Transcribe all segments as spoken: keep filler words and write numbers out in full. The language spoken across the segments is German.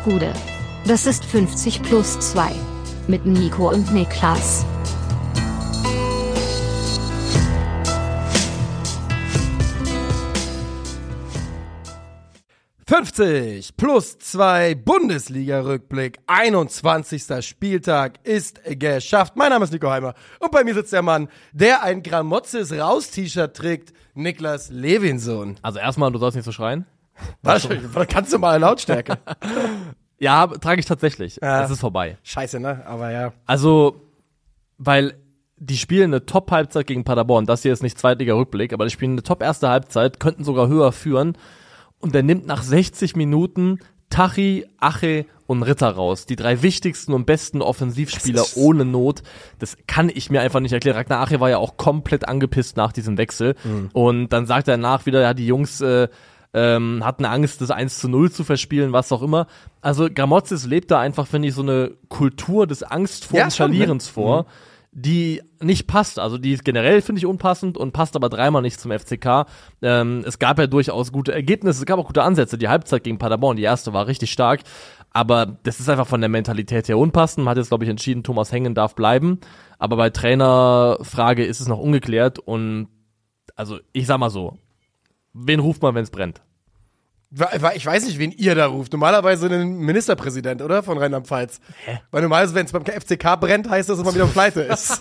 Gude. Das ist fünfzig plus zwei. Mit Nico und Niklas. fünfzig plus zwei Bundesliga-Rückblick, einundzwanzigster Spieltag ist geschafft. Mein Name ist Nico Heimer und bei mir sitzt der Mann, der ein Gramotzes Raus-T-Shirt trägt, Niklas Levinson. Also erstmal, du sollst nicht so schreien. Warte, kannst du mal Lautstärke? Ja, trage ich tatsächlich. Ja. Es ist vorbei. Scheiße, ne? Aber ja. Also, weil die spielen eine Top-Halbzeit gegen Paderborn. Das hier ist nicht Zweitliga-Rückblick, aber die spielen eine Top-erste Halbzeit, könnten sogar höher führen. Und der nimmt nach sechzig Minuten Tachi, Ache und Ritter raus. Die drei wichtigsten und besten Offensivspieler ohne Not. Das kann ich mir einfach nicht erklären. Ragnar Ache war ja auch komplett angepisst nach diesem Wechsel. Mhm. Und dann sagt er danach wieder, ja, die Jungs äh, ähm, hatten Angst, das eins zu null zu verspielen, was auch immer. Also Gramotzes lebt da einfach, finde ich, so eine Kultur des Angst vor ja, und Verlierens schon, ne? vor. Mhm. Die nicht passt, also die ist generell, finde ich, unpassend und passt aber dreimal nicht zum F C K. Ähm, es gab ja durchaus gute Ergebnisse, es gab auch gute Ansätze. Die Halbzeit gegen Paderborn, die erste war richtig stark, aber das ist einfach von der Mentalität her unpassend. Man hat jetzt, glaube ich, entschieden, Thomas Hengen darf bleiben, aber bei Trainerfrage ist es noch ungeklärt und also ich sag mal so, wen ruft man, wenn es brennt? Ich weiß nicht, wen ihr da ruft. Normalerweise einen Ministerpräsident, oder? Von Rheinland-Pfalz. Hä? Weil normalerweise, wenn es beim F C K brennt, heißt das, dass man wieder pleite ist.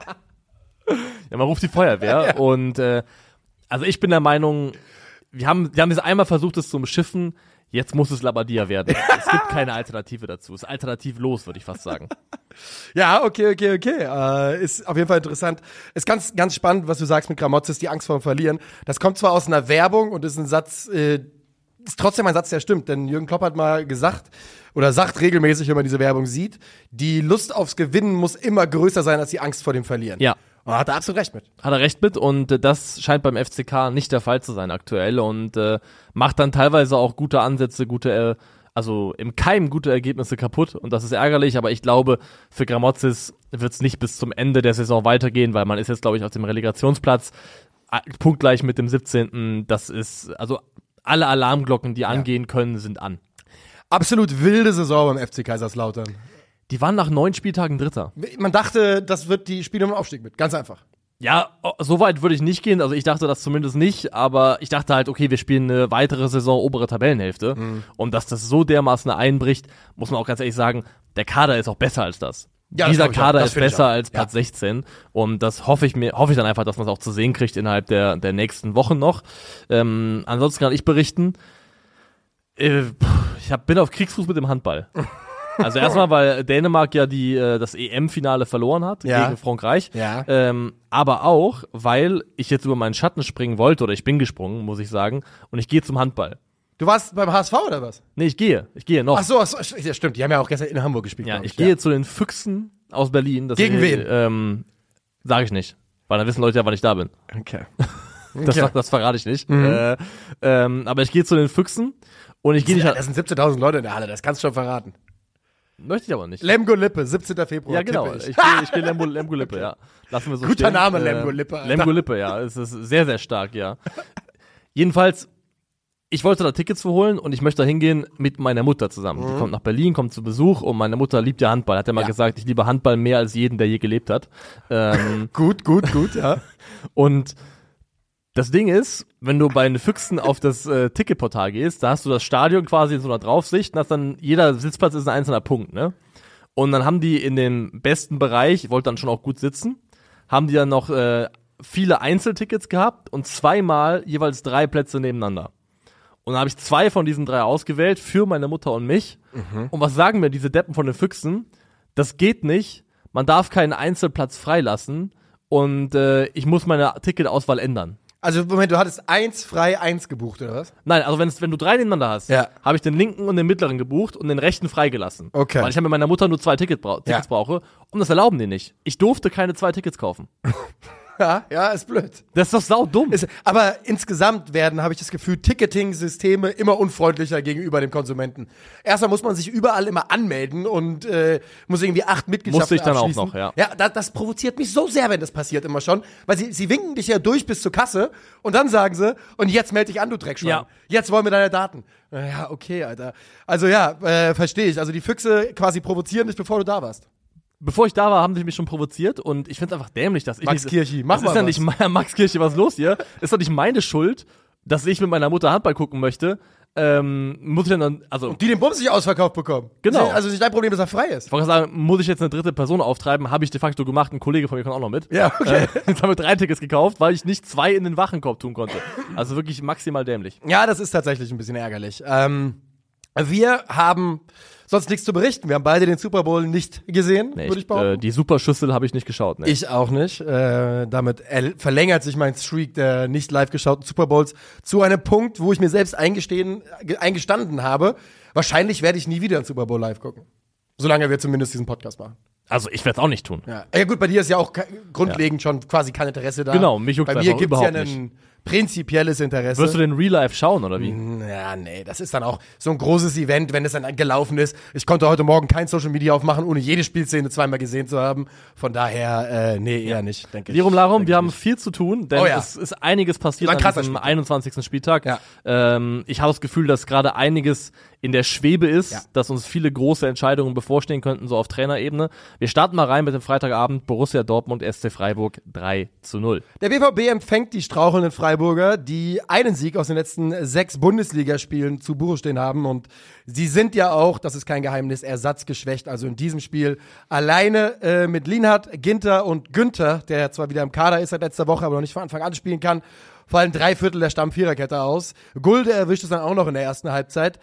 Ja, man ruft die Feuerwehr. Ja. Und äh, also ich bin der Meinung, wir haben, wir haben es einmal versucht, es zu umschiffen. Jetzt muss es Labadia werden. Es gibt keine Alternative dazu. Es ist alternativlos, würde ich fast sagen. Ja, okay, okay, okay. Äh, ist auf jeden Fall interessant. Ist ganz, ganz spannend, was du sagst mit Gramotzes, die Angst vor dem Verlieren. Das kommt zwar aus einer Werbung und ist ein Satz, äh, ist trotzdem ein Satz, der stimmt, denn Jürgen Klopp hat mal gesagt, oder sagt regelmäßig, wenn man diese Werbung sieht, die Lust aufs Gewinnen muss immer größer sein als die Angst vor dem Verlieren. Ja. Und hat er absolut recht mit. Hat er recht mit und äh, das scheint beim F C K nicht der Fall zu sein aktuell und äh, macht dann teilweise auch gute Ansätze, gute, äh, also im Keim gute Ergebnisse kaputt und das ist ärgerlich, aber ich glaube, für Gramotzes wird es nicht bis zum Ende der Saison weitergehen, weil man ist jetzt, glaube ich, auf dem Relegationsplatz, äh, punktgleich mit dem siebzehnten Das ist, also alle Alarmglocken, die angehen können, sind an. Absolut wilde Saison beim F C Kaiserslautern. Die waren nach neun Spieltagen Dritter. Man dachte, das wird die Spiele um den Aufstieg mit. Ganz einfach. Ja, so weit würde ich nicht gehen. Also ich dachte das zumindest nicht. Aber ich dachte halt, okay, wir spielen eine weitere Saison obere Tabellenhälfte. Mhm. Und dass das so dermaßen einbricht, muss man auch ganz ehrlich sagen, der Kader ist auch besser als das. Ja, Dieser das Kader ist besser als Platz ja. sechzehn und das hoffe ich mir, hoffe ich dann einfach, dass man es auch zu sehen kriegt innerhalb der der nächsten Wochen noch. Ähm, ansonsten kann ich berichten, äh, ich hab, bin auf Kriegsfuß mit dem Handball. Also erstmal, weil Dänemark ja die äh, das E M-Finale verloren hat ja. gegen Frankreich, ja. ähm, aber auch, weil ich jetzt über meinen Schatten springen wollte oder ich bin gesprungen, muss ich sagen, und ich gehe zum Handball. Du warst beim H S V oder was? Nee, ich gehe. Ich gehe noch. Ach so, ach so, ja, stimmt. Die haben ja auch gestern in Hamburg gespielt. Ja, ich, ich ja. gehe zu den Füchsen aus Berlin. Das Gegen ist, wen? Ähm, sag ich nicht. Weil dann wissen Leute ja, wann ich da bin. Okay. das, okay. das verrate ich nicht. Mhm. Äh, ähm, aber ich gehe zu den Füchsen und ich gehe nicht. Das sind siebzehntausend Leute in der Halle, das kannst du schon verraten. Möchte ich aber nicht. Lemgo Lippe, siebzehnten Februar. Ja, genau. Ich, ich gehe ich geh Lemgo, Lemgo Lippe, okay. ja. Lassen wir so Guter stehen. Name, äh, Lemgo Lippe. Alter. Lemgo Lippe, ja. Es ist sehr, sehr stark, ja. Jedenfalls, ich wollte da Tickets für holen und ich möchte da hingehen mit meiner Mutter zusammen. Mhm. Die kommt nach Berlin, kommt zu Besuch und meine Mutter liebt ja Handball. Hat ja mal ja. gesagt, ich liebe Handball mehr als jeden, der je gelebt hat. Ähm, gut, gut, gut, ja. Und das Ding ist, wenn du bei den Füchsen auf das äh, Ticketportal gehst, da hast du das Stadion quasi in so einer Draufsicht und hast dann, jeder Sitzplatz ist ein einzelner Punkt, ne? Und dann haben die in dem besten Bereich, ich wollte dann schon auch gut sitzen, haben die dann noch äh, viele Einzeltickets gehabt und zweimal jeweils drei Plätze nebeneinander. Und dann habe ich zwei von diesen drei ausgewählt für meine Mutter und mich. Mhm. Und was sagen mir diese Deppen von den Füchsen? Das geht nicht. Man darf keinen Einzelplatz freilassen und äh, ich muss meine Ticketauswahl ändern. Also Moment, du hattest eins frei, eins gebucht, oder was? Nein, also wenn's, wenn du drei nebeneinander hast, ja. habe ich den linken und den mittleren gebucht und den rechten freigelassen. Okay. Weil ich habe mit meiner Mutter nur zwei Ticket bra- Tickets ja. brauche und das erlauben die nicht. Ich durfte keine zwei Tickets kaufen. Ja, ja, ist blöd. Das ist doch saudumm. Ist, aber insgesamt werden, habe ich das Gefühl, Ticketing-Systeme immer unfreundlicher gegenüber dem Konsumenten. Erstmal muss man sich überall immer anmelden und äh, muss irgendwie acht Mitgliedschaften Muss ich dann abschließen. auch noch, ja. Ja, das, das provoziert mich so sehr, wenn das passiert immer schon. Weil sie, sie winken dich ja durch bis zur Kasse und dann sagen sie, und jetzt melde dich an, du Dreckschwein. Ja. Jetzt wollen wir deine Daten. Ja, okay, Alter. Also ja, äh, verstehe ich. Also die Füchse quasi provozieren dich, bevor du da warst. Bevor ich da war, haben sie mich schon provoziert und ich finde es einfach dämlich, dass ich Max nicht, Kirchi, mach das mal ist ja was. nicht mein, Max Kirchi, was ist los hier? Ist doch nicht meine Schuld, dass ich mit meiner Mutter Handball gucken möchte. Ähm, muss ich dann, also Die den Bums nicht ausverkauft bekommen. Genau. Also nicht dein Problem, dass er frei ist. ich wollte sagen, muss ich jetzt eine dritte Person auftreiben? Habe ich de facto gemacht. Ein Kollege von mir kommt auch noch mit. Ja, okay. Äh, jetzt haben wir drei Tickets gekauft, weil ich nicht zwei in den Warenkorb tun konnte. Also wirklich maximal dämlich. Ja, das ist tatsächlich ein bisschen ärgerlich. Ähm, wir haben sonst nichts zu berichten. Wir haben beide den Super Bowl nicht gesehen, Nee, würde ich behaupten. äh, die Superschüssel habe ich nicht geschaut. Nee. Ich auch nicht. Äh, damit er- verlängert sich mein Streak der nicht live geschauten Super Bowls zu einem Punkt, wo ich mir selbst eingestehen, ge- eingestanden habe, wahrscheinlich werde ich nie wieder einen Super Bowl live gucken. Solange wir zumindest diesen Podcast machen. Also ich werde es auch nicht tun. Ja. ja gut, bei dir ist ja auch ke- grundlegend schon quasi kein Interesse da. Genau, mich juckt's Bei mir einfach gibt's ja überhaupt ein prinzipielles Interesse. Wirst du den Real Life schauen oder wie? Ja, nee, das ist dann auch so ein großes Event, wenn es dann gelaufen ist. Ich konnte heute Morgen kein Social Media aufmachen, ohne jede Spielszene zweimal gesehen zu haben. Von daher, äh, nee, eher nicht, denke ich. Lirum Larum, Denke wir ich haben nicht. viel zu tun, denn Oh ja. es ist einiges passiert War ein an krasser diesem Spieltag. einundzwanzigsten Spieltag. Ja. Ähm, ich habe das Gefühl, dass gerade einiges in der Schwebe ist, Ja. dass uns viele große Entscheidungen bevorstehen könnten, so auf Trainerebene. Wir starten mal rein mit dem Freitagabend, Borussia Dortmund, S C Freiburg drei zu null. Der B V B empfängt die strauchelnden Freiburger, die einen Sieg aus den letzten sechs Bundesligaspielen zu Buche stehen haben. Und sie sind ja auch, das ist kein Geheimnis, ersatzgeschwächt. Also in diesem Spiel alleine äh, mit Lienhardt, Ginter und Günther, der zwar wieder im Kader ist seit letzter Woche, aber noch nicht von Anfang an spielen kann, fallen drei Viertel der Stamm-Viererkette aus. Gulde erwischt es dann auch noch in der ersten Halbzeit.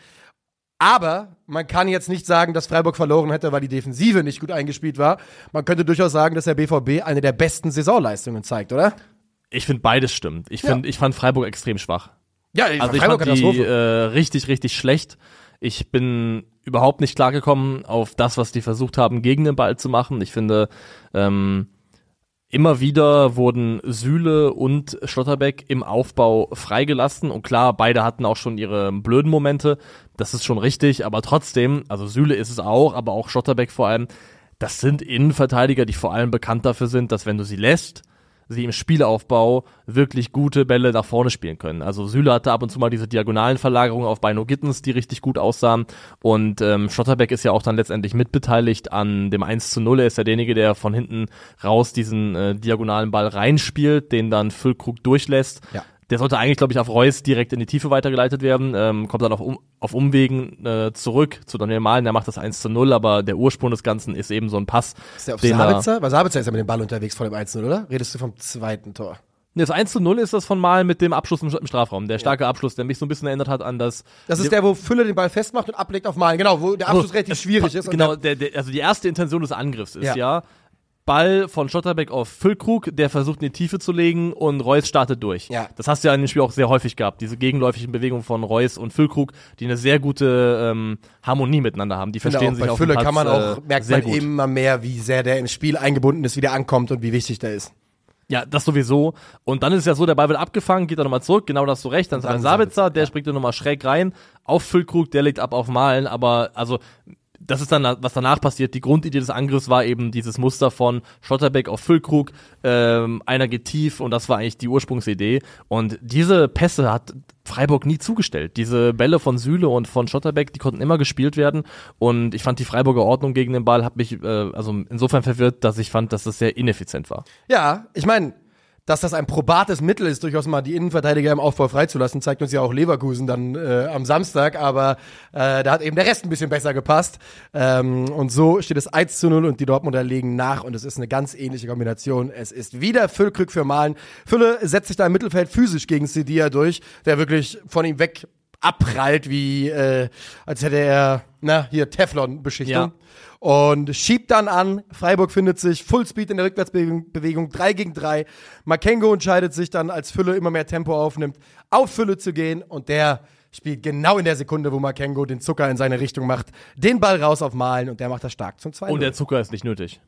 Aber man kann jetzt nicht sagen, dass Freiburg verloren hätte, weil die Defensive nicht gut eingespielt war. Man könnte durchaus sagen, dass der B V B eine der besten Saisonleistungen zeigt, oder? Ich finde beides stimmt. Ich, find, Ja. ich fand Freiburg extrem schwach. Ja, Also ich fand die äh, richtig, richtig schlecht. Ich bin überhaupt nicht klargekommen auf das, was die versucht haben, gegen den Ball zu machen. Ich finde, ähm, immer wieder wurden Süle und Schlotterbeck im Aufbau freigelassen. Und klar, beide hatten auch schon ihre blöden Momente. Das ist schon richtig. Aber trotzdem, also Süle ist es auch, aber auch Schlotterbeck vor allem, das sind Innenverteidiger, die vor allem bekannt dafür sind, dass wenn du sie lässt, sie im Spielaufbau wirklich gute Bälle nach vorne spielen können. Also Süle hatte ab und zu mal diese diagonalen Verlagerungen auf Beino Gittens, die richtig gut aussahen. Und ähm, Schlotterbeck ist ja auch dann letztendlich mitbeteiligt an dem eins zu null. Er ist ja derjenige, der von hinten raus diesen äh, diagonalen Ball reinspielt, den dann Füllkrug durchlässt. Ja. Der sollte eigentlich, glaube ich, auf Reus direkt in die Tiefe weitergeleitet werden, ähm, kommt dann auf, um, auf Umwegen äh, zurück zu Daniel Mahlen, der macht das eins zu null, aber der Ursprung des Ganzen ist eben so ein Pass. Ist der auf den er- Sabitzer? Weil Sabitzer ist ja mit dem Ball unterwegs vor dem eins null, oder? Redest du vom zweiten Tor? Nee, das eins zu null ist das von Mahlen mit dem Abschluss im, im Strafraum, der starke Abschluss, der mich so ein bisschen erinnert hat an das... Das ist der, wo Fülle den Ball festmacht und ablegt auf Malen. Genau, wo der Abschluss So, relativ es schwierig pa- ist. und Genau, der, der, also die erste Intention des Angriffs ist ja, Ja. Ball von Schlotterbeck auf Füllkrug, der versucht in die Tiefe zu legen und Reus startet durch. Ja. Das hast du ja in dem Spiel auch sehr häufig gehabt, diese gegenläufigen Bewegungen von Reus und Füllkrug, die eine sehr gute ähm, Harmonie miteinander haben. Die Ich finde verstehen auch, sich bei auf Fülle dem Platz, kann man auch, äh, merkt sehr man gut. immer mehr, wie sehr der im Spiel eingebunden ist, wie der ankommt und wie wichtig der ist. Ja, das sowieso. Und dann ist es ja so, der Ball wird abgefangen, geht dann nochmal zurück, genau das hast du recht, dann ist Dann ein Sabitzer, Sabitzer, der ja. springt dann nochmal schräg rein, auf Füllkrug, der legt ab auf Malen, aber also das ist dann, was danach passiert. Die Grundidee des Angriffs war eben dieses Muster von Schlotterbeck auf Füllkrug, ähm, einer geht tief und das war eigentlich die Ursprungsidee. Und diese Pässe hat Freiburg nie zugestellt. Diese Bälle von Süle und von Schlotterbeck, die konnten immer gespielt werden und ich fand die Freiburger Ordnung gegen den Ball hat mich äh, also insofern verwirrt, dass ich fand, dass das sehr ineffizient war. Ja, ich meine, dass das ein probates Mittel ist, durchaus mal die Innenverteidiger im Aufbau freizulassen, zeigt uns ja auch Leverkusen dann äh, am Samstag, aber äh, da hat eben der Rest ein bisschen besser gepasst. Ähm, und so steht es eins zu null und die Dortmunder legen nach und es ist eine ganz ähnliche Kombination. Es ist wieder Füllkrug für Malen. Fülle setzt sich da im Mittelfeld physisch gegen Sidia durch, der wirklich von ihm weg abprallt, wie äh, als hätte er, na, hier Teflon-Beschichtung. Ja. Und schiebt dann an. Freiburg findet sich Fullspeed in der Rückwärtsbewegung, Bewegung, drei gegen drei. Makengo entscheidet sich dann, als Fülle immer mehr Tempo aufnimmt, auf Fülle zu gehen. Und der spielt genau in der Sekunde, wo Makengo den Zucker in seine Richtung macht, den Ball raus auf Malen und der macht das stark zum zwei null. Und der Zucker ist nicht nötig.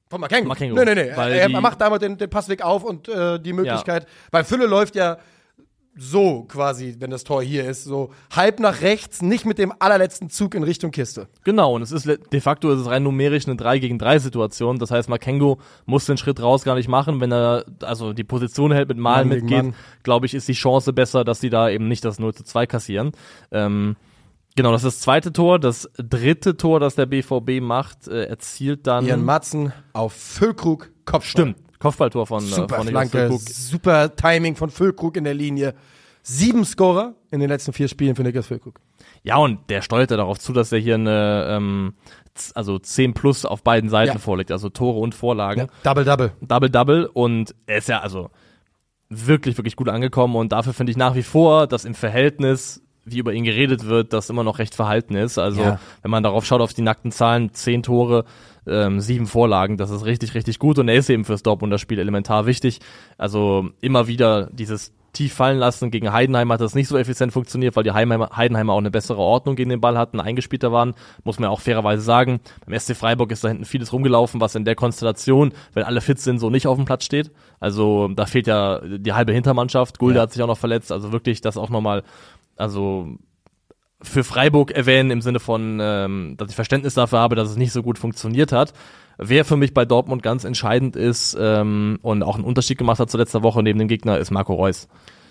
Von Makengo? Makengo. Nee, nee, nee. Weil er, die- er macht damals den, den Passweg auf und äh, die Möglichkeit, weil Fülle läuft ja so quasi, wenn das Tor hier ist, so halb nach rechts, nicht mit dem allerletzten Zug in Richtung Kiste. Genau, und es ist le- de facto ist es rein numerisch eine drei gegen drei Situation. Das heißt, Makengo muss den Schritt raus gar nicht machen. Wenn er also die Position hält, mit Malen Mann gegen mitgeht, Mann. glaube ich, ist die Chance besser, dass die da eben nicht das null zu zwei kassieren. Ähm, genau, das ist das zweite Tor. Das dritte Tor, das der B V B macht, äh, erzielt dann... Ian Matzen auf Füllkrug, Kopfball. Stimmt, Kopfballtor von, äh, Super von Niklas Flanke, Füllkrug. super Timing von Füllkrug in der Linie. Sieben Scorer in den letzten vier Spielen für Niklas Füllkrug. Ja, und der steuerte darauf zu, dass er hier eine, ähm, z- also zehn plus auf beiden Seiten Ja. vorlegt, also Tore und Vorlagen. Double-Double. Double-Double und er ist ja also wirklich, wirklich gut angekommen und dafür finde ich nach wie vor, dass im Verhältnis, wie über ihn geredet wird, das immer noch recht verhalten ist. Also Ja. wenn man darauf schaut, auf die nackten Zahlen, zehn Tore, ähm, sieben Vorlagen, das ist richtig, richtig gut und er ist eben fürs Dortmunder Spiel elementar wichtig. Also immer wieder dieses tief fallen lassen. Gegen Heidenheim hat das nicht so effizient funktioniert, weil die Heidenheimer, Heidenheimer auch eine bessere Ordnung gegen den Ball hatten, eingespielter waren, muss man auch fairerweise sagen. Beim S C Freiburg ist da hinten vieles rumgelaufen, was in der Konstellation, wenn alle fit sind, so nicht auf dem Platz steht. Also da fehlt ja die halbe Hintermannschaft. Gulde Ja. hat sich auch noch verletzt, also wirklich das auch nochmal, also für Freiburg erwähnen im Sinne von, ähm, dass ich Verständnis dafür habe, dass es nicht so gut funktioniert hat. Wer für mich bei Dortmund ganz entscheidend ist ähm, und auch einen Unterschied gemacht hat zu letzter Woche neben dem Gegner, ist Marco Reus.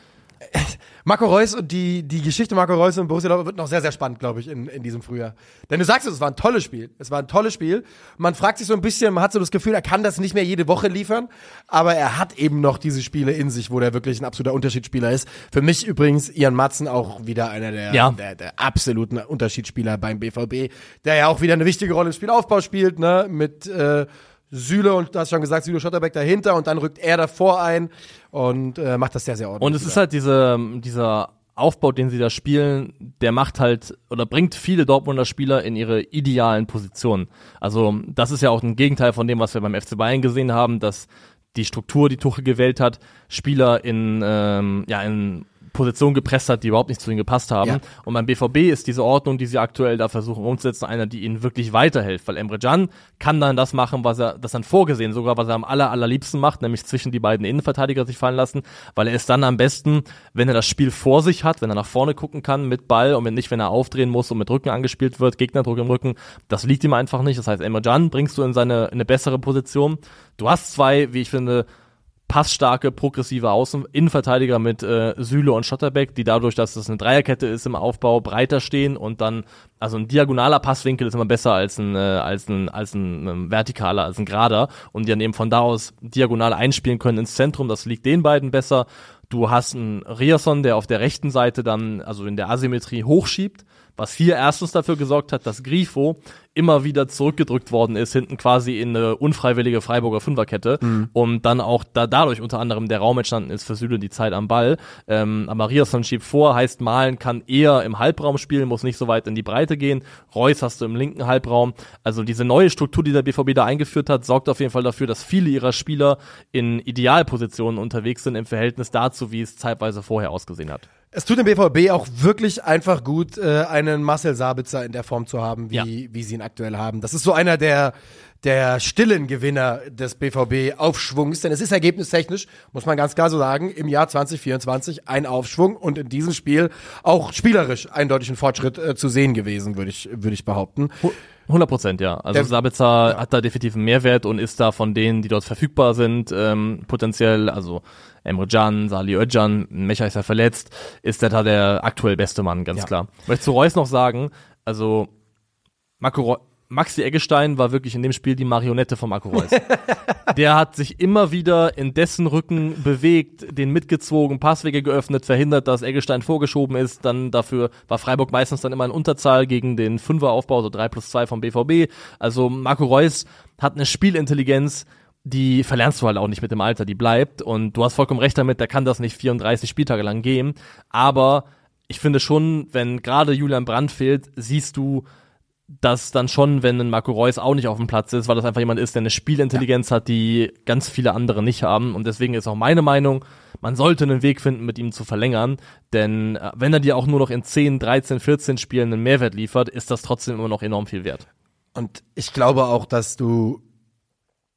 Marco Reus und die, die Geschichte Marco Reus und Borussia Dortmund wird noch sehr, sehr spannend, glaube ich, in, in diesem Frühjahr. Denn du sagst es, es war ein tolles Spiel. Es war ein tolles Spiel. Man fragt sich so ein bisschen, man hat so das Gefühl, er kann das nicht mehr jede Woche liefern, aber er hat eben noch diese Spiele in sich, wo der wirklich ein absoluter Unterschiedsspieler ist. Für mich übrigens Ian Matzen auch wieder einer der, Ja. der, der absoluten Unterschiedsspieler beim B V B, der ja auch wieder eine wichtige Rolle im Spielaufbau spielt, ne, mit äh, Süle und du hast schon gesagt, Süle Schotterbeck dahinter und dann rückt er davor ein und äh, macht das sehr, sehr ordentlich. Und es ist halt diese, dieser Aufbau, den sie da spielen, der macht halt oder bringt viele Dortmunder Spieler in ihre idealen Positionen. Also das ist ja auch ein Gegenteil von dem, was wir beim F C Bayern gesehen haben, dass die Struktur, die Tuchel gewählt hat, Spieler in, ähm, ja, in Position gepresst hat, die überhaupt nicht zu ihnen gepasst haben. Ja. Und beim B V B ist diese Ordnung, die sie aktuell da versuchen umzusetzen, einer, die ihnen wirklich weiterhilft. Weil Emre Can kann dann das machen, was er, das dann vorgesehen, sogar was er am aller, allerliebsten macht, nämlich zwischen die beiden Innenverteidiger sich fallen lassen, weil er ist dann am besten, wenn er das Spiel vor sich hat, wenn er nach vorne gucken kann mit Ball und wenn nicht, wenn er aufdrehen muss und mit Rücken angespielt wird, Gegnerdruck im Rücken, das liegt ihm einfach nicht. Das heißt, Emre Can bringst du in seine, in eine bessere Position. Du hast zwei, wie ich finde, passstarke, progressive Außen Innenverteidiger mit äh, Süle und Schotterbeck, die dadurch, dass es eine Dreierkette ist im Aufbau, breiter stehen und dann, also ein diagonaler Passwinkel ist immer besser als ein, äh, als ein, als ein ähm, vertikaler, als ein gerader und die dann eben von da aus diagonal einspielen können ins Zentrum, das liegt den beiden besser. Du hast einen Riasson, der auf der rechten Seite dann, also in der Asymmetrie hochschiebt, was hier erstens dafür gesorgt hat, dass Grifo immer wieder zurückgedrückt worden ist, hinten quasi in eine unfreiwillige Freiburger Fünferkette mhm. und dann auch da dadurch unter anderem der Raum entstanden ist für Süle die Zeit am Ball. Ähm, aber Riasson schiebt vor, heißt Malen kann eher im Halbraum spielen, muss nicht so weit in die Breite gehen. Reus hast du im linken Halbraum. Also diese neue Struktur, die der B V B da eingeführt hat, sorgt auf jeden Fall dafür, dass viele ihrer Spieler in Idealpositionen unterwegs sind im Verhältnis dazu, wie es zeitweise vorher ausgesehen hat. Es tut dem B V B auch wirklich einfach gut, äh, einen Marcel Sabitzer in der Form zu haben, wie, Ja. wie sie ihn aktuell haben. Das ist so einer der, der stillen Gewinner des B V B-Aufschwungs, denn es ist ergebnistechnisch, muss man ganz klar so sagen, im Jahr zwanzig vierundzwanzig ein Aufschwung und in diesem Spiel auch spielerisch eindeutig ein Fortschritt äh, zu sehen gewesen, würde ich, würde ich behaupten. hundert Prozent, ja. Also Der- Sabitzer ja. hat da definitiv einen Mehrwert und ist da von denen, die dort verfügbar sind, ähm, potenziell, also Emre Can, Salih Özcan, Mecha ist ja verletzt, ist der da der aktuell beste Mann, ganz Ja. klar. Ich möchte zu Reus noch sagen, also Marco Reus, Maxi Eggestein war wirklich in dem Spiel die Marionette von Marco Reus. Der hat sich immer wieder in dessen Rücken bewegt, den mitgezogen, Passwege geöffnet, verhindert, dass Eggestein vorgeschoben ist. Dann dafür war Freiburg meistens dann immer in Unterzahl gegen den Fünferaufbau, so drei plus zwei vom B V B. Also Marco Reus hat eine Spielintelligenz, die verlernst du halt auch nicht mit dem Alter, die bleibt. Und du hast vollkommen recht damit, der kann das nicht vierunddreißig Spieltage lang gehen. Aber ich finde schon, wenn gerade Julian Brandt fehlt, siehst du, dass dann schon, wenn ein Marco Reus auch nicht auf dem Platz ist, weil das einfach jemand ist, der eine Spielintelligenz hat, die ganz viele andere nicht haben. Und deswegen ist auch meine Meinung, man sollte einen Weg finden, mit ihm zu verlängern. Denn äh, wenn er dir auch nur noch in zehn, dreizehn, vierzehn Spielen einen Mehrwert liefert, ist das trotzdem immer noch enorm viel wert. Und ich glaube auch, dass du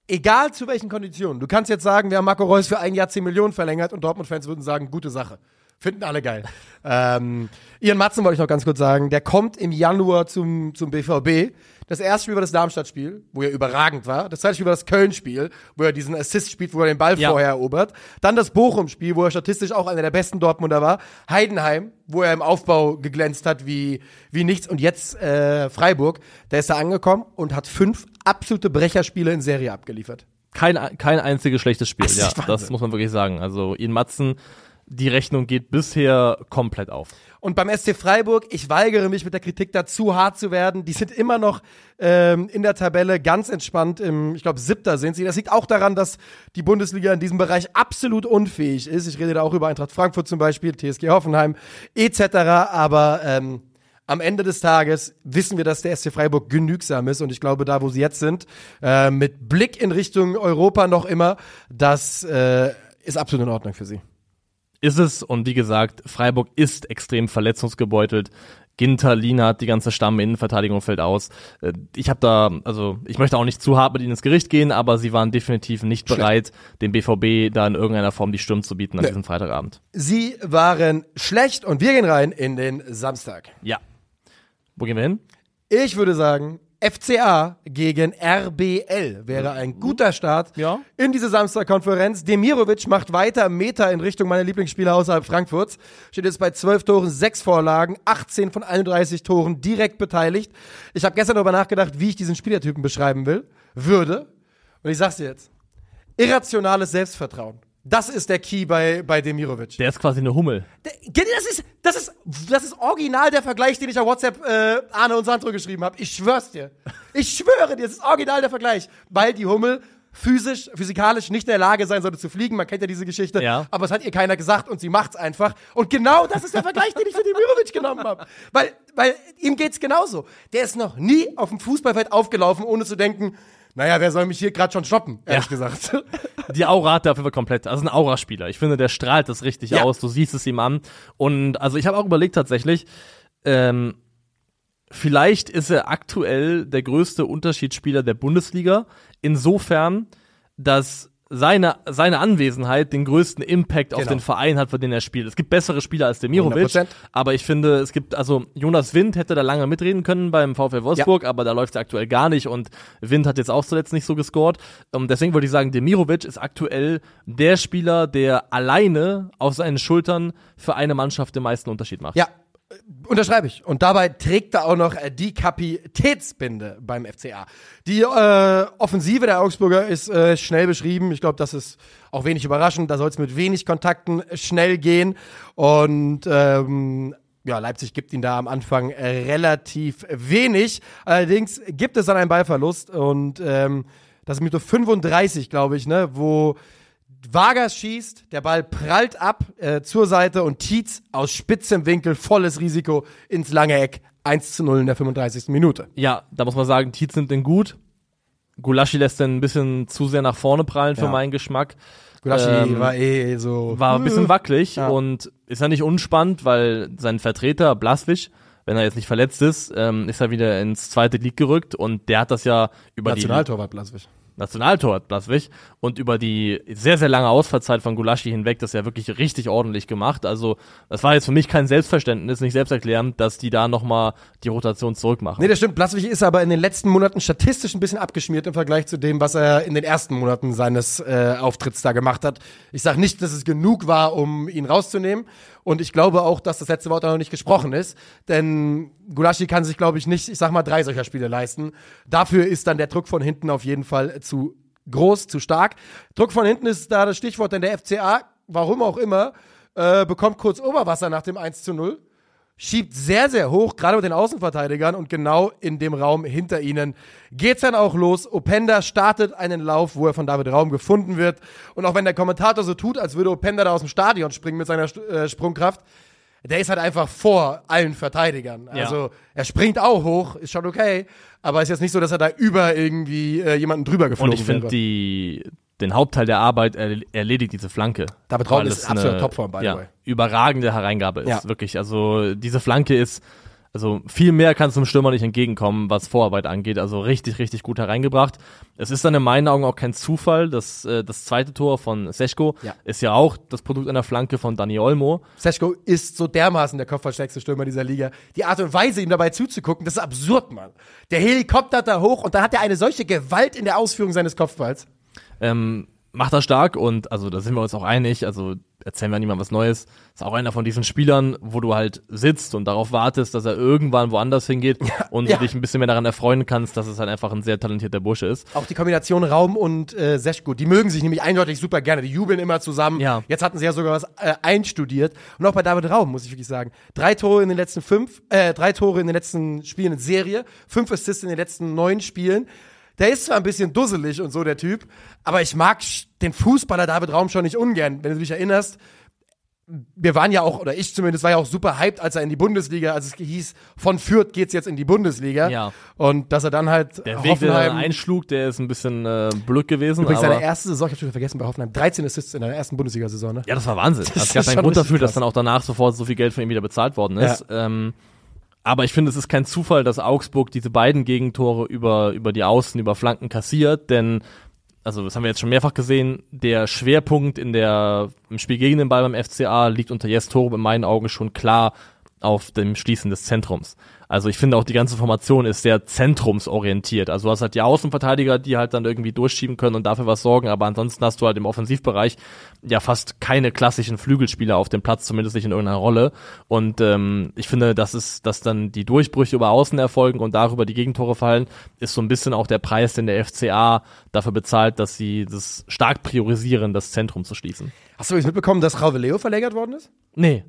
egal zu welchen Konditionen. Du kannst jetzt sagen, wir haben Marco Reus für ein Jahr zehn Millionen verlängert und Dortmund-Fans würden sagen, gute Sache. Finden alle geil. ähm, Ian Matzen wollte ich noch ganz kurz sagen, der kommt im Januar zum, zum B V B. Das erste Spiel war das Darmstadt-Spiel, wo er überragend war. Das zweite Spiel war das Köln-Spiel, wo er diesen Assist spielt, wo er den Ball ja. vorher erobert. Dann das Bochum-Spiel, wo er statistisch auch einer der besten Dortmunder war. Heidenheim, wo er im Aufbau geglänzt hat wie, wie nichts. Und jetzt äh, Freiburg, der ist da angekommen und hat fünf absolute Brecherspiele in Serie abgeliefert. Kein, kein einziges schlechtes Spiel, das ja, das muss man wirklich sagen. Also Ian Matzen, die Rechnung geht bisher komplett auf. Und beim S C Freiburg, ich weigere mich mit der Kritik da zu hart zu werden. Die sind immer noch ähm, in der Tabelle ganz entspannt. Im, ich glaube, siebter sind sie. Das liegt auch daran, dass die Bundesliga in diesem Bereich absolut unfähig ist. Ich rede da auch über Eintracht Frankfurt zum Beispiel, T S G Hoffenheim et cetera. Aber ähm, am Ende des Tages wissen wir, dass der S C Freiburg genügsam ist. Und ich glaube, da, wo sie jetzt sind, äh, mit Blick in Richtung Europa noch immer, das äh, ist absolut in Ordnung für sie. Ist es, und wie gesagt, Freiburg ist extrem verletzungsgebeutelt. Ginter, Lienhardt, die ganze Stamm-Innenverteidigung fällt aus. Ich habe da, also ich möchte auch nicht zu hart mit ihnen ins Gericht gehen, aber sie waren definitiv nicht bereit, dem B V B da in irgendeiner Form die Stirn zu bieten an nee. diesem Freitagabend. Sie waren schlecht und wir gehen rein in den Samstag. Ja. Wo gehen wir hin? Ich würde sagen, F C A gegen R B L wäre ein guter Start ja. in diese Samstagkonferenz. Demirovic macht weiter Meter in Richtung meiner Lieblingsspieler außerhalb Frankfurts. Steht jetzt bei zwölf Toren, sechs Vorlagen, achtzehn von einunddreißig Toren direkt beteiligt. Ich habe gestern darüber nachgedacht, wie ich diesen Spielertypen beschreiben will, würde. Und ich sag's dir jetzt. Irrationales Selbstvertrauen. Das ist der Key bei, bei Demirovic. Der ist quasi eine Hummel. Der, das, ist, das, ist, das ist original der Vergleich, den ich auf WhatsApp äh, Arne und Sandro geschrieben habe. Ich schwör's dir. Ich schwöre dir, das ist original der Vergleich. Weil die Hummel physisch, physikalisch nicht in der Lage sein sollte zu fliegen. Man kennt ja diese Geschichte. Ja. Aber es hat ihr keiner gesagt und sie macht's einfach. Und genau das ist der Vergleich, den ich für Demirovic genommen habe. Weil, weil ihm geht's genauso. Der ist noch nie auf dem Fußballfeld aufgelaufen, ohne zu denken, naja, wer soll mich hier gerade schon stoppen, ehrlich ja. gesagt. Die Aura hat er auf jeden Fall komplett. Also ein Auraspieler. Ich finde, der strahlt das richtig ja. aus. Du siehst es ihm an. Und also ich habe auch überlegt tatsächlich, ähm, vielleicht ist er aktuell der größte Unterschiedsspieler der Bundesliga. Insofern, dass seine, seine Anwesenheit den größten Impact genau. auf den Verein hat, für den er spielt. Es gibt bessere Spieler als Demirovic, hundert Prozent. Aber ich finde, es gibt, also Jonas Wind hätte da lange mitreden können beim VfL Wolfsburg, ja. aber da läuft es aktuell gar nicht und Wind hat jetzt auch zuletzt nicht so gescored. Um, deswegen würde ich sagen, Demirovic ist aktuell der Spieler, der alleine auf seinen Schultern für eine Mannschaft den meisten Unterschied macht. Ja. Unterschreibe ich. Und dabei trägt er auch noch die Kapitätsbinde beim F C A. Die äh, Offensive der Augsburger ist äh, schnell beschrieben. Ich glaube, das ist auch wenig überraschend. Da soll es mit wenig Kontakten schnell gehen. Und ähm, ja, Leipzig gibt ihn da am Anfang äh, relativ wenig. Allerdings gibt es dann einen Ballverlust. Und ähm, das ist Minute fünfunddreißig, glaube ich, ne, wo Vargas schießt, der Ball prallt ab äh, zur Seite und Tietz aus spitzem Winkel, volles Risiko ins lange Eck, eins zu null in der fünfunddreißigsten Minute. Ja, da muss man sagen, Tietz nimmt den gut. Gulaschi lässt den ein bisschen zu sehr nach vorne prallen für ja. meinen Geschmack. Gulaschi ähm, war eh so... War ein bisschen wackelig ja. und ist ja nicht unspannend, weil sein Vertreter Blaswig, wenn er jetzt nicht verletzt ist, ähm, ist er wieder ins zweite Glied gerückt und der hat das ja über die... Nationaltorwart Blaswig. Nationaltorwart Blaswig und über die sehr, sehr lange Ausfallzeit von Gulaschi hinweg das ja wirklich richtig ordentlich gemacht. Also das war jetzt für mich kein Selbstverständnis, nicht selbsterklärend, dass die da nochmal die Rotation zurückmachen. Nee, das stimmt. Blaswig ist aber in den letzten Monaten statistisch ein bisschen abgeschmiert im Vergleich zu dem, was er in den ersten Monaten seines äh, Auftritts da gemacht hat. Ich sage nicht, dass es genug war, um ihn rauszunehmen. Und ich glaube auch, dass das letzte Wort auch noch nicht gesprochen ist. Denn Gulaschi kann sich, glaube ich, nicht, ich sag mal, drei solcher Spiele leisten. Dafür ist dann der Druck von hinten auf jeden Fall zu groß, zu stark. Druck von hinten ist da das Stichwort, denn der F C A, warum auch immer, äh, bekommt kurz Oberwasser nach dem eins zu null. Schiebt sehr, sehr hoch, gerade mit den Außenverteidigern und genau in dem Raum hinter ihnen geht's dann auch los. Openda startet einen Lauf, wo er von David Raum gefunden wird. Und auch wenn der Kommentator so tut, als würde Openda da aus dem Stadion springen mit seiner äh, Sprungkraft, der ist halt einfach vor allen Verteidigern. Also ja. er springt auch hoch, ist schon okay, aber ist jetzt nicht so, dass er da über irgendwie äh, jemanden drüber geflogen ist. Und ich finde die den Hauptteil der Arbeit erl- erledigt diese Flanke. David Raum ist absoluter Topform, by the ja, way. Überragende Hereingabe ist, ja. wirklich. Also diese Flanke ist Also viel mehr kannst du dem Stürmer nicht entgegenkommen, was Vorarbeit angeht. Also richtig, richtig gut hereingebracht. Es ist dann in meinen Augen auch kein Zufall, dass äh, das zweite Tor von Seško Ja. ist ja auch das Produkt einer Flanke von Dani Olmo. Seško ist so dermaßen der kopfballstärkste Stürmer dieser Liga. Die Art und Weise, ihm dabei zuzugucken, das ist absurd, Mann. Der helikoptert da hoch und dann hat er eine solche Gewalt in der Ausführung seines Kopfballs. Ähm, macht er stark und also da sind wir uns auch einig, also erzählen wir niemand was Neues. Ist auch einer von diesen Spielern, wo du halt sitzt und darauf wartest, dass er irgendwann woanders hingeht Ja, und ja. du dich ein bisschen mehr daran erfreuen kannst, dass es halt einfach ein sehr talentierter Bursche ist. Auch die Kombination Raum und äh, Seško, die mögen sich nämlich eindeutig super gerne. Die jubeln immer zusammen. Ja. Jetzt hatten sie ja sogar was äh, einstudiert. Und auch bei David Raum, muss ich wirklich sagen. Drei Tore in den letzten fünf, äh, drei Tore in den letzten Spielen in Serie, fünf Assists in den letzten neun Spielen. Der ist zwar ein bisschen dusselig und so, der Typ, aber ich mag den Fußballer David Raum schon nicht ungern. Wenn du dich erinnerst, wir waren ja auch, oder ich zumindest, war ja auch super hyped, als er in die Bundesliga, als es hieß, von Fürth geht's jetzt in die Bundesliga. Ja. Und dass er dann halt Der Weg, der Hoffenheim, dann einschlug, der ist ein bisschen äh, blöd gewesen. übrigens aber seine erste Saison, ich hab schon vergessen, bei Hoffenheim, dreizehn Assists in der ersten Bundesliga-Saison, ne? Ja, das war Wahnsinn. Das Es ist gab einen schon Grund richtig dafür, dass krass. dann auch danach sofort so viel Geld von ihm wieder bezahlt worden ist. Ähm, aber ich finde, es ist kein Zufall, dass Augsburg diese beiden Gegentore über, über die Außen, über Flanken kassiert, denn, also das haben wir jetzt schon mehrfach gesehen, der Schwerpunkt in der, im Spiel gegen den Ball beim F C A liegt unter Jes Torup in meinen Augen schon klar auf dem Schließen des Zentrums. Also ich finde auch, die ganze Formation ist sehr zentrumsorientiert. Also du hast halt die Außenverteidiger, die halt dann irgendwie durchschieben können und dafür was sorgen, aber ansonsten hast du halt im Offensivbereich ja fast keine klassischen Flügelspieler auf dem Platz, zumindest nicht in irgendeiner Rolle. Und ähm, ich finde, das ist, dass dann die Durchbrüche über Außen erfolgen und darüber die Gegentore fallen, ist so ein bisschen auch der Preis, den der F C A dafür bezahlt, dass sie das stark priorisieren, das Zentrum zu schließen. Hast du übrigens mitbekommen, dass Raul Leo verlängert worden ist? Nee.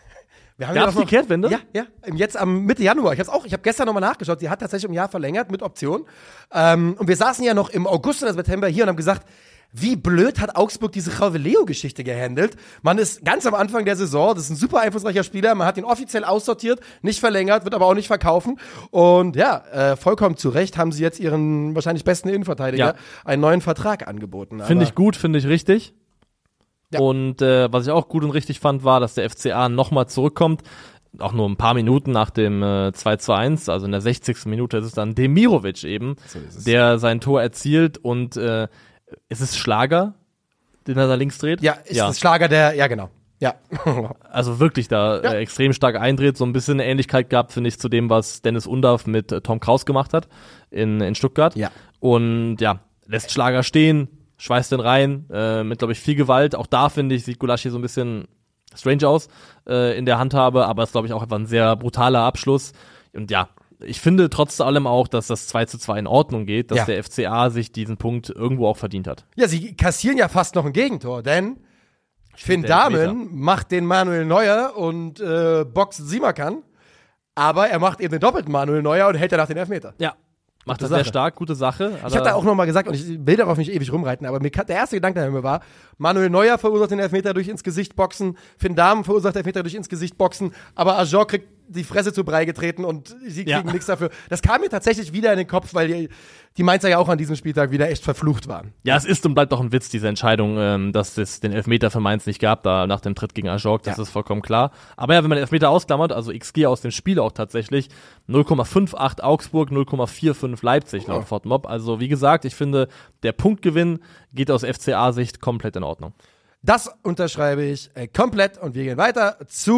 Wir haben Gab's ja die Kehrtwende? Ja, ja. Jetzt am Mitte Januar. Ich hab's auch, ich habe gestern nochmal nachgeschaut. Sie hat tatsächlich um ein Jahr verlängert mit Option. Ähm, und wir saßen ja noch im August oder September hier und haben gesagt, wie blöd hat Augsburg diese Raul Leo-Geschichte gehandelt. Man ist ganz am Anfang der Saison, das ist ein super einflussreicher Spieler, man hat ihn offiziell aussortiert, nicht verlängert, wird aber auch nicht verkaufen. Und ja, äh, vollkommen zu Recht haben sie jetzt ihren wahrscheinlich besten Innenverteidiger Ja. einen neuen Vertrag angeboten. Finde ich gut, finde ich richtig. Ja. Und äh, was ich auch gut und richtig fand, war, dass der F C A nochmal zurückkommt, auch nur ein paar Minuten nach dem äh, zwei zu eins, also in der sechzigsten Minute ist es dann Demirovic eben, So ist es. der sein Tor erzielt und äh, ist es Schlager, den er da links dreht? Ja, ist das Schlager der, ja genau. Ja. Also wirklich da Ja. äh, extrem stark eindreht, so ein bisschen eine Ähnlichkeit gehabt, finde ich, zu dem, was Dennis Undaff mit äh, Tom Kraus gemacht hat in, in Stuttgart. Ja. Und ja, lässt Schlager stehen, schweißt den rein, äh, mit, glaube ich, viel Gewalt. Auch da, finde ich, sieht Gulaschi so ein bisschen strange aus äh, in der Handhabe, aber ist, glaube ich, auch einfach ein sehr brutaler Abschluss. Und ja, ich finde trotz allem auch, dass das zwei zu zwei in Ordnung geht, dass Ja. der F C A sich diesen Punkt irgendwo auch verdient hat. Ja, sie kassieren ja fast noch ein Gegentor, denn Finn Der Elfmeter. Dahmen macht den Manuel Neuer und äh, boxt Simakan, aber er macht eben den doppelten Manuel Neuer und hält danach den Elfmeter. Ja. Macht Gute das sehr Sache. stark, gute Sache. Ich habe da auch nochmal gesagt, und ich will darauf nicht ewig rumreiten, aber mir, ka- der erste Gedanke der mir war, Manuel Neuer verursacht den Elfmeter durch ins Gesicht boxen, Finn Dahmen verursacht den Elfmeter durch ins Gesicht boxen, aber Ajor kriegt die Fresse zu Brei getreten und sie Ja. kriegen nichts dafür. Das kam mir tatsächlich wieder in den Kopf, weil die, die Mainzer ja auch an diesem Spieltag wieder echt verflucht waren. Ja, es ist und bleibt doch ein Witz, diese Entscheidung, ähm, dass es den Elfmeter für Mainz nicht gab, da nach dem Tritt gegen Ajorg, das Ja. ist vollkommen klar. Aber ja, wenn man den Elfmeter ausklammert, also X G aus dem Spiel auch tatsächlich, null Komma achtundfünfzig Augsburg, null Komma fünfundvierzig Leipzig laut Ja. Fortmob. Also wie gesagt, ich finde, der Punktgewinn geht aus F C A-Sicht komplett in Ordnung. Das unterschreibe ich äh, komplett und wir gehen weiter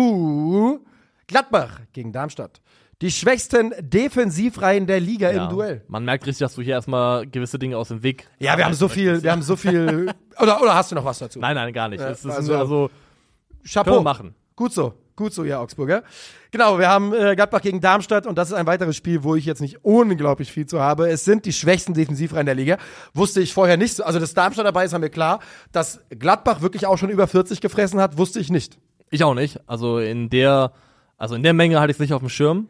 zu Gladbach gegen Darmstadt. Die schwächsten Defensivreihen der Liga Ja. im Duell. Man merkt richtig, dass du hier erstmal gewisse Dinge aus dem Weg. Ja, wir haben so viel, wir haben so viel. Oder, oder hast du noch was dazu? Nein, nein, gar nicht. Ja, es ist also- also, Chapeau. können wir machen. Gut so, gut so, ihr Augsburger. Genau, wir haben äh, Gladbach gegen Darmstadt und das ist ein weiteres Spiel, wo ich jetzt nicht unglaublich viel zu habe. Es sind die schwächsten Defensivreihen der Liga. Wusste ich vorher nicht. so. Also, dass Darmstadt dabei ist, haben wir klar. Dass Gladbach wirklich auch schon über vierzig gefressen hat, wusste ich nicht. Ich auch nicht. Also in der, also in der Menge hatte ich es nicht auf dem Schirm.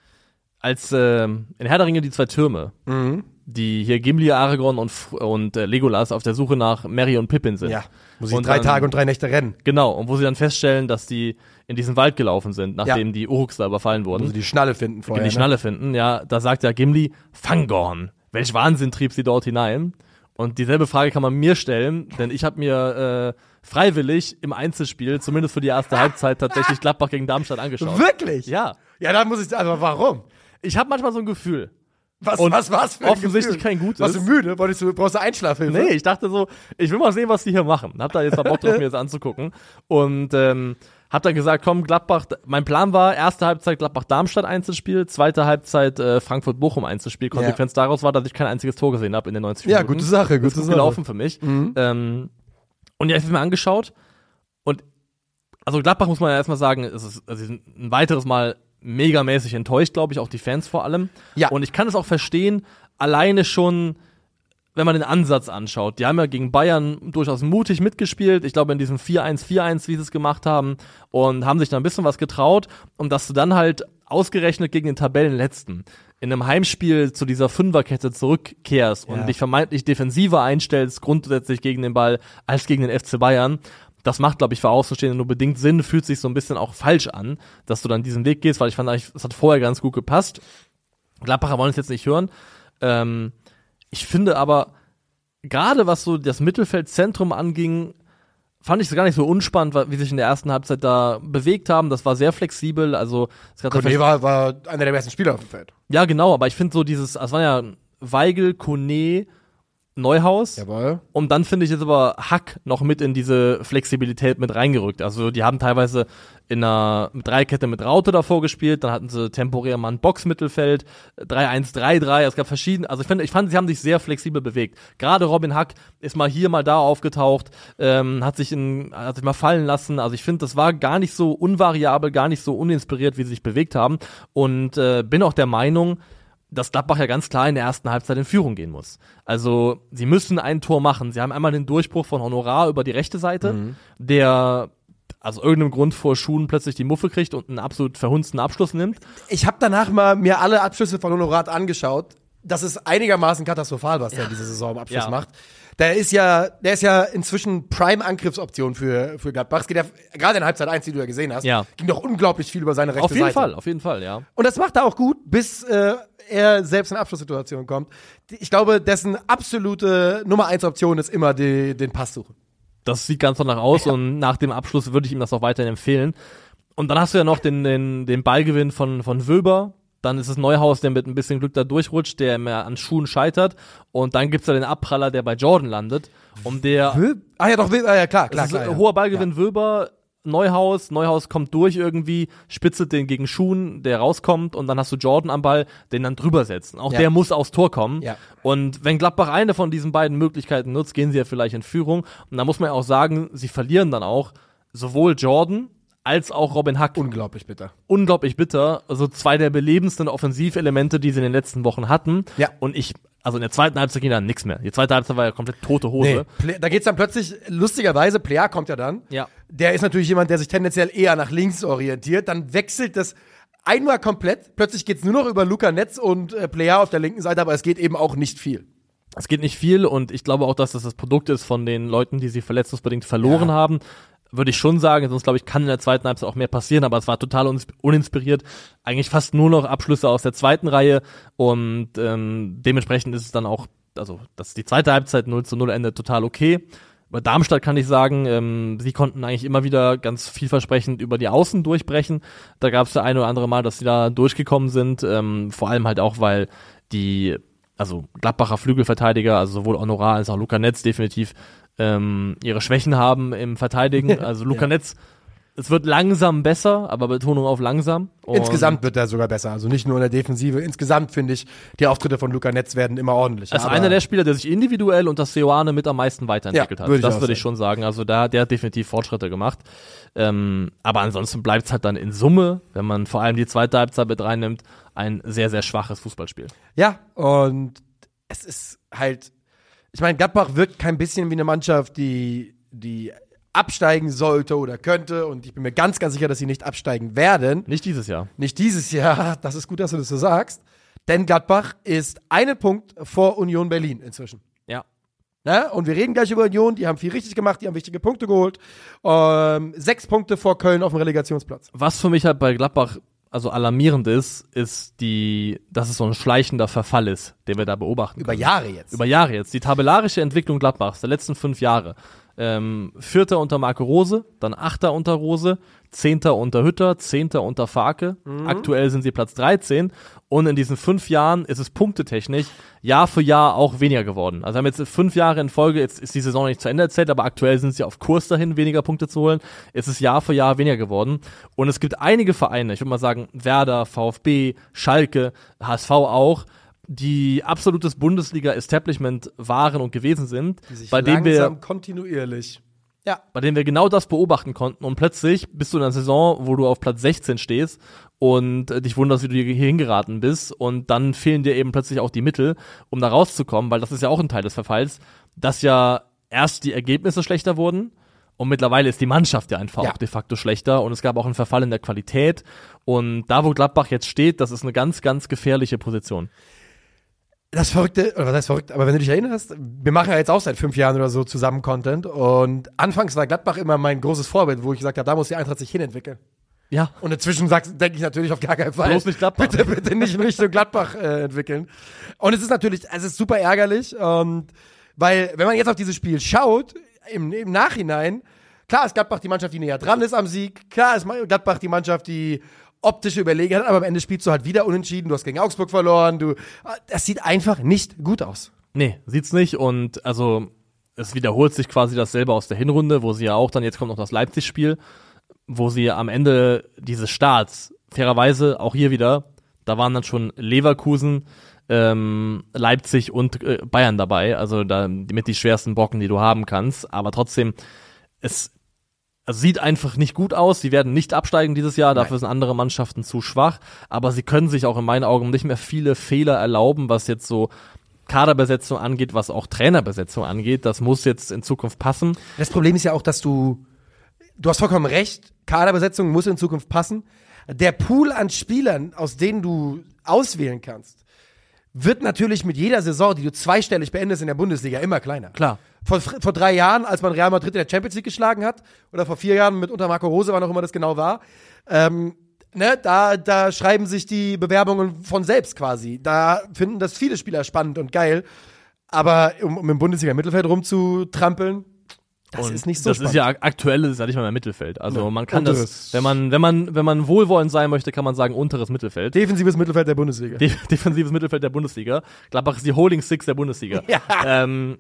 Als ähm, in Herr der Ringe die zwei Türme, die hier Gimli, Aragorn und, F- und äh, Legolas auf der Suche nach Merry und Pippin sind. Ja, muss ich Und drei dann- Tage und drei Nächte rennen. Genau, und wo sie dann feststellen, dass die in diesen Wald gelaufen sind, nachdem Ja. die Uruks da überfallen wurden. Muss ich die Schnalle finden vorher. die Schnalle finden, ja, da sagt ja Gimli, Fangorn, welch Wahnsinn trieb sie dort hinein? Und dieselbe Frage kann man mir stellen, denn ich habe mir äh, freiwillig im Einzelspiel, zumindest für die erste Halbzeit, tatsächlich Gladbach gegen Darmstadt Ne? angeschaut. Wirklich? Ja. Ja, da muss ich, also warum? Ich habe manchmal so ein Gefühl. Was, Und was, was für ein offensichtlich Gefühl? kein gutes. Warst du müde? Wolltest du, brauchst du Einschlafhilfe? Nee, ich dachte so, ich will mal sehen, was die hier machen. Hab da jetzt mal Bock drauf, mir das anzugucken. Und ähm, hab dann gesagt, komm, Gladbach, mein Plan war, erste Halbzeit Gladbach-Darmstadt Einzelspiel, zweite Halbzeit äh, Frankfurt-Bochum Einzelspiel. Konsequenz ja. daraus war, dass ich kein einziges Tor gesehen habe in den neunzig Minuten. Ja, gute Sache, gute das ist gut Sache. gelaufen für mich. Mhm. Ähm, und ja, ich habe mir angeschaut und also Gladbach muss man ja erstmal sagen, es ist, also sie sind ein weiteres Mal megamäßig enttäuscht, glaube ich, auch die Fans vor allem. Ja. Und ich kann es auch verstehen, alleine schon, wenn man den Ansatz anschaut. Die haben ja gegen Bayern durchaus mutig mitgespielt. Ich glaube, in diesem vier eins vier eins, wie sie es gemacht haben, und haben sich da ein bisschen was getraut. Und dass du dann halt ausgerechnet gegen den Tabellenletzten in einem Heimspiel zu dieser Fünferkette zurückkehrst ja. und dich vermeintlich defensiver einstellst, grundsätzlich gegen den Ball, als gegen den F C Bayern. Das macht, glaube ich, für Außenstehende nur bedingt Sinn, fühlt sich so ein bisschen auch falsch an, dass du dann diesen Weg gehst, weil ich fand, es hat vorher ganz gut gepasst. Gladbacher wollen es jetzt nicht hören. Ähm, ich finde aber, gerade was so das Mittelfeldzentrum anging, fand ich es gar nicht so unspannend, wie sich in der ersten Halbzeit da bewegt haben. Das war sehr flexibel. Also es Kone war, war einer der besten Spieler auf dem Feld. Ja, genau, aber ich finde so dieses, es waren ja Weigl, Kone, Neuhaus. Jawohl. Und dann finde ich jetzt aber Hack noch mit in diese Flexibilität mit reingerückt. Also die haben teilweise in einer Dreikette mit Raute davor gespielt, dann hatten sie temporär mal ein Boxmittelfeld, drei eins drei drei, es gab verschiedene, also ich finde, ich fand, sie haben sich sehr flexibel bewegt. Gerade Robin Hack ist mal hier, mal da aufgetaucht, ähm, hat sich in, hat sich mal fallen lassen. Also ich finde, das war gar nicht so unvariabel, gar nicht so uninspiriert, wie sie sich bewegt haben. Und äh, bin auch der Meinung, dass Gladbach ja ganz klar in der ersten Halbzeit in Führung gehen muss. Also sie müssen ein Tor machen. Sie haben einmal den Durchbruch von Honorar über die rechte Seite, mhm. der aus irgendeinem Grund vor Schuhen plötzlich die Muffe kriegt und einen absolut verhunzten Abschluss nimmt. Ich habe danach mal mir alle Abschlüsse von Honorar angeschaut. Das ist einigermaßen katastrophal, was ja. der diese Saison im Abschluss ja. macht. Der ist ja, der ist ja inzwischen Prime-Angriffsoption für, für Gladbach. Es geht ja, gerade in Halbzeit eins, die du ja gesehen hast, ja. ging doch unglaublich viel über seine rechte Seite. Auf jeden Seite. Fall, auf jeden Fall, ja. Und das macht er auch gut, bis äh, er selbst in Abschlusssituationen kommt. Ich glaube, dessen absolute Nummer eins Option ist immer die, den Pass suchen. Das sieht ganz danach aus ja. und nach dem Abschluss würde ich ihm das auch weiterhin empfehlen. Und dann hast du ja noch den, den, den Ballgewinn von, von Wöber. Dann ist es Neuhaus, der mit ein bisschen Glück da durchrutscht, der mehr an Schuhen scheitert. Und dann gibt's ja den Abpraller, der bei Jordan landet. Um der. Wö- ah ja, doch, Wö- ah, ja, klar, klar. klar ja. Hoher Ballgewinn ja. Wöber, Neuhaus. Neuhaus kommt durch irgendwie, spitzelt den gegen Schuhen, der rauskommt. Und dann hast du Jordan am Ball, den dann drüber setzen. Auch ja. der muss aufs Tor kommen. Ja. Und wenn Gladbach eine von diesen beiden Möglichkeiten nutzt, gehen sie ja vielleicht in Führung. Und da muss man ja auch sagen, sie verlieren dann auch sowohl Jordan als auch Robin Hack. Unglaublich bitter. Unglaublich bitter. Also zwei der belebendsten Offensivelemente, die sie in den letzten Wochen hatten. Ja. Und ich, also in der zweiten Halbzeit ging dann nichts mehr. Die zweite Halbzeit war ja komplett tote Hose. Nee, da geht's dann plötzlich, lustigerweise, Plea kommt ja dann. Ja. Der ist natürlich jemand, der sich tendenziell eher nach links orientiert. Dann wechselt das einmal komplett. Plötzlich geht's nur noch über Luca Netz und äh, Plea auf der linken Seite, aber es geht eben auch nicht viel. Es geht nicht viel und ich glaube auch, dass das das Produkt ist von den Leuten, die sie verletzungsbedingt verloren ja. haben. Würde ich schon sagen, sonst glaube ich, kann in der zweiten Halbzeit auch mehr passieren, aber es war total uninspiriert. Eigentlich fast nur noch Abschlüsse aus der zweiten Reihe und ähm, dementsprechend ist es dann auch, also dass die zweite Halbzeit null zu null endet, total okay. Bei Darmstadt kann ich sagen, ähm, sie konnten eigentlich immer wieder ganz vielversprechend über die Außen durchbrechen. Da gab es das ein oder andere Mal, dass sie da durchgekommen sind, ähm, vor allem halt auch, weil die, also Gladbacher Flügelverteidiger, also sowohl Honorar als auch Luca Netz definitiv Ähm, ihre Schwächen haben im Verteidigen. Also Luca ja. Netz, es wird langsam besser, aber Betonung auf langsam. Und insgesamt wird er sogar besser, also nicht nur in der Defensive. Insgesamt finde ich, die Auftritte von Luca Netz werden immer ordentlicher. Also einer der Spieler, der sich individuell unter Seoane mit am meisten weiterentwickelt ja, hat. Würd das würde ich schon sagen. Also da, der hat definitiv Fortschritte gemacht. Ähm, aber ansonsten bleibt es halt dann in Summe, wenn man vor allem die zweite Halbzeit mit reinnimmt, ein sehr, sehr schwaches Fußballspiel. Ja, und es ist halt, ich meine, Gladbach wirkt kein bisschen wie eine Mannschaft, die, die absteigen sollte oder könnte. Und ich bin mir ganz, ganz sicher, dass sie nicht absteigen werden. Nicht dieses Jahr. Nicht dieses Jahr. Das ist gut, dass du das so sagst. Denn Gladbach ist einen Punkt vor Union Berlin inzwischen. Ja. Na, und wir reden gleich über Union. Die haben viel richtig gemacht. Die haben wichtige Punkte geholt. Ähm, sechs Punkte vor Köln auf dem Relegationsplatz. Was für mich halt bei Gladbach also alarmierend ist, ist die, dass es so ein schleichender Verfall ist, den wir da beobachten Über können. Jahre jetzt. Über Jahre jetzt. Die tabellarische Entwicklung Gladbachs der letzten fünf Jahre Ähm, Vierter unter Marco Rose, dann Achter unter Rose, Zehnter unter Hütter, Zehnter unter Farke. Mhm. Aktuell sind sie Platz dreizehn. Und in diesen fünf Jahren ist es punktetechnisch Jahr für Jahr auch weniger geworden. Also haben jetzt fünf Jahre in Folge, jetzt ist die Saison nicht zu Ende erzählt, aber aktuell sind sie auf Kurs dahin, weniger Punkte zu holen. Es ist Jahr für Jahr weniger geworden. Und es gibt einige Vereine, ich würde mal sagen Werder, VfB, Schalke, H S V auch, die absolutes Bundesliga-Establishment waren und gewesen sind, die sich bei denen wir kontinuierlich ja. bei denen wir genau das beobachten konnten und plötzlich bist du in einer Saison, wo du auf Platz sechzehn stehst und äh, dich wunderst, wie du hier hingeraten bist und dann fehlen dir eben plötzlich auch die Mittel, um da rauszukommen, weil das ist ja auch ein Teil des Verfalls, dass ja erst die Ergebnisse schlechter wurden und mittlerweile ist die Mannschaft ja einfach ja. auch de facto schlechter und es gab auch einen Verfall in der Qualität und da, wo Gladbach jetzt steht, das ist eine ganz, ganz gefährliche Position. Das Verrückte, oder was heißt verrückt, aber wenn du dich erinnerst, wir machen ja jetzt auch seit fünf Jahren oder so zusammen Content und anfangs war Gladbach immer mein großes Vorbild, wo ich gesagt habe, da muss die Eintracht sich hinentwickeln. Ja. Und inzwischen denke ich natürlich auf gar keinen Fall. Bloß nicht Gladbach. Bitte, bitte nicht in Richtung Gladbach äh, entwickeln. Und es ist natürlich, es ist super ärgerlich, und weil, wenn man jetzt auf dieses Spiel schaut, im, im Nachhinein, klar ist Gladbach die Mannschaft, die näher dran ist am Sieg, klar ist Gladbach die Mannschaft, die optische Überlegenheit, aber am Ende spielst du halt wieder unentschieden, du hast gegen Augsburg verloren, du, das sieht einfach nicht gut aus. Nee, sieht's nicht und also es wiederholt sich quasi dasselbe aus der Hinrunde, wo sie ja auch dann, jetzt kommt noch das Leipzig-Spiel, wo sie am Ende dieses Starts, fairerweise auch hier wieder, da waren dann schon Leverkusen, ähm, Leipzig und äh, Bayern dabei, also da mit die schwersten Brocken, die du haben kannst, aber trotzdem, es Also sieht einfach nicht gut aus. Sie werden nicht absteigen dieses Jahr. Dafür Nein. sind andere Mannschaften zu schwach. Aber sie können sich auch in meinen Augen nicht mehr viele Fehler erlauben, was jetzt so Kaderbesetzung angeht, was auch Trainerbesetzung angeht. Das muss jetzt in Zukunft passen. Das Problem ist ja auch, dass du, du hast vollkommen recht, Kaderbesetzung muss in Zukunft passen. Der Pool an Spielern, aus denen du auswählen kannst, wird natürlich mit jeder Saison, die du zweistellig beendest in der Bundesliga, immer kleiner. Klar. Vor, vor drei Jahren, als man Real Madrid in der Champions League geschlagen hat, oder vor vier Jahren mit unter Marco Rose, wann auch immer das genau war, ähm, ne, da, da schreiben sich die Bewerbungen von selbst quasi. Da finden das viele Spieler spannend und geil. Aber um, um im Bundesliga-Mittelfeld rumzutrampeln, das und ist nicht so das spannend. ist ja aktuell, ist es ja nicht mal mehr Mittelfeld. Also ja, man kann unteres. das, wenn man, wenn man, wenn man wohlwollend sein möchte, kann man sagen unteres Mittelfeld. Defensives Mittelfeld der Bundesliga. De- defensives Mittelfeld der Bundesliga. Gladbach ist die Holding Six der Bundesliga. Ja. Ähm,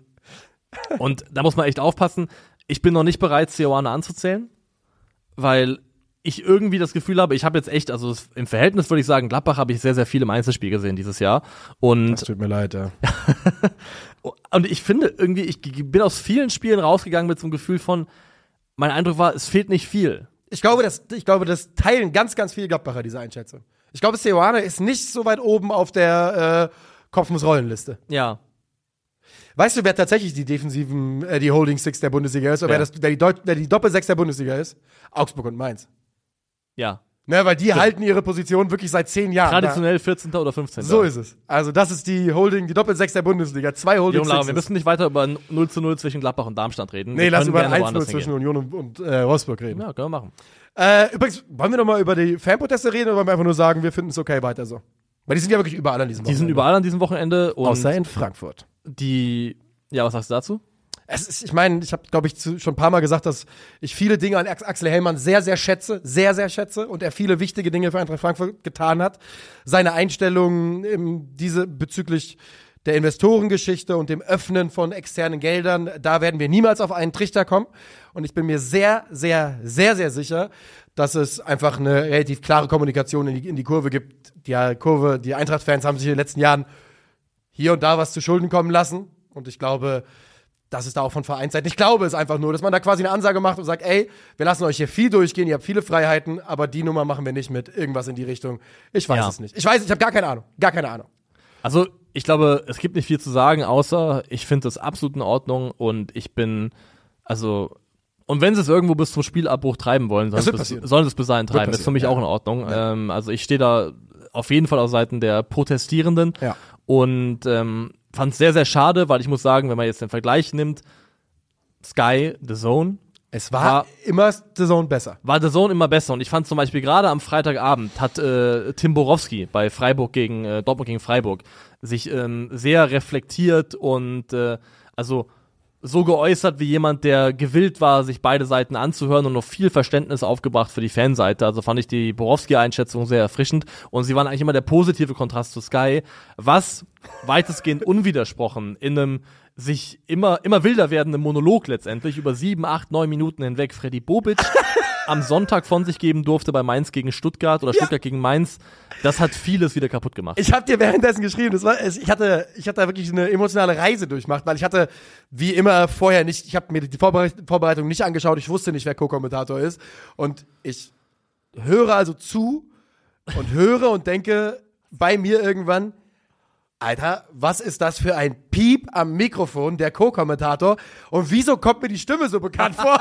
und da muss man echt aufpassen. Ich bin noch nicht bereit, Seoane anzuzählen, weil ich irgendwie das Gefühl habe, ich habe jetzt echt, also im Verhältnis würde ich sagen, Gladbach habe ich sehr, sehr viel im Einzelspiel gesehen dieses Jahr. Und Das tut mir leid, ja. Und ich finde irgendwie, ich bin aus vielen Spielen rausgegangen mit so einem Gefühl von, mein Eindruck war, es fehlt nicht viel. Ich glaube, das, ich glaube, das teilen ganz, ganz viele Gladbacher, diese Einschätzung. Ich glaube, Seoane ist nicht so weit oben auf der äh, Kopf-muss-Rollen-Liste. Ja. Weißt du, wer tatsächlich die defensiven, äh, die Holding Six der Bundesliga ist? Oder Ja. wer, das, wer, die Deut- wer die Doppel-Sechs der Bundesliga ist? Augsburg und Mainz. Ja. Ne, weil die halten ihre Position wirklich seit zehn Jahren. Traditionell vierzehnter oder fünfzehnter So ist es. Also das ist die Holding, die Doppel-Sechs der Bundesliga. Zwei Holding Junge, Lara, wir Sixes. müssen nicht weiter über null zu null zwischen Gladbach und Darmstadt reden. Nee, Wir lass können über ein gerne eins null woanders zwischen hingehen. Union und, und äh, Wolfsburg reden. Ja, können wir machen. Äh, übrigens, wollen wir noch mal über die Fanproteste reden oder wollen wir einfach nur sagen, wir finden es okay weiter so? Weil die sind ja wirklich überall an diesem Die sind Wochenende. überall an diesem Wochenende und Außer in Frankfurt. die, ja, was sagst du dazu? Es ist, ich meine, ich habe, glaube ich, zu, schon ein paar Mal gesagt, dass ich viele Dinge an Ax- Axel Hellmann sehr, sehr schätze, sehr, sehr schätze und er viele wichtige Dinge für Eintracht Frankfurt getan hat. Seine Einstellung im, diese bezüglich der Investorengeschichte und dem Öffnen von externen Geldern, da werden wir niemals auf einen Trichter kommen. Und ich bin mir sehr, sehr, sehr, sehr sicher, dass es einfach eine relativ klare Kommunikation in die, in die Kurve gibt. Die Kurve, die Eintracht-Fans haben sich in den letzten Jahren hier und da was zu Schulden kommen lassen. Und ich glaube, das ist da auch von Vereinsseite. Ich glaube es einfach nur, dass man da quasi eine Ansage macht und sagt, ey, wir lassen euch hier viel durchgehen, ihr habt viele Freiheiten, aber die Nummer machen wir nicht mit. Irgendwas in die Richtung. Ich weiß Ja. es nicht. Ich weiß, ich habe gar keine Ahnung. Gar keine Ahnung. Also, ich glaube, es gibt nicht viel zu sagen, außer ich finde das absolut in Ordnung und ich bin, also, und wenn sie es irgendwo bis zum Spielabbruch treiben wollen, sollen Das sie wird es bis, passieren. sollen sie es bis dahin treiben. Wird Ist für mich passieren, auch in Ordnung. Ähm, also, ich stehe da auf jeden Fall auf Seiten der Protestierenden Ja. und ähm, fand es sehr, sehr schade, weil ich muss sagen, wenn man jetzt den Vergleich nimmt, Sky, The Zone, Es war, War- immer The Zone besser. war The Zone immer besser. Und ich fand zum Beispiel gerade am Freitagabend hat äh, Tim Borowski bei Freiburg gegen äh, Dortmund gegen Freiburg sich ähm, sehr reflektiert und äh, also so geäußert wie jemand, der gewillt war, sich beide Seiten anzuhören und noch viel Verständnis aufgebracht für die Fanseite. Also fand ich die Borowski-Einschätzung sehr erfrischend und sie waren eigentlich immer der positive Kontrast zu Sky, was weitestgehend unwidersprochen in einem sich immer, immer wilder werdenden Monolog letztendlich über sieben, acht, neun Minuten hinweg Freddy Bobic am Sonntag von sich geben durfte bei Mainz gegen Stuttgart oder Stuttgart ja. gegen Mainz. Das hat vieles wieder kaputt gemacht. Ich habe dir währenddessen geschrieben, das war, ich hatte, ich hatte da wirklich eine emotionale Reise durchgemacht, weil ich hatte wie immer vorher nicht, ich habe mir die Vorbereit- Vorbereitung nicht angeschaut, ich wusste nicht, wer Co-Kommentator ist und ich höre also zu und höre und denke bei mir irgendwann, Alter, was ist das für ein Piep am Mikrofon, der Co-Kommentator und wieso kommt mir die Stimme so bekannt vor?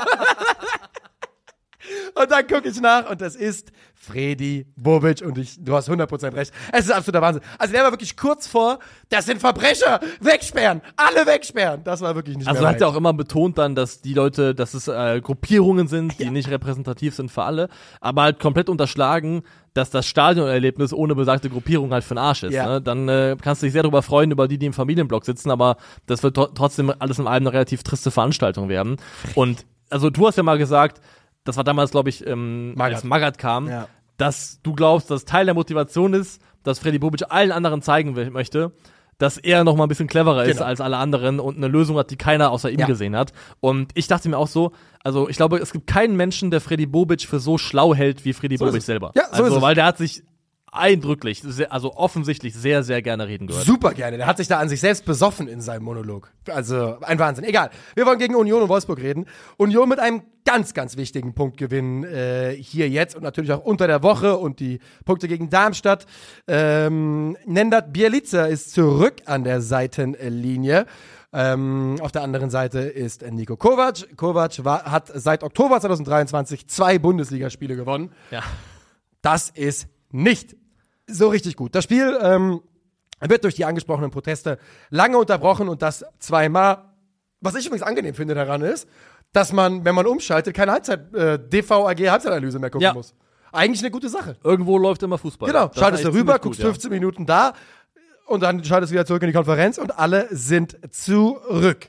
Und dann gucke ich nach und das ist Freddy Bobic und ich, du hast hundert Prozent recht. Es ist absoluter Wahnsinn. Also der war wirklich kurz vor, das sind Verbrecher, wegsperren, alle wegsperren. Das war wirklich nicht also mehr Also hat er auch immer betont dann, dass die Leute, dass es äh, Gruppierungen sind, die ja. nicht repräsentativ sind für alle, aber halt komplett unterschlagen, dass das Stadionerlebnis ohne besagte Gruppierung halt für den Arsch ist. Ja. Ne? Dann äh, kannst du dich sehr darüber freuen, über die, die im Familienblock sitzen, aber das wird to- trotzdem alles in allem eine relativ triste Veranstaltung werden. Und also du hast ja mal gesagt, das war damals, glaube ich, ähm, als Magath kam, ja. dass du glaubst, dass Teil der Motivation ist, dass Freddy Bobic allen anderen zeigen will, möchte, dass er noch mal ein bisschen cleverer ist genau. als alle anderen und eine Lösung hat, die keiner außer ihm ja. gesehen hat. Und ich dachte mir auch so, also ich glaube, es gibt keinen Menschen, der Freddy Bobic für so schlau hält wie Freddy so Bobic selber. Ja, so also, ist weil der hat sich eindrücklich, sehr, also offensichtlich sehr, sehr gerne reden gehört. Super gerne. Der hat sich da an sich selbst besoffen in seinem Monolog. Also ein Wahnsinn. Egal. Wir wollen gegen Union und Wolfsburg reden. Union mit einem ganz, ganz wichtigen Punktgewinn äh, hier jetzt und natürlich auch unter der Woche und die Punkte gegen Darmstadt. Ähm, Nenad Bjelica ist zurück an der Seitenlinie. Ähm, auf der anderen Seite ist Niko Kovac. Kovac war, hat seit Oktober zwanzig dreiundzwanzig zwei Bundesligaspiele gewonnen. Ja. Das ist nicht so richtig gut. Das Spiel ähm, wird durch die angesprochenen Proteste lange unterbrochen und das zweimal. Was ich übrigens angenehm finde daran ist, dass man, wenn man umschaltet, keine Halbzeit, äh, D V A G Halbzeitanalyse mehr gucken ja. muss. Eigentlich eine gute Sache. Irgendwo läuft immer Fußball. Genau, das schaltest du rüber, guckst gut, fünfzehn ja. Minuten da und dann schaltest du wieder zurück in die Konferenz und alle sind zurück.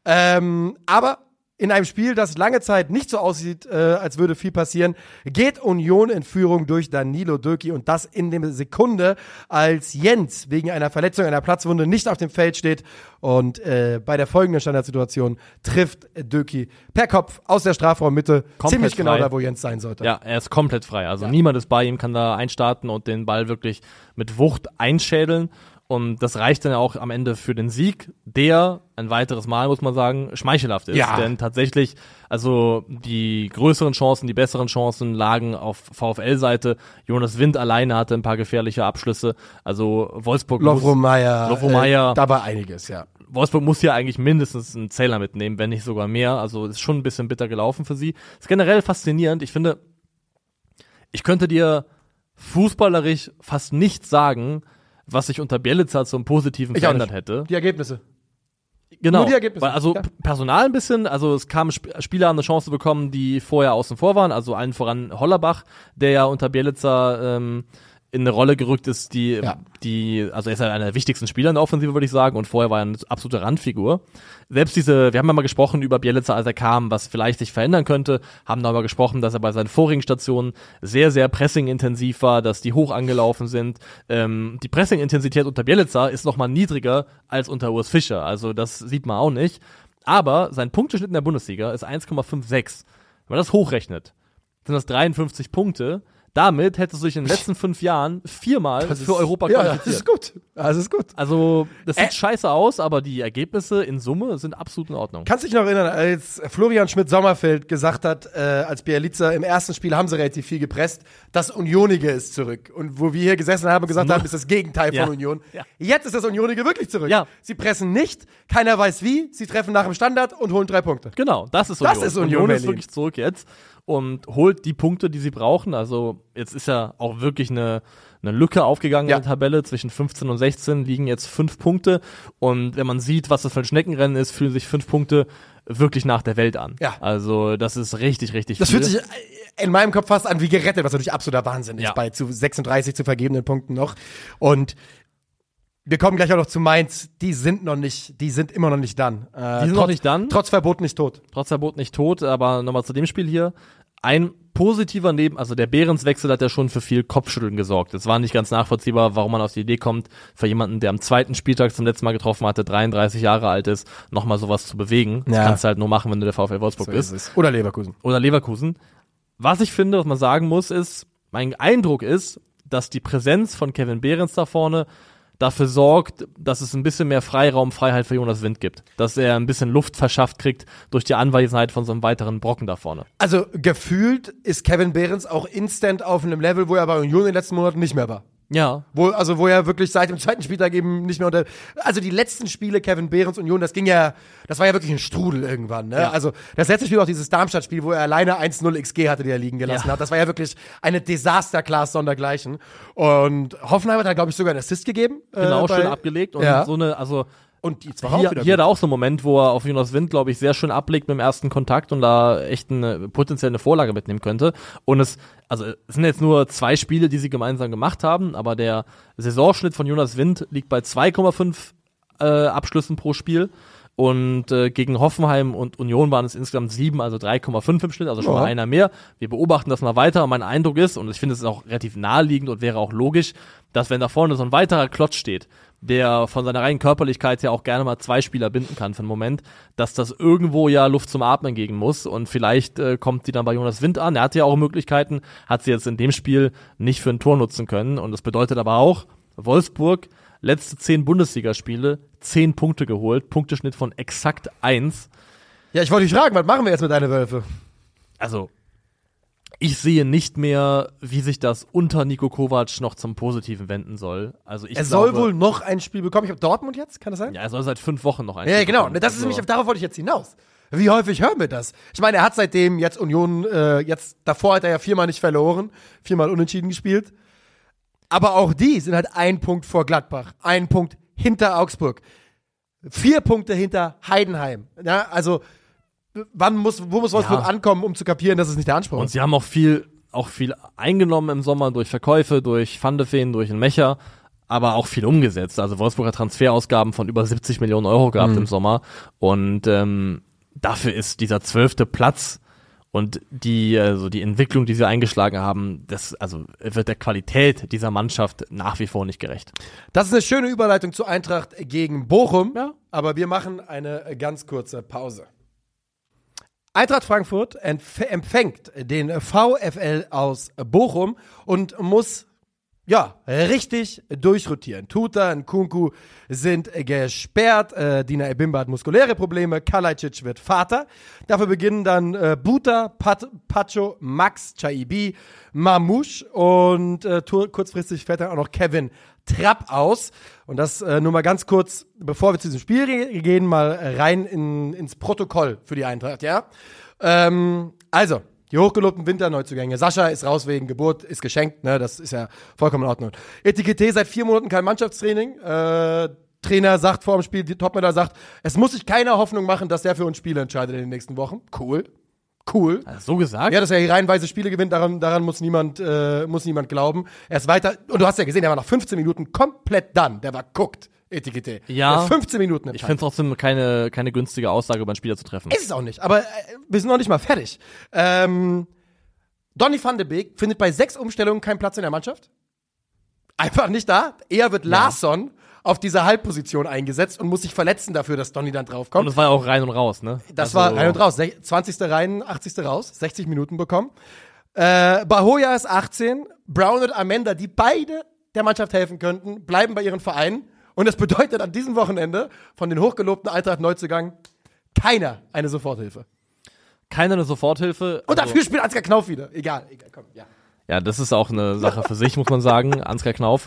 Ähm, aber in einem Spiel, das lange Zeit nicht so aussieht, äh, als würde viel passieren, geht Union in Führung durch Danilo Döki und das in der Sekunde, als Jens wegen einer Verletzung, einer Platzwunde nicht auf dem Feld steht und äh, bei der folgenden Standardsituation trifft Döki per Kopf aus der Strafraummitte komplett ziemlich genau frei. da, wo Jens sein sollte. Ja, er ist komplett frei. Also ja. niemand ist bei ihm, kann da einstarten und den Ball wirklich mit Wucht einschädeln. Und das reicht dann ja auch am Ende für den Sieg, der, ein weiteres Mal muss man sagen, schmeichelhaft ist. Ja. Denn tatsächlich, also die größeren Chancen, die besseren Chancen lagen auf VfL-Seite. Jonas Wind alleine hatte ein paar gefährliche Abschlüsse. Also Wolfsburg Lovro-Meyer, Lovro-Meyer, äh, da war einiges, ja. Wolfsburg muss hier eigentlich mindestens einen Zähler mitnehmen, wenn nicht sogar mehr. Also ist schon ein bisschen bitter gelaufen für sie. Ist generell faszinierend. Ich finde, ich könnte dir fußballerisch fast nichts sagen, was sich unter Bjelica zum Positiven Ich verändert hätte. Die Ergebnisse. Genau. Nur die Ergebnisse. Weil also ja. Personal ein bisschen, also es kamen Sp- Spieler haben eine Chance bekommen, die vorher außen vor waren, also allen voran Hollerbach, der ja unter Bjelica ähm, in eine Rolle gerückt ist, die, Ja. die, also er ist ja einer der wichtigsten Spieler in der Offensive, würde ich sagen, und vorher war er eine absolute Randfigur. Selbst diese, wir haben ja mal gesprochen über Bjelica, als er kam, was vielleicht sich verändern könnte, haben darüber gesprochen, dass er bei seinen vorigen Stationen sehr, sehr pressing-intensiv war, dass die hoch angelaufen sind. Ähm, die Pressing-Intensität unter Bjelica ist noch mal niedriger als unter Urs Fischer, also das sieht man auch nicht. Aber sein Punkteschnitt in der Bundesliga ist eins Komma fünfundsechzig. Wenn man das hochrechnet, sind das dreiundfünfzig Punkte. Damit hättest du dich in den letzten fünf Jahren viermal Das ist- für Europa ja, qualifiziert. das ist gut. Das ist gut. Also, das sieht Äh. scheiße aus, aber die Ergebnisse in Summe sind absolut in Ordnung. Kannst du dich noch erinnern, als Florian Schmidt-Sommerfeld gesagt hat, äh, als Bjelica im ersten Spiel haben sie relativ viel gepresst, das Unionige ist zurück. Und wo wir hier gesessen haben und gesagt haben, ist das Gegenteil Ja. von Union. Ja. Jetzt ist das Unionige wirklich zurück. Ja. Sie pressen nicht, keiner weiß wie, sie treffen nach dem Standard und holen drei Punkte. Genau, das ist Das Union. ist Union Union ist Berlin. wirklich zurück jetzt und holt die Punkte, die sie brauchen. Also, jetzt ist ja auch wirklich eine, eine Lücke aufgegangen Ja. in der Tabelle. Zwischen fünfzehn und sechzehn liegen jetzt fünf Punkte. Und wenn man sieht, was das für ein Schneckenrennen ist, fühlen sich fünf Punkte wirklich nach der Welt an. Ja. Also, das ist richtig, richtig Das viel. fühlt sich in meinem Kopf fast an wie gerettet, was natürlich absoluter Wahnsinn ist, Ja. bei zu sechsunddreißig zu vergebenen Punkten noch. Und Wir kommen gleich auch noch zu Mainz. Die sind noch nicht, die sind immer noch nicht dann. Äh, Die sind trotz, noch nicht dann. Trotz Verbot nicht tot. Trotz Verbot nicht tot, aber nochmal zu dem Spiel hier. Ein positiver Neben, also der Behrens-Wechsel hat ja schon für viel Kopfschütteln gesorgt. Es war nicht ganz nachvollziehbar, warum man auf die Idee kommt, für jemanden, der am zweiten Spieltag zum letzten Mal getroffen hatte, dreiunddreißig Jahre alt ist, nochmal sowas zu bewegen. Das Ja. kannst du halt nur machen, wenn du der VfL Wolfsburg So bist. ist es. Oder Leverkusen. Oder Leverkusen. Was ich finde, was man sagen muss, ist, mein Eindruck ist, dass die Präsenz von Kevin Behrens da vorne dafür sorgt, dass es ein bisschen mehr Freiraum, Freiheit für Jonas Wind gibt. Dass er ein bisschen Luft verschafft kriegt durch die Anwesenheit von so einem weiteren Brocken da vorne. Also gefühlt ist Kevin Behrens auch instant auf einem Level, wo er bei Union in den letzten Monaten nicht mehr war. Ja. Wo, also wo er wirklich seit dem zweiten Spieltag eben nicht mehr unter. Also die letzten Spiele Kevin Behrens Union, das ging ja, das war ja wirklich ein Strudel irgendwann. Ne? Ja. Also das letzte Spiel war auch dieses Darmstadt-Spiel, wo er alleine eins null X G hatte, die er liegen gelassen Ja. hat. Das war ja wirklich eine Desaster-Class sondergleichen. Und Hoffenheim hat da, glaube ich, sogar einen Assist gegeben. Genau, äh, bei, schön abgelegt. Und Ja. so eine, also Und die zwar auch hier, wieder hier hat gut. er auch so einen Moment, wo er auf Jonas Wind, glaube ich, sehr schön ablegt mit dem ersten Kontakt und da echt eine potenziell eine Vorlage mitnehmen könnte. Und es, also es sind jetzt nur zwei Spiele, die sie gemeinsam gemacht haben, aber der Saisonschnitt von Jonas Wind liegt bei zwei Komma fünf äh, Abschlüssen pro Spiel. Und äh, gegen Hoffenheim und Union waren es insgesamt sieben, also drei Komma fünf im Schnitt, also schon Ja. mal einer mehr. Wir beobachten das mal weiter. Und mein Eindruck ist, und ich finde es ist auch relativ naheliegend und wäre auch logisch, dass wenn da vorne so ein weiterer Klotz steht, der von seiner reinen Körperlichkeit ja auch gerne mal zwei Spieler binden kann für einen Moment, dass das irgendwo ja Luft zum Atmen geben muss und vielleicht äh, kommt die dann bei Jonas Wind an. Er hatte ja auch Möglichkeiten, hat sie jetzt in dem Spiel nicht für ein Tor nutzen können und das bedeutet aber auch, Wolfsburg, letzte zehn Bundesligaspiele, zehn Punkte geholt, Punkteschnitt von exakt eins. Ja, ich wollte dich fragen, was machen wir jetzt mit deinen Wölfe? Also, ich sehe nicht mehr, wie sich das unter Nico Kovac noch zum Positiven wenden soll. Also ich Er glaube, soll wohl noch ein Spiel bekommen. Ich habe Dortmund jetzt, kann das sein? Ja, er soll seit fünf Wochen noch ein Ja, Spiel genau. bekommen. Das ist Also, nämlich, darauf wollte ich jetzt hinaus. Wie häufig hören wir das? Ich meine, er hat seitdem jetzt Union, äh, jetzt davor hat er ja viermal nicht verloren, viermal unentschieden gespielt. Aber auch die sind halt ein Punkt vor Gladbach, ein Punkt hinter Augsburg, vier Punkte hinter Heidenheim. Ja, also wann muss, wo muss Wolfsburg Ja. ankommen, um zu kapieren, dass es nicht der Anspruch Und ist? sie haben auch viel, auch viel eingenommen im Sommer durch Verkäufe, durch Van de Ven, durch den Mecher, aber auch viel umgesetzt. Also Wolfsburg hat Transferausgaben von über siebzig Millionen Euro gehabt Mhm. im Sommer. Und ähm, dafür ist dieser zwölfte Platz und die, also die Entwicklung, die sie eingeschlagen haben, das also wird der Qualität dieser Mannschaft nach wie vor nicht gerecht. Das ist eine schöne Überleitung zu Eintracht gegen Bochum, Ja. aber wir machen eine ganz kurze Pause. Eintracht Frankfurt empf- empfängt den VfL aus Bochum und muss, ja, richtig durchrotieren. Tuta und Nkunku sind gesperrt, äh, Dina Ebimba hat muskuläre Probleme, Kalajdzic wird Vater. Dafür beginnen dann äh, Buta, Pat- Pacho, Max, Chaibi, Mamouche und äh, tu- kurzfristig fällt dann auch noch Kevin Trapp aus. Und das äh, nur mal ganz kurz, bevor wir zu diesem Spiel re- gehen, mal rein in, ins Protokoll für die Eintracht, ja? Ähm, also, die hochgelobten Winterneuzugänge. Sascha ist raus wegen Geburt, ist geschenkt, ne? Das ist ja vollkommen in Ordnung. Etikette seit vier Monaten kein Mannschaftstraining. Äh, Trainer sagt vor dem Spiel, die Topmanager sagt, es muss sich keine Hoffnung machen, dass der für uns Spiele entscheidet in den nächsten Wochen. Cool. Cool. Also so gesagt? Ja, dass er hier reihenweise Spiele gewinnt, daran, daran muss niemand, äh, muss niemand glauben. Er ist weiter, und du hast ja gesehen, er war nach fünfzehn Minuten komplett done. Der war guckt, Etikette. Ja. Der ist fünfzehn Minuten im Ich Tank. finde trotzdem keine, keine günstige Aussage über einen Spieler zu treffen. Ist es auch nicht, aber äh, wir sind noch nicht mal fertig. Ähm, Donny van de Beek findet bei sechs Umstellungen keinen Platz in der Mannschaft. Einfach nicht da. Eher wird Larsson auf diese Halbposition eingesetzt und muss sich verletzen dafür, dass Donny dann Und draufkommt. es war ja auch rein und raus, ne? Das Also- war rein und raus. Sech- zwanzigste rein, achtzigste raus. sechzig Minuten bekommen. Äh, Bahoya ist achtzehn. Brown und Amenda, die beide der Mannschaft helfen könnten, bleiben bei ihren Vereinen. Und das bedeutet an diesem Wochenende von den hochgelobten Eintracht-Neuzugang keiner eine Soforthilfe. Keine eine Soforthilfe. Und Also- dafür spielt Ansgar Knauf wieder. Egal, egal, komm, ja. Ja, das ist auch eine Sache für sich, muss man sagen. Ansgar Knauf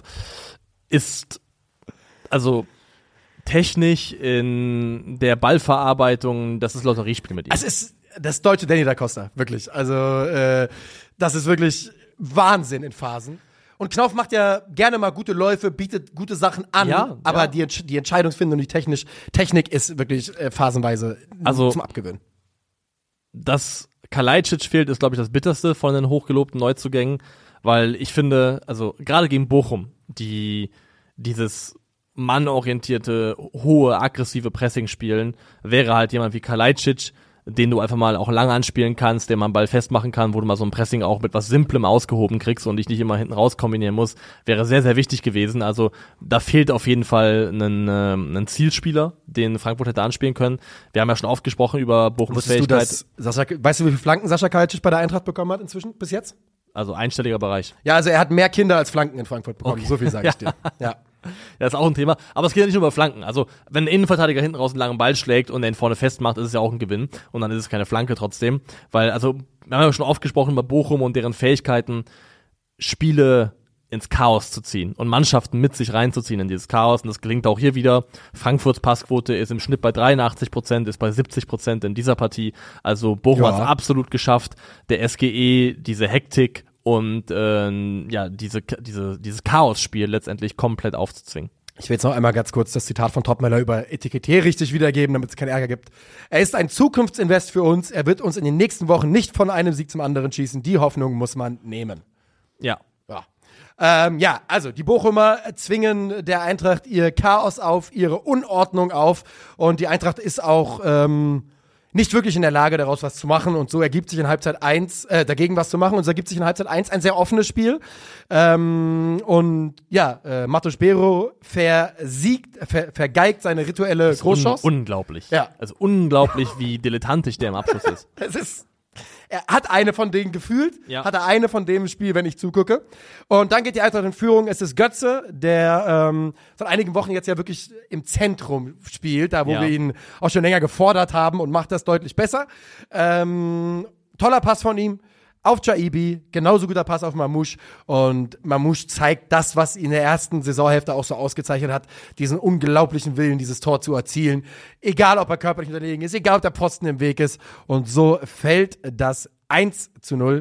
ist also technisch in der Ballverarbeitung, das ist Lotteriespiel mit ihm. Es ist das deutsche Danny da Costa, wirklich. Also, äh, das ist wirklich Wahnsinn in Phasen. Und Knauf macht ja gerne mal gute Läufe, bietet gute Sachen an, Ja, aber ja. Die, Entsch- die Entscheidungsfindung und die Technisch, Technik ist wirklich äh, phasenweise Also- zum Abgewöhnen. Dass Kalajdzic fehlt, ist, glaube ich, das Bitterste von den hochgelobten Neuzugängen, weil ich finde, also gerade gegen Bochum, die dieses mannorientierte, hohe, aggressive Pressing spielen, wäre halt jemand wie Kalajdzic, den du einfach mal auch lang anspielen kannst, den man Ball festmachen kann, wo du mal so ein Pressing auch mit was Simplem ausgehoben kriegst und dich nicht immer hinten raus kombinieren musst, wäre sehr, sehr wichtig gewesen. Also da fehlt auf jeden Fall ein, äh, ein Zielspieler, den Frankfurt hätte anspielen können. Wir haben ja schon oft gesprochen über Bochums Fähigkeit. Du, dass Sascha, weißt du, wie viele Flanken Sascha Kalajdzic bei der Eintracht bekommen hat inzwischen, bis jetzt? Also einstelliger Bereich. Ja, also er hat mehr Kinder als Flanken in Frankfurt bekommen, Okay. so viel sage ich dir. Ja. Ja, ist auch ein Thema. Aber es geht ja nicht nur über Flanken. Also, wenn ein Innenverteidiger hinten raus einen langen Ball schlägt und er ihn vorne festmacht, ist es ja auch ein Gewinn. Und dann ist es keine Flanke trotzdem. Weil, also, wir haben ja schon oft gesprochen über Bochum und deren Fähigkeiten, Spiele ins Chaos zu ziehen und Mannschaften mit sich reinzuziehen in dieses Chaos. Und das gelingt auch hier wieder. Frankfurts Passquote ist im Schnitt bei dreiundachtzig Prozent, ist bei siebzig Prozent in dieser Partie. Also, Bochum Ja. hat es absolut geschafft. Der S G E, diese Hektik und äh, ja, diese, diese, dieses Chaos-Spiel letztendlich komplett aufzuzwingen. Ich will jetzt noch einmal ganz kurz das Zitat von Topmöller über Etikettier richtig wiedergeben, damit es keinen Ärger gibt. Er ist ein Zukunftsinvest für uns. Er wird uns in den nächsten Wochen nicht von einem Sieg zum anderen schießen. Die Hoffnung muss man nehmen. Ja. Ja. Ähm, ja, also die Bochumer zwingen der Eintracht ihr Chaos auf, ihre Unordnung auf. Und die Eintracht ist auch ähm, nicht wirklich in der Lage, daraus was zu machen. Und so ergibt sich in Halbzeit eins, äh, dagegen was zu machen. Und so ergibt sich in Halbzeit eins ein sehr offenes Spiel. Ähm, und ja, äh, Matos Bero versiegt, ver, vergeigt seine rituelle Großchance. Un- unglaublich. Ja. Also unglaublich, wie dilettantisch der im Abschluss ist. Es ist, er hat eine von denen gefühlt, Ja. hat er eine von dem im Spiel, wenn ich zugucke. Und dann geht die Eintracht in Führung. Es ist Götze, der ähm, seit einigen Wochen jetzt ja wirklich im Zentrum spielt, da wo Ja. wir ihn auch schon länger gefordert haben und macht das deutlich besser. Ähm, toller Pass von ihm auf Chaibi, genauso guter Pass auf Mamouche. Und Mamouche zeigt das, was ihn in der ersten Saisonhälfte auch so ausgezeichnet hat, diesen unglaublichen Willen, dieses Tor zu erzielen. Egal, ob er körperlich unterlegen ist, egal, ob der Pfosten im Weg ist. Und so fällt das eins zu null.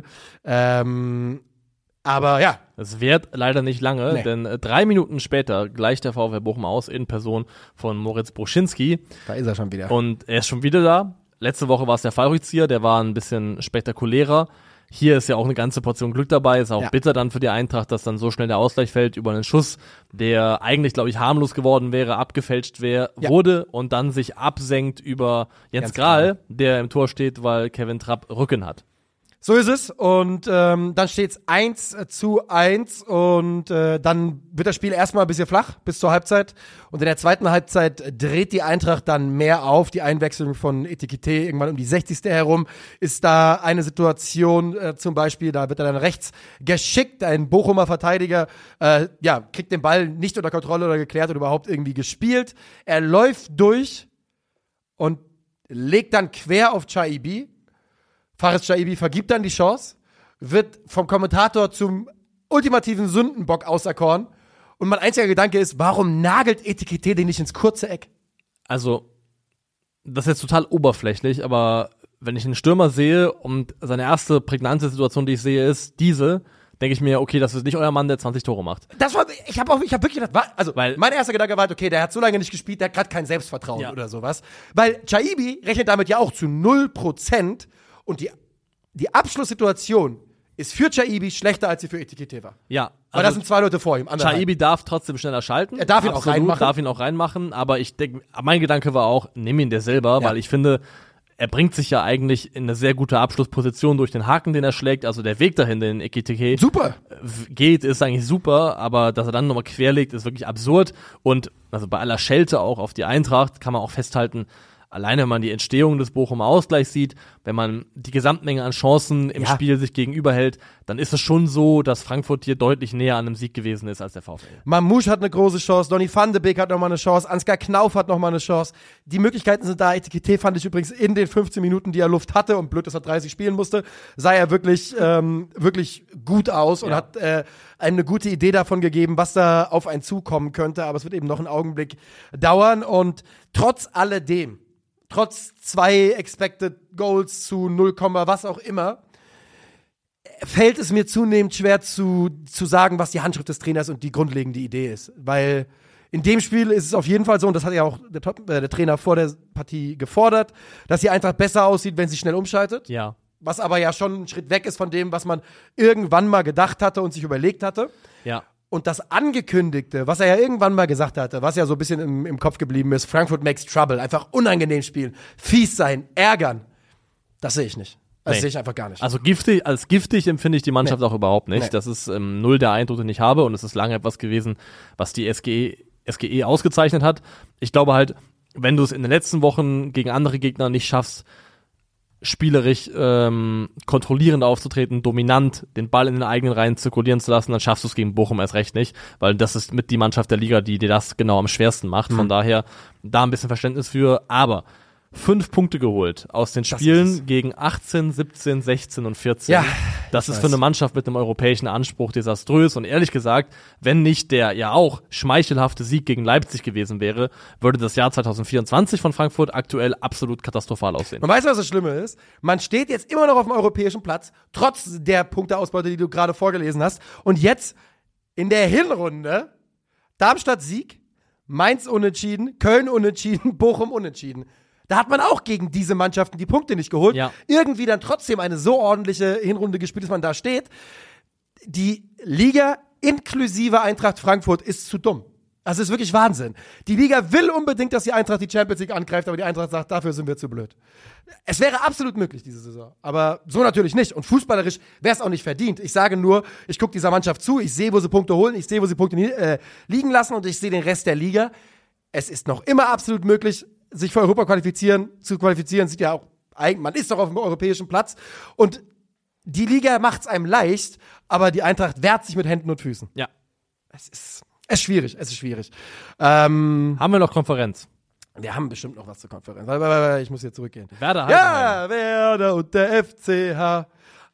Ähm, aber ja, Es währt leider nicht lange, Nee. denn äh, drei Minuten später gleicht der VfL Bochum aus in Person von Moritz Bruschinski. da ist er schon wieder. Und er ist schon wieder da. Letzte Woche war es der Fallrückzieher, der war ein bisschen spektakulärer. Hier ist ja auch eine ganze Portion Glück dabei. Ist auch Ja. bitter dann für die Eintracht, dass dann so schnell der Ausgleich fällt über einen Schuss, der eigentlich, glaube ich, harmlos geworden wäre, abgefälscht wär, Ja. wurde und dann sich absenkt über Jens Ganz Grahl, der im Tor steht, weil Kevin Trapp Rücken hat. So ist es. Und ähm, dann steht es eins zu eins und äh, dann wird das Spiel erstmal ein bisschen flach bis zur Halbzeit. Und in der zweiten Halbzeit dreht die Eintracht dann mehr auf. Die Einwechslung von Etikette irgendwann um die sechzigste herum ist da eine Situation äh, zum Beispiel, da wird er dann rechts geschickt. Ein Bochumer Verteidiger äh, ja, kriegt den Ball nicht unter Kontrolle oder geklärt oder überhaupt irgendwie gespielt. Er läuft durch und legt dann quer auf Chaibi. Faris Chaibi vergibt dann die Chance, wird vom Kommentator zum ultimativen Sündenbock auserkoren. Und mein einziger Gedanke ist, warum nagelt Etikette den nicht ins kurze Eck? Also, das ist jetzt total oberflächlich, aber wenn ich einen Stürmer sehe und seine erste prägnante Situation, die ich sehe, ist diese, denke ich mir, okay, das ist nicht euer Mann, der zwanzig Tore macht. Das war, ich habe auch, ich habe wirklich gedacht, wa- also Weil- mein erster Gedanke war, okay, der hat so lange nicht gespielt, der hat gerade kein Selbstvertrauen Ja. oder sowas. Weil Chaibi rechnet damit ja auch zu null Prozent und die, die Abschlusssituation ist für Chaibi schlechter, als sie für Etikette war. Ja, Weil das sind zwei Leute vor ihm. anderthalb. Chaibi darf trotzdem schneller schalten. Er darf ihn auch Absolut, reinmachen. darf ihn auch reinmachen, aber ich denke, mein Gedanke war auch, nimm ihn dir selber, Ja. weil ich finde, er bringt sich ja eigentlich in eine sehr gute Abschlussposition durch den Haken, den er schlägt, also der Weg dahin, den Ekitike Super. geht, ist eigentlich super, aber dass er dann nochmal querlegt, ist wirklich absurd und also bei aller Schelte auch auf die Eintracht kann man auch festhalten, alleine wenn man die Entstehung des Bochumer Ausgleichs sieht, wenn man die Gesamtmenge an Chancen im Ja. Spiel sich gegenüberhält, dann ist es schon so, dass Frankfurt hier deutlich näher an einem Sieg gewesen ist als der VfL. Mamouche hat eine große Chance, Donny van de Beek hat nochmal eine Chance, Ansgar Knauf hat nochmal eine Chance. Die Möglichkeiten sind da. Etikette fand ich übrigens in den fünfzehn Minuten, die er Luft hatte und blöd, dass er dreißig spielen musste, sah er wirklich, ähm, wirklich gut aus und Ja. hat äh, einem eine gute Idee davon gegeben, was da auf einen zukommen könnte. Aber es wird eben noch einen Augenblick dauern und trotz alledem, trotz zwei Expected Goals zu null, was auch immer, fällt es mir zunehmend schwer zu, zu sagen, was die Handschrift des Trainers und die grundlegende Idee ist. Weil in dem Spiel ist es auf jeden Fall so, und das hat ja auch der, Top, äh, der Trainer vor der Partie gefordert, dass die Eintracht besser aussieht, wenn sie schnell umschaltet. Ja. Was aber ja schon ein Schritt weg ist von dem, was man irgendwann mal gedacht hatte und sich überlegt hatte. Ja. Und das Angekündigte, was er ja irgendwann mal gesagt hatte, was ja so ein bisschen im, im Kopf geblieben ist, Frankfurt makes trouble, einfach unangenehm spielen, fies sein, ärgern, das sehe ich nicht. Das Nee. sehe ich einfach gar nicht. Also giftig, als giftig empfinde ich die Mannschaft Nee. auch überhaupt nicht. Nee. Das ist ähm, null der Eindruck, den ich habe, und es ist lange etwas gewesen, was die S G E, S G E ausgezeichnet hat. Ich glaube halt, wenn du es in den letzten Wochen gegen andere Gegner nicht schaffst, spielerisch ähm, kontrollierend aufzutreten, dominant den Ball in den eigenen Reihen zirkulieren zu lassen, dann schaffst du es gegen Bochum erst recht nicht, weil das ist mit die Mannschaft der Liga, die dir das genau am schwersten macht. Von daher da ein bisschen Verständnis für, aber fünf Punkte geholt aus den Das Spielen ist es. gegen achtzehn, siebzehn, sechzehn und vierzehn. Ja, das ich ist weiß. für eine Mannschaft mit einem europäischen Anspruch desaströs, und ehrlich gesagt, wenn nicht der ja auch schmeichelhafte Sieg gegen Leipzig gewesen wäre, würde das Jahr zwanzig vierundzwanzig von Frankfurt aktuell absolut katastrophal aussehen. Man weiß, was das Schlimme ist. Man steht jetzt immer noch auf dem europäischen Platz, trotz der Punkteausbeute, die du gerade vorgelesen hast. Und jetzt in der Hinrunde Darmstadt Sieg, Mainz unentschieden, Köln unentschieden, Bochum unentschieden. Da hat man auch gegen diese Mannschaften die Punkte nicht geholt. Ja. Irgendwie dann trotzdem eine so ordentliche Hinrunde gespielt, dass man da steht. Die Liga inklusive Eintracht Frankfurt ist zu dumm. Also ist wirklich Wahnsinn. Die Liga will unbedingt, dass die Eintracht die Champions League angreift, aber die Eintracht sagt, dafür sind wir zu blöd. Es wäre absolut möglich, diese Saison. Aber so natürlich nicht. Und fußballerisch wäre es auch nicht verdient. Ich sage nur, ich gucke dieser Mannschaft zu, ich sehe, wo sie Punkte holen, ich sehe, wo sie Punkte äh, liegen lassen, und ich sehe den Rest der Liga. Es ist noch immer absolut möglich, sich für Europa qualifizieren, zu qualifizieren. Sieht ja auch, man ist doch auf dem europäischen Platz. Und die Liga macht es einem leicht, aber die Eintracht wehrt sich mit Händen und Füßen. Ja. Es ist, es ist schwierig, es ist schwierig. Ähm, Haben wir noch Konferenz? wir haben bestimmt noch was zur Konferenz. Warte, warte, warte, ich muss hier zurückgehen. Werder Ja, Werder und der F C H.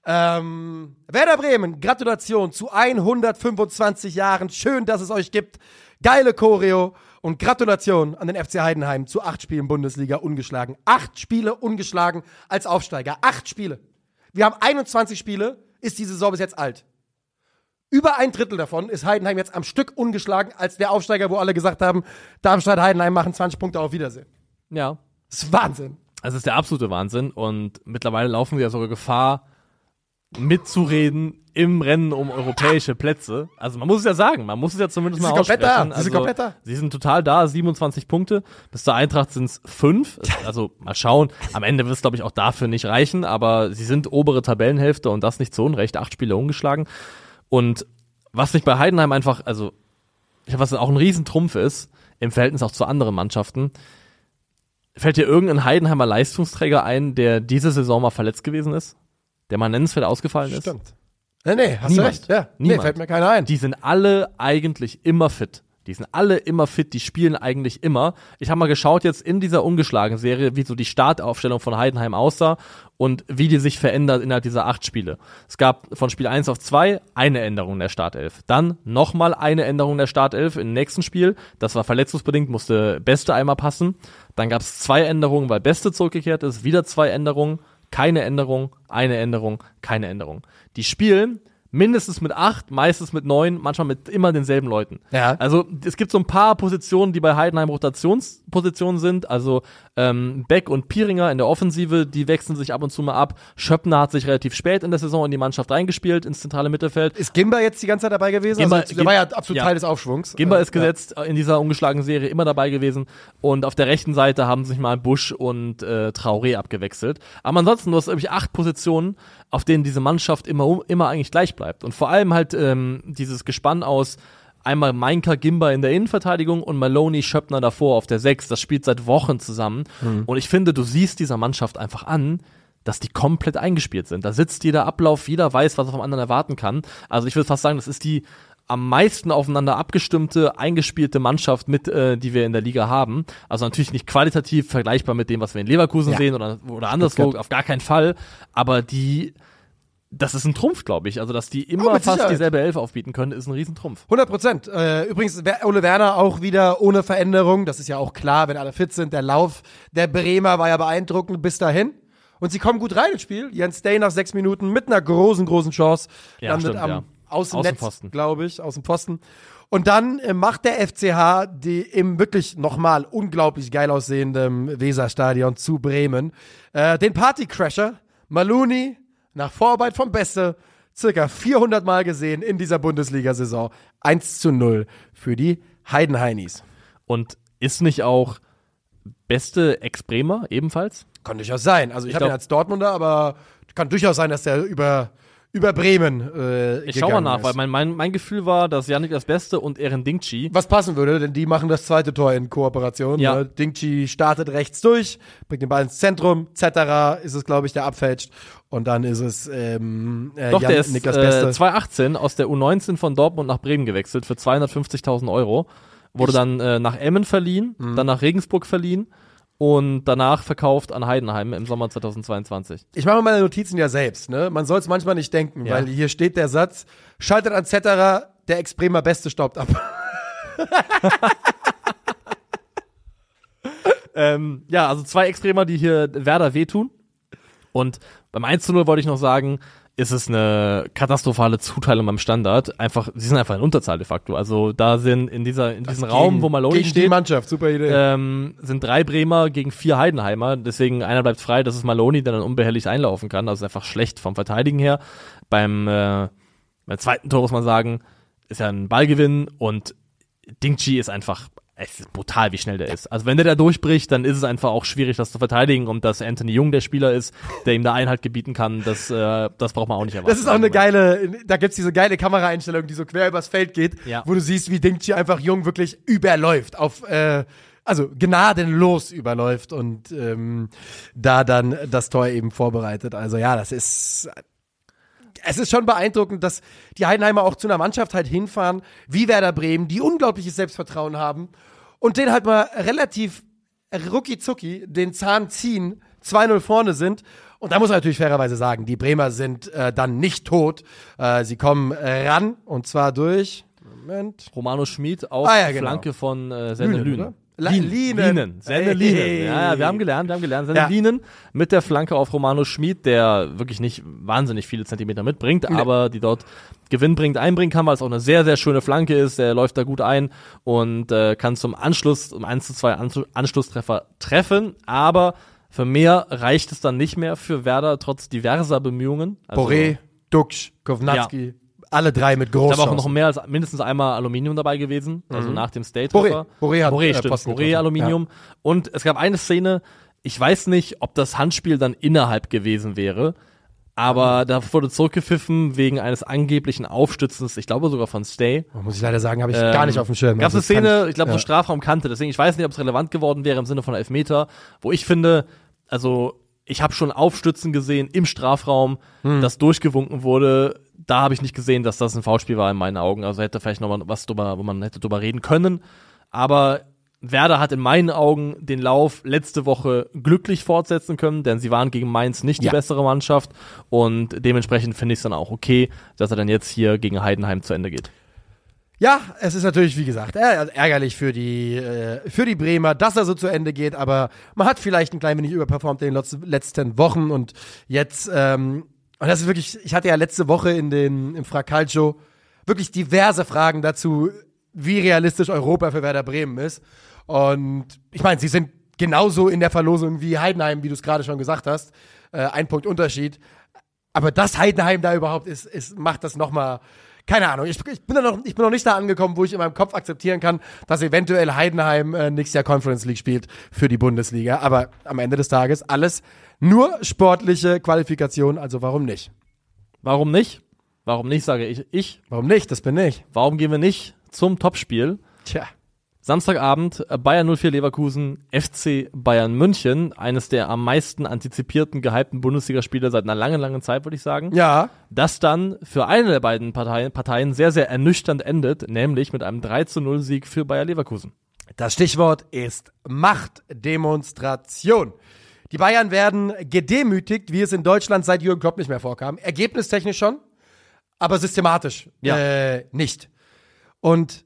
Ähm, Werder Bremen, Gratulation zu hundertfünfundzwanzig Jahren. Schön, dass es euch gibt. Geile Choreo. Und Gratulation an den F C Heidenheim zu acht Spielen Bundesliga ungeschlagen. Acht Spiele ungeschlagen als Aufsteiger. Acht Spiele. Wir haben einundzwanzig Spiele, ist die Saison bis jetzt alt. Über ein Drittel davon ist Heidenheim jetzt am Stück ungeschlagen als der Aufsteiger, wo alle gesagt haben, Darmstadt, Heidenheim machen zwanzig Punkte, auf Wiedersehen. Ja. Das ist Wahnsinn. Also es ist der absolute Wahnsinn, und mittlerweile laufen wir ja sogar Gefahr, mitzureden im Rennen um europäische Plätze. Also man muss es ja sagen, man muss es ja zumindest Sie mal sind komplett aussprechen. da, sie sind komplett da. Sie sind total da, siebenundzwanzig Punkte. Bis zur Eintracht sind es fünf. Also mal schauen. Am Ende wird es, glaube ich, auch dafür nicht reichen, aber sie sind obere Tabellenhälfte, und das nicht zu Unrecht. Acht Spiele ungeschlagen. Und was mich bei Heidenheim einfach, also was auch ein Riesentrumpf ist, im Verhältnis auch zu anderen Mannschaften, fällt dir irgendein Heidenheimer Leistungsträger ein, der diese Saison mal verletzt gewesen ist? Der mal nennenswert ausgefallen ist? Stimmt. Nee, nee, hast Niemand. du recht. Ja, Niemand. Nee, fällt mir keiner ein. Die sind alle eigentlich immer fit. Die sind alle immer fit, die spielen eigentlich immer. Ich habe mal geschaut jetzt in dieser ungeschlagen Serie, wie so die Startaufstellung von Heidenheim aussah und wie die sich verändert innerhalb dieser acht Spiele. Es gab von Spiel eins auf zwei eine Änderung in der Startelf. Dann nochmal eine Änderung in der Startelf im nächsten Spiel. Das war verletzungsbedingt, musste Beste einmal passen. Dann gab es zwei Änderungen, weil Beste zurückgekehrt ist. Wieder zwei Änderungen, keine Änderung, eine Änderung, keine Änderung. Die spielen mindestens mit acht, meistens mit neun, manchmal mit immer denselben Leuten. Ja. Also es gibt so ein paar Positionen, die bei Heidenheim Rotationspositionen sind. Also ähm, Beck und Pieringer in der Offensive, die wechseln sich ab und zu mal ab. Schöppner hat sich relativ spät in der Saison in die Mannschaft reingespielt, ins zentrale Mittelfeld. Ist Gimba jetzt die ganze Zeit dabei gewesen? Gimba- also, der war ja absolut ja. Teil des Aufschwungs. Gimba Äh, ist gesetzt in dieser ungeschlagenen Serie immer dabei gewesen, und auf der rechten Seite haben sich mal Busch und äh, Traoré abgewechselt. Aber ansonsten, du hast irgendwie acht Positionen, auf denen diese Mannschaft immer, immer eigentlich gleich bleibt. Und vor allem halt ähm, dieses Gespann aus einmal Mainka, Gimba in der Innenverteidigung und Maloney, Schöppner davor auf der sechs. Das spielt seit Wochen zusammen. Mhm. Und ich finde, du siehst dieser Mannschaft einfach an, dass die komplett eingespielt sind. Da sitzt jeder Ablauf, jeder weiß, was er vom anderen erwarten kann. Also ich würde fast sagen, das ist die am meisten aufeinander abgestimmte, eingespielte Mannschaft mit, äh, die wir in der Liga haben. Also natürlich nicht qualitativ vergleichbar mit dem, was wir in Leverkusen Ja. sehen oder, oder anderswo, auf gar keinen Fall. Aber die, das ist ein Trumpf, glaube ich. Also dass die Oh, immer mit fast Sicherheit. dieselbe Elf aufbieten können, ist ein Riesentrumpf. hundert Prozent. Äh, übrigens, Wer- Ole Werner auch wieder ohne Veränderung. Das ist ja auch klar, wenn alle fit sind. Der Lauf der Bremer war ja beeindruckend bis dahin. Und sie kommen gut rein ins Spiel. Jens Day nach sechs Minuten mit einer großen, großen Chance. Ja, landet stimmt, am ja. Außennetz, Außenpfosten. glaube ich, aus dem Pfosten. Und dann äh, macht der F C H die im wirklich nochmal unglaublich geil aussehenden Weserstadion zu Bremen äh, den Partycrasher Maloney nach Vorarbeit vom Beste circa vierhundert Mal gesehen in dieser Bundesliga-Saison. eins zu null für die Heidenheinis. Und ist nicht auch beste Ex-Bremer ebenfalls? Kann durchaus sein. Also ich, ich habe ihn als Dortmunder, aber kann durchaus sein, dass der über, über Bremen äh, Ich schau mal nach, ist. weil mein, mein, mein Gefühl war, dass Yannick das Beste und Eren Dingchi. Was passen würde, denn die machen das zweite Tor in Kooperation. Ja. Ne? Dingchi startet rechts durch, bringt den Ball ins Zentrum, et cetera ist es, glaube ich, der abfälscht. Und dann ist es ähm, äh, Doch, Jan, der ist Nick das Beste. Äh, zwanzig achtzehn aus der U neunzehn von Dortmund nach Bremen gewechselt für zweihundertfünfzigtausend Euro. Wurde ich dann äh, nach Emmen verliehen, mhm. dann nach Regensburg verliehen. Und danach verkauft an Heidenheim im Sommer zweitausendzweiundzwanzig. Ich mache meine Notizen ja selbst, ne? Man soll es manchmal nicht denken, ja. weil hier steht der Satz, schaltet an Zetterer, der Ex-Bremer Beste staubt ab. ähm, ja, also zwei Ex-Bremer, die hier Werder wehtun. Und beim eins zu null wollte ich noch sagen, ist es eine katastrophale Zuteilung beim Standard. Einfach, sie sind einfach in Unterzahl de facto. Also da sind in dieser in diesem Raum, wo Maloney gegen steht, die Mannschaft, super Idee. Ähm, sind drei Bremer gegen vier Heidenheimer. Deswegen einer bleibt frei. Das ist Maloney, der dann unbehelligt einlaufen kann. Also ist einfach schlecht vom Verteidigen her. Beim, äh, beim zweiten Tor muss man sagen, ist ja ein Ballgewinn und Dingchi ist einfach es ist brutal, wie schnell der ist. Also wenn der da durchbricht, dann ist es einfach auch schwierig, das zu verteidigen. Und dass Anthony Jung der Spieler ist, der ihm da Einhalt gebieten kann, das, äh, das braucht man auch nicht erwarten. Das ist auch eine geile, da gibt's diese geile Kameraeinstellung, die so quer übers Feld geht, ja. wo du siehst, wie Dingchi einfach Jung wirklich überläuft, auf, äh, also gnadenlos überläuft und ähm, da dann das Tor eben vorbereitet. Also ja, das ist... Es ist schon beeindruckend, dass die Heidenheimer auch zu einer Mannschaft halt hinfahren, wie Werder Bremen, die unglaubliches Selbstvertrauen haben und den halt mal relativ rucki-zucki den Zahn ziehen, zwei null vorne sind. Und da muss man natürlich fairerweise sagen, die Bremer sind äh, dann nicht tot. Äh, sie kommen äh, ran und zwar durch Moment. Romano Schmid auf ah, ja, genau. Flanke von äh, Senne Lünen. Lünen. Lien, Lienen. Lienen. Senne Lienen. Hey. Ja, ja, wir haben gelernt, wir haben gelernt. Senne Ja. Lienen mit der Flanke auf Romano Schmid, der wirklich nicht wahnsinnig viele Zentimeter mitbringt, Nee. aber die dort Gewinn bringt, einbringen kann, weil es auch eine sehr, sehr schöne Flanke ist. Der läuft da gut ein und äh, kann zum Anschluss, um eins zu zwei Anschlu- Anschlusstreffer treffen, aber für mehr reicht es dann nicht mehr für Werder, trotz diverser Bemühungen. Also, Boré, Duksch, Kovnatski, alle drei mit ich glaube auch Großchancen. noch mehr als mindestens einmal Aluminium dabei gewesen, also nach dem Stay-Treffer. Boré, Boré hat Boré, äh, stimmt, Posten Boré getroffen. Aluminium. Und es gab eine Szene, ich weiß nicht, ob das Handspiel dann innerhalb gewesen wäre, aber da wurde zurückgepfiffen wegen eines angeblichen Aufstützens, ich glaube sogar von Stay. Ja. Muss ich leider sagen, habe ich Ähm, gar nicht auf dem Schirm. Gab es Also eine das kann Szene, ich glaube, ja. so Strafraumkante, deswegen, ich weiß nicht, ob es relevant geworden wäre im Sinne von Elfmeter, wo ich finde, also ich habe schon Aufstützen gesehen im Strafraum, Hm. das durchgewunken wurde. Da habe ich nicht gesehen, dass das ein Foulspiel war in meinen Augen. Also hätte vielleicht noch mal was drüber, wo man hätte drüber reden können. Aber Werder hat in meinen Augen den Lauf letzte Woche glücklich fortsetzen können, denn sie waren gegen Mainz nicht die Ja. bessere Mannschaft. Und dementsprechend finde ich es dann auch okay, dass er dann jetzt hier gegen Heidenheim zu Ende geht. Ja, es ist natürlich, wie gesagt, äh, ärgerlich für die, äh, für die Bremer, dass er so zu Ende geht, aber man hat vielleicht ein klein wenig überperformt in den letz- letzten Wochen und jetzt, ähm, und das ist wirklich, ich hatte ja letzte Woche in den, im Fracalcio wirklich diverse Fragen dazu, wie realistisch Europa für Werder Bremen ist. Und ich meine, sie sind genauso in der Verlosung wie Heidenheim, wie du es gerade schon gesagt hast. Äh, ein Punkt Unterschied. Aber dass Heidenheim da überhaupt ist, ist macht das nochmal, keine Ahnung. Ich, ich, bin da noch, ich bin noch nicht da angekommen, wo ich in meinem Kopf akzeptieren kann, dass eventuell Heidenheim äh, nächstes Jahr Conference League spielt für die Bundesliga. Aber am Ende des Tages alles nur sportliche Qualifikation, also warum nicht? Warum nicht? Warum nicht, sage ich. Ich. Warum nicht? Das bin ich. Warum gehen wir nicht zum Topspiel? Tja. Samstagabend, äh, Bayern null vier Leverkusen, F C Bayern München, eines der am meisten antizipierten, gehypten Bundesligaspiele seit einer langen, langen Zeit, würde ich sagen. Ja. Das dann für eine der beiden Parteien, Parteien sehr, sehr ernüchternd endet, nämlich mit einem drei zu null Sieg für Bayer Leverkusen. Das Stichwort ist Machtdemonstration. Die Bayern werden gedemütigt, wie es in Deutschland seit Jürgen Klopp nicht mehr vorkam. Ergebnistechnisch schon, aber systematisch Ja. äh, nicht. Und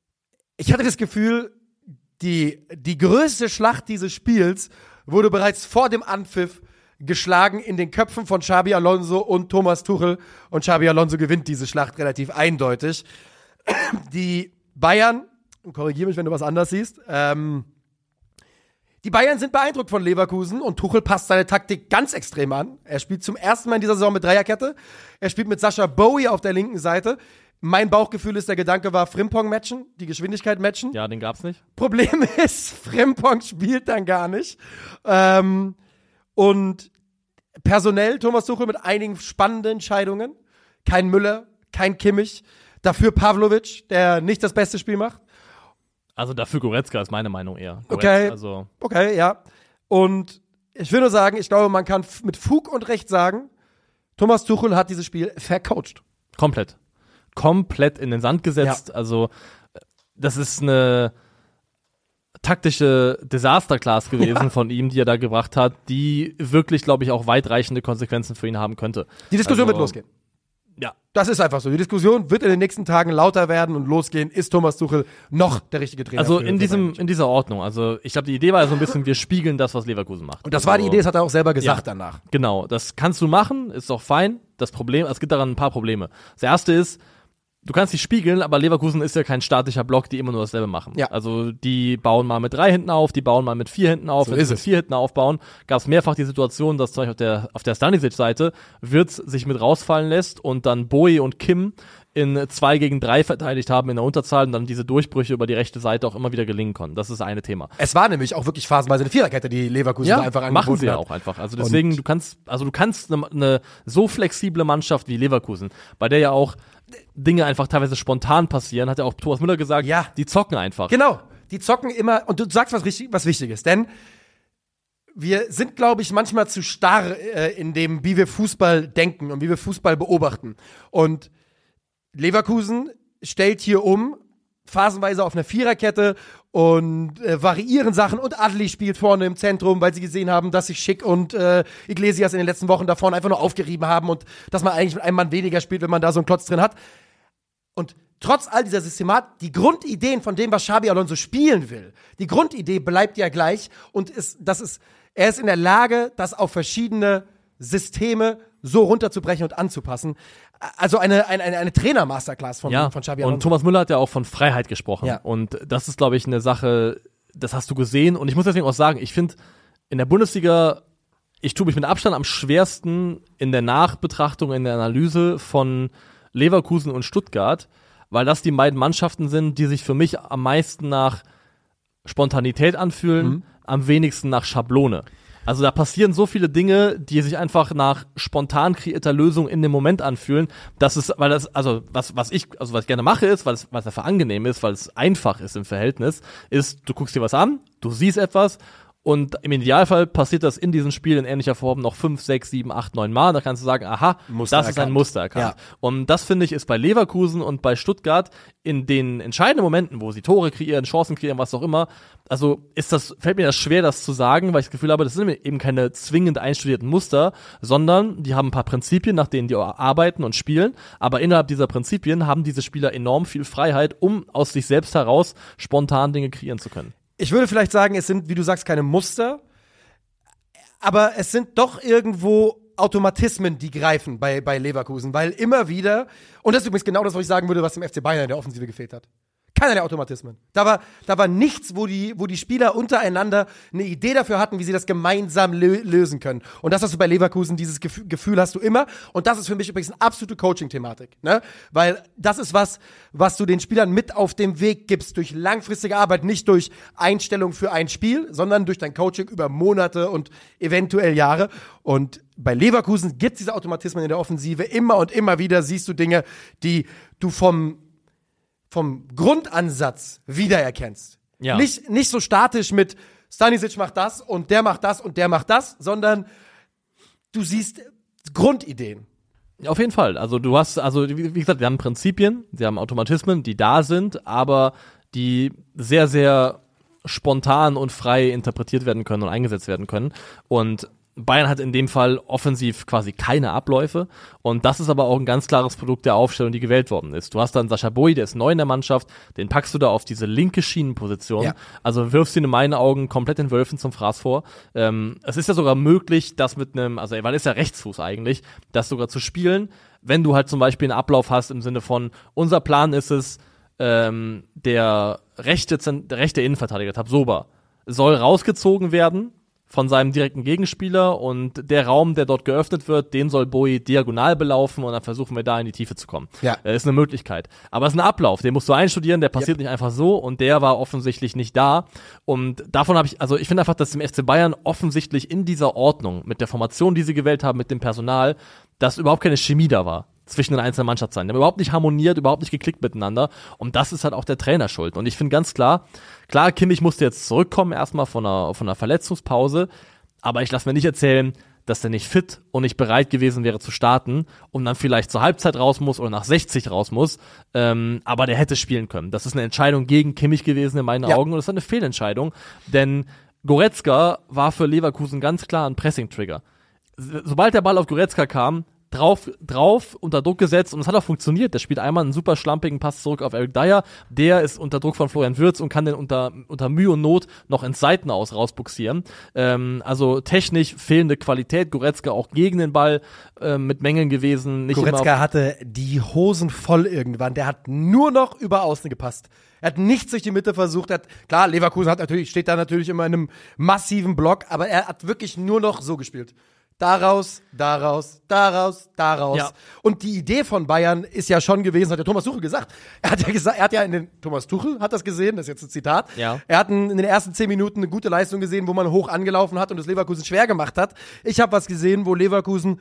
ich hatte das Gefühl, die, die größte Schlacht dieses Spiels wurde bereits vor dem Anpfiff geschlagen in den Köpfen von Xabi Alonso und Thomas Tuchel. Und Xabi Alonso gewinnt diese Schlacht relativ eindeutig. Die Bayern, korrigiere mich, wenn du was anders siehst, ähm, Die Bayern sind beeindruckt von Leverkusen und Tuchel passt seine Taktik ganz extrem an. Er spielt zum ersten Mal in dieser Saison mit Dreierkette. Er spielt mit Sascha Bowie auf der linken Seite. Mein Bauchgefühl ist, der Gedanke war Frimpong-Matchen, die Geschwindigkeit matchen. Ja, den gab's nicht. Problem ist, Frimpong spielt dann gar nicht. Ähm, und personell Thomas Tuchel mit einigen spannenden Entscheidungen. Kein Müller, kein Kimmich. Dafür Pavlovic, der nicht das beste Spiel macht. Also dafür Goretzka ist meine Meinung eher. Goretz, Okay, also okay, ja. Und ich will nur sagen, ich glaube, man kann f- mit Fug und Recht sagen, Thomas Tuchel hat dieses Spiel vercoacht. komplett. Komplett in den Sand gesetzt. Ja. Also das ist eine taktische Desasterclass gewesen Ja. von ihm, die er da gebracht hat, die wirklich, glaube ich, auch weitreichende Konsequenzen für ihn haben könnte. Die Diskussion Also, wird losgehen. Ja. Das ist einfach so. Die Diskussion wird in den nächsten Tagen lauter werden und losgehen. Ist Thomas Tuchel noch der richtige Trainer? Also für- in für diesem Bayern? in dieser Ordnung. Also ich glaube, die Idee war ja so ein bisschen, wir spiegeln das, was Leverkusen macht. Und das war die Also, Idee, das hat er auch selber gesagt Ja. danach. Genau, das kannst du machen, ist auch fein. Das Problem, es gibt daran ein paar Probleme. Das erste ist, du kannst dich spiegeln, aber Leverkusen ist ja kein statischer Block, die immer nur dasselbe machen. Ja. Also die bauen mal mit drei hinten auf, die bauen mal mit vier hinten auf. So Wenn ist sie mit es. vier hinten aufbauen, gab es mehrfach die Situation, dass zum Beispiel auf der, auf der Stanisic-Seite Wirtz sich mit rausfallen lässt und dann Bowie und Kim in zwei gegen drei verteidigt haben in der Unterzahl und dann diese Durchbrüche über die rechte Seite auch immer wieder gelingen konnten. Das ist das eine Thema. Es war nämlich auch wirklich phasenweise eine Viererkette, die Leverkusen da einfach angeboten machen sie ja hat. auch einfach. Also deswegen, du kannst, also du kannst eine, eine so flexible Mannschaft wie Leverkusen, bei der ja auch Dinge einfach teilweise spontan passieren, hat ja auch Thomas Müller gesagt, Ja. die zocken einfach. Genau, die zocken immer, und du sagst was, richtig, was Wichtiges, denn wir sind, glaube ich, manchmal zu starr äh, in dem, wie wir Fußball denken und wie wir Fußball beobachten. Und Leverkusen stellt hier um, phasenweise auf einer Viererkette und äh, variieren Sachen und Adli spielt vorne im Zentrum, weil sie gesehen haben, dass sich Schick und äh, Iglesias in den letzten Wochen da vorne einfach nur aufgerieben haben und dass man eigentlich mit einem Mann weniger spielt, wenn man da so einen Klotz drin hat. Und trotz all dieser Systematik, die Grundideen von dem, was Xabi Alonso spielen will, die Grundidee bleibt ja gleich und ist, das ist, er ist in der Lage, das auf verschiedene Systeme so runterzubrechen und anzupassen. Also eine, eine, eine, eine Trainer-Masterclass von, Ja, von Xabi Alonso. und Thomas Müller hat ja auch von Freiheit gesprochen. Ja. Und das ist, glaube ich, eine Sache, das hast du gesehen. Und ich muss deswegen auch sagen, ich finde, in der Bundesliga, ich tue mich mit Abstand am schwersten in der Nachbetrachtung, in der Analyse von Leverkusen und Stuttgart, weil das die beiden Mannschaften sind, die sich für mich am meisten nach Spontanität anfühlen, Mhm. am wenigsten nach Schablone. Also da passieren so viele Dinge, die sich einfach nach spontan kreierter Lösung in dem Moment anfühlen, dass es, weil das, also was, was ich, also was ich gerne mache ist, weil es, weil es einfach angenehm ist, weil es einfach ist im Verhältnis, ist, du guckst dir was an, du siehst etwas und im Idealfall passiert das in diesem Spiel in ähnlicher Form noch fünf, sechs, sieben, acht, neun Mal. Da kannst du sagen, aha, Muster das ist ein erkannt. Muster erkannt. Ja. Und das, finde ich, ist bei Leverkusen und bei Stuttgart in den entscheidenden Momenten, wo sie Tore kreieren, Chancen kreieren, was auch immer, also ist das, fällt mir das schwer, das zu sagen, weil ich das Gefühl habe, das sind eben keine zwingend einstudierten Muster, sondern die haben ein paar Prinzipien, nach denen die arbeiten und spielen, aber innerhalb dieser Prinzipien haben diese Spieler enorm viel Freiheit, um aus sich selbst heraus spontan Dinge kreieren zu können. Ich würde vielleicht sagen, es sind, wie du sagst, keine Muster, aber es sind doch irgendwo Automatismen, die greifen bei, bei Leverkusen, weil immer wieder, und das ist übrigens genau das, was ich sagen würde, was dem F C Bayern in der Offensive gefehlt hat. Keiner der Automatismen. Da war, da war nichts, wo die, wo die Spieler untereinander eine Idee dafür hatten, wie sie das gemeinsam lö- lösen können. Und das hast du bei Leverkusen, dieses Gefühl, Gefühl hast du immer. Und das ist für mich übrigens eine absolute Coaching-Thematik, ne? Weil das ist was, was du den Spielern mit auf den Weg gibst durch langfristige Arbeit, nicht durch Einstellung für ein Spiel, sondern durch dein Coaching über Monate und eventuell Jahre. Und bei Leverkusen gibt es diese Automatismen in der Offensive. Immer und immer wieder siehst du Dinge, die du vom vom Grundansatz wiedererkennst. Ja. Nicht, nicht so statisch mit Stanisic macht das und der macht das und der macht das, sondern du siehst Grundideen. Auf jeden Fall. Also du hast, also wie wie gesagt, wir haben Prinzipien, sie haben Automatismen, die da sind, aber die sehr, sehr spontan und frei interpretiert werden können und eingesetzt werden können. Und Bayern hat in dem Fall offensiv quasi keine Abläufe und das ist aber auch ein ganz klares Produkt der Aufstellung, die gewählt worden ist. Du hast dann Sascha Bowie, der ist neu in der Mannschaft, den packst du da auf diese linke Schienenposition, Ja. also wirfst ihn in meinen Augen komplett den Wölfen zum Fraß vor. Ähm, es ist ja sogar möglich, das mit einem, also weil er ist ja Rechtsfuß eigentlich, das sogar zu spielen, wenn du halt zum Beispiel einen Ablauf hast im Sinne von, unser Plan ist es, ähm, der rechte, Zen- der rechte Innenverteidiger, Tabsoba, soll rausgezogen werden von seinem direkten Gegenspieler und der Raum, der dort geöffnet wird, den soll Bowie diagonal belaufen und dann versuchen wir da in die Tiefe zu kommen. Ja. Äh, ist eine Möglichkeit. Aber es ist ein Ablauf, den musst du einstudieren, der passiert yep. nicht einfach so und der war offensichtlich nicht da. Und davon habe ich, also ich finde einfach, dass im F C Bayern offensichtlich in dieser Ordnung, mit der Formation, die sie gewählt haben, mit dem Personal, dass überhaupt keine Chemie da war zwischen den einzelnen Mannschaftsteilen. Die haben überhaupt nicht harmoniert, überhaupt nicht geklickt miteinander. Und das ist halt auch der Trainer schuld. Und ich finde ganz klar, klar, Kimmich musste jetzt zurückkommen, erstmal von einer, von einer Verletzungspause. Aber ich lasse mir nicht erzählen, dass der nicht fit und nicht bereit gewesen wäre zu starten und dann vielleicht zur Halbzeit raus muss oder nach sechzig raus muss. Ähm, aber der hätte spielen können. Das ist eine Entscheidung gegen Kimmich gewesen in meinen ja. Augen. Und das ist eine Fehlentscheidung. Denn Goretzka war für Leverkusen ganz klar ein Pressing-Trigger. Sobald der Ball auf Goretzka kam, drauf, drauf, unter Druck gesetzt und es hat auch funktioniert. Der spielt einmal einen super schlampigen Pass zurück auf Eric Dyer. Der ist unter Druck von Florian Wirtz und kann den unter, unter Mühe und Not noch ins Seitenaus rausbuxieren. Ähm, also technisch fehlende Qualität. Goretzka auch gegen den Ball äh, mit Mängeln gewesen. Nicht Goretzka hatte die Hosen voll irgendwann. Der hat nur noch über Außen gepasst. Er hat nichts durch die Mitte versucht. Er hat, klar, Leverkusen hat natürlich, steht da natürlich immer in einem massiven Block, aber er hat wirklich nur noch so gespielt. Daraus, daraus, daraus, daraus. Ja. Und die Idee von Bayern ist ja schon gewesen, hat der Thomas Tuchel gesagt. Er hat ja gesagt, er hat ja in den, Thomas Tuchel hat das gesehen, das ist jetzt ein Zitat. Ja. Er hat in den ersten zehn Minuten eine gute Leistung gesehen, wo man hoch angelaufen hat und das Leverkusen schwer gemacht hat. Ich habe was gesehen, wo Leverkusen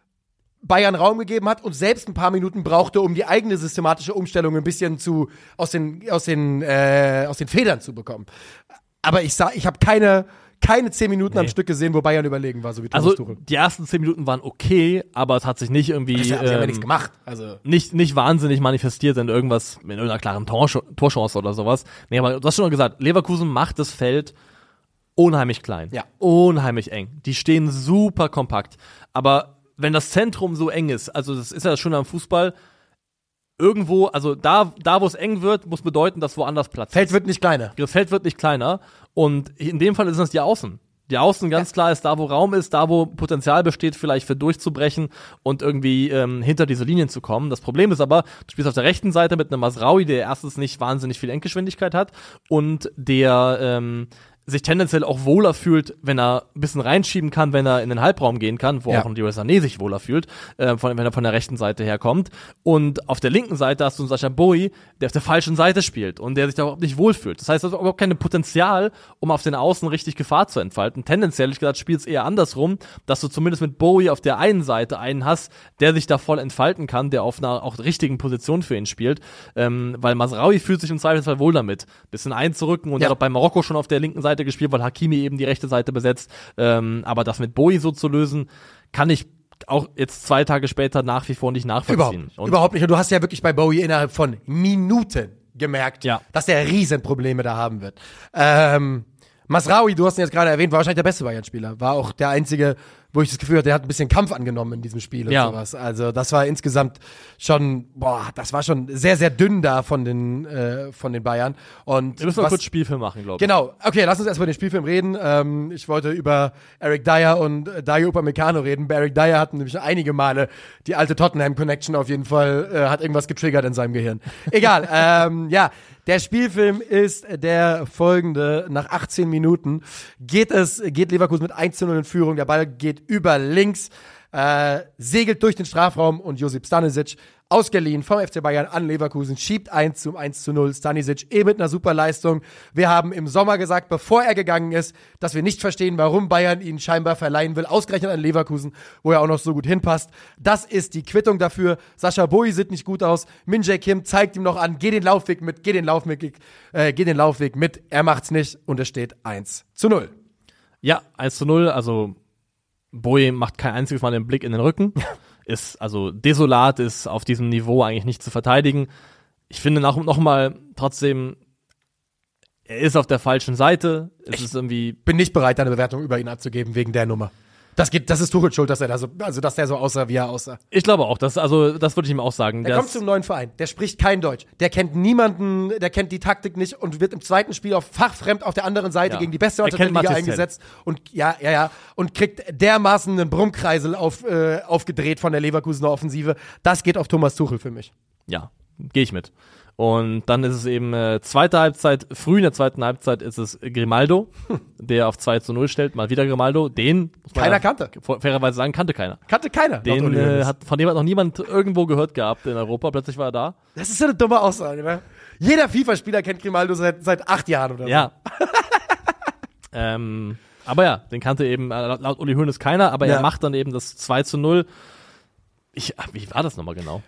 Bayern Raum gegeben hat und selbst ein paar Minuten brauchte, um die eigene systematische Umstellung ein bisschen zu, aus den, aus den, äh, aus den Federn zu bekommen. Aber ich sag, ich habe keine, keine zehn Minuten nee. am Stück gesehen, wo Bayern überlegen war, so wie Thomas also, Tuchel. Die ersten zehn Minuten waren okay, aber es hat sich nicht irgendwie das hat ähm, ja nichts gemacht. Also nicht, nicht wahnsinnig manifestiert in irgendwas, in irgendeiner klaren Torsch- Torchance oder sowas. Nee, aber du hast schon gesagt, Leverkusen macht das Feld unheimlich klein. Ja. Unheimlich eng. Die stehen super kompakt. Aber wenn das Zentrum so eng ist, also das ist ja das Schöne am Fußball, irgendwo, also da, da wo es eng wird, muss bedeuten, dass woanders Platz Feld ist. wird nicht kleiner. Das Feld wird nicht kleiner. Und in dem Fall ist es die Außen. Die Außen ganz ja. klar ist da, wo Raum ist, da, wo Potenzial besteht, vielleicht für durchzubrechen und irgendwie ähm, hinter diese Linien zu kommen. Das Problem ist aber, du spielst auf der rechten Seite mit einem Masraoui, der erstens nicht wahnsinnig viel Endgeschwindigkeit hat und der ähm, sich tendenziell auch wohler fühlt, wenn er ein bisschen reinschieben kann, wenn er in den Halbraum gehen kann, wo ja. auch ein Leroy Sané sich wohler fühlt, äh, von, wenn er von der rechten Seite herkommt. Und auf der linken Seite hast du einen Sacha Boey, der auf der falschen Seite spielt und der sich da überhaupt nicht wohlfühlt. Das heißt, du hast überhaupt kein Potenzial, um auf den Außen richtig Gefahr zu entfalten. Tendenziell, ich gesagt, spielt es eher andersrum, dass du zumindest mit Boey auf der einen Seite einen hast, der sich da voll entfalten kann, der auf einer auch richtigen Position für ihn spielt. Ähm, weil Masraoui fühlt sich im Zweifelsfall wohl damit, bisschen einzurücken und ja. er hat auch bei Marokko schon auf der linken Seite gespielt, weil Hakimi eben die rechte Seite besetzt. Ähm, aber das mit Boey so zu lösen, kann ich auch jetzt zwei Tage später nach wie vor nicht nachvollziehen. Überhaupt, überhaupt nicht. Und du hast ja wirklich bei Boey innerhalb von Minuten gemerkt, ja. dass der Riesenprobleme da haben wird. Ähm, Masraoui, du hast ihn jetzt gerade erwähnt, war wahrscheinlich der beste Bayern-Spieler. War auch der einzige, wo ich das Gefühl hatte, der hat ein bisschen Kampf angenommen in diesem Spiel und ja. sowas. Also das war insgesamt schon, boah, das war schon sehr, sehr dünn da von den äh, von den Bayern. Und wir müssen mal kurz Spielfilm machen, glaube ich. Genau, okay, lass uns erst über den Spielfilm reden. Ähm, ich wollte über Eric Dyer und äh, Dayo Upamecano reden. Bei Eric Dyer hatten nämlich einige Male die alte Tottenham-Connection auf jeden Fall, äh, hat irgendwas getriggert in seinem Gehirn. Egal, ähm, ja, der Spielfilm ist der folgende. Nach achtzehn Minuten geht es, geht Leverkusen mit eins zu null in Führung. Der Ball geht über links, äh, segelt durch den Strafraum und Josip Stanisic, ausgeliehen vom F C Bayern an Leverkusen, schiebt eins zum eins zu null. Stanisic eh mit einer super Leistung. Wir haben im Sommer gesagt, bevor er gegangen ist, dass wir nicht verstehen, warum Bayern ihn scheinbar verleihen will, ausgerechnet an Leverkusen, wo er auch noch so gut hinpasst. Das ist die Quittung dafür. Sascha Boey sieht nicht gut aus. Min Jae Kim zeigt ihm noch an, geh den Laufweg mit, geh den Laufweg, äh, geh den Laufweg mit. Er macht's nicht und es steht eins zu null. Ja, eins zu null, also Boey macht kein einziges Mal den Blick in den Rücken. Ist also desolat, ist auf diesem Niveau eigentlich nicht zu verteidigen. Ich finde noch, noch mal trotzdem, er ist auf der falschen Seite. Es ich ist irgendwie bin nicht bereit, eine Bewertung über ihn abzugeben wegen der Nummer. Das geht, das ist Tuchels Schuld, dass er da so, also dass der so aussah, wie er aussah. Ich glaube auch, das, also das würde ich ihm auch sagen. Der kommt zum neuen Verein, der spricht kein Deutsch, der kennt niemanden, der kennt die Taktik nicht und wird im zweiten Spiel auf fachfremd auf der anderen Seite ja. gegen die beste Mannschaft der Liga eingesetzt und ja, ja, ja und kriegt dermaßen einen Brummkreisel auf, äh, aufgedreht von der Leverkusener Offensive. Das geht auf Thomas Tuchel für mich. Ja, gehe ich mit. Und dann ist es eben äh, zweite Halbzeit, früh in der zweiten Halbzeit ist es Grimaldo, der auf zwei zu null stellt. Mal wieder Grimaldo. Den, muss man Keiner ja kannte. fairerweise sagen, kannte keiner. Kannte keiner. Den äh, hat, von dem hat noch niemand irgendwo gehört gehabt in Europa. Plötzlich war er da. Das ist so eine dumme Aussage, ne? Jeder FIFA-Spieler kennt Grimaldo seit, seit acht Jahren oder so. Ja. ähm, aber ja, den kannte eben äh, laut Uli Hoeneß keiner, aber Ja. er macht dann eben das zwei zu null. Ich, wie war das nochmal genau?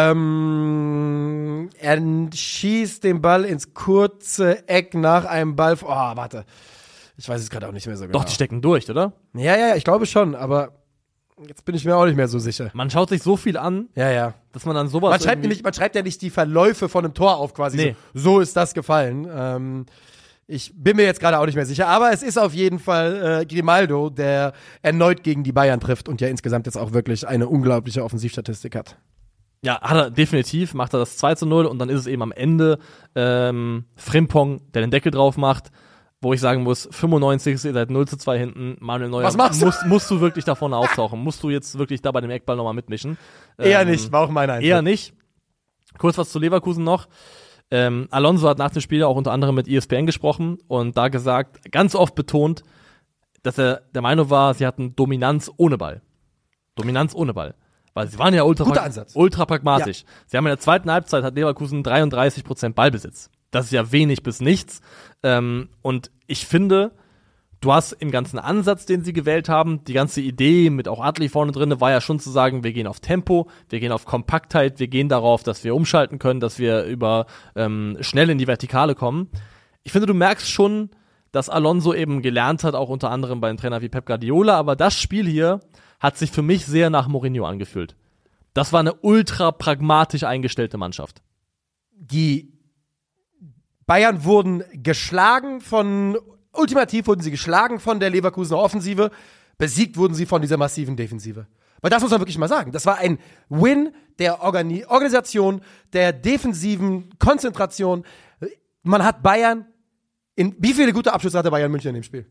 Ähm, er schießt den Ball ins kurze Eck nach einem Ball. Oh, warte. Ich weiß es gerade auch nicht mehr so genau. Doch, die stecken durch, oder? Ja, ja, ich glaube schon, aber jetzt bin ich mir auch nicht mehr so sicher. Man schaut sich so viel an, Ja, ja. dass man dann sowas Man schreibt, irgendwie- nämlich, man schreibt ja nicht die Verläufe von einem Tor auf quasi. Nee. So, so ist das gefallen. Ähm, ich bin mir jetzt gerade auch nicht mehr sicher, aber es ist auf jeden Fall äh, Grimaldo, der erneut gegen die Bayern trifft und ja insgesamt jetzt auch wirklich eine unglaubliche Offensivstatistik hat. Ja, hat er definitiv, macht er das zwei zu null und dann ist es eben am Ende ähm, Frimpong, der den Deckel drauf macht, wo ich sagen muss, fünfundneunzig ihr seid null zu zwei hinten, Manuel Neuer, Was machst du? musst, musst du wirklich da vorne auftauchen? Musst du jetzt wirklich da bei dem Eckball nochmal mitmischen? Eher Ähm, nicht, war auch mein Eindruck. Eher nicht. Kurz was zu Leverkusen noch. Ähm, Alonso hat nach dem Spiel auch unter anderem mit E S P N gesprochen und da gesagt, ganz oft betont, dass er der Meinung war, sie hatten Dominanz ohne Ball. Dominanz ohne Ball. Weil sie waren ja ultra, Guter prag- Ansatz. ultra pragmatisch. Sie haben in der zweiten Halbzeit hat Leverkusen dreiunddreißig Prozent Ballbesitz. Das ist ja wenig bis nichts. Ähm, und ich finde, du hast im ganzen Ansatz, den sie gewählt haben, die ganze Idee mit auch Adli vorne drin, war ja schon zu sagen, wir gehen auf Tempo, wir gehen auf Kompaktheit, wir gehen darauf, dass wir umschalten können, dass wir über ähm, schnell in die Vertikale kommen. Ich finde, du merkst schon, dass Alonso eben gelernt hat, auch unter anderem bei einem Trainer wie Pep Guardiola, aber das Spiel hier hat sich für mich sehr nach Mourinho angefühlt. Das war eine ultra pragmatisch eingestellte Mannschaft. Die Bayern wurden geschlagen von, ultimativ wurden sie geschlagen von der Leverkusener Offensive, besiegt wurden sie von dieser massiven Defensive. Weil das muss man wirklich mal sagen. Das war ein Win der Organi- Organisation, der defensiven Konzentration. Man hat Bayern in, wie viele gute Abschlüsse hatte Bayern München in dem Spiel?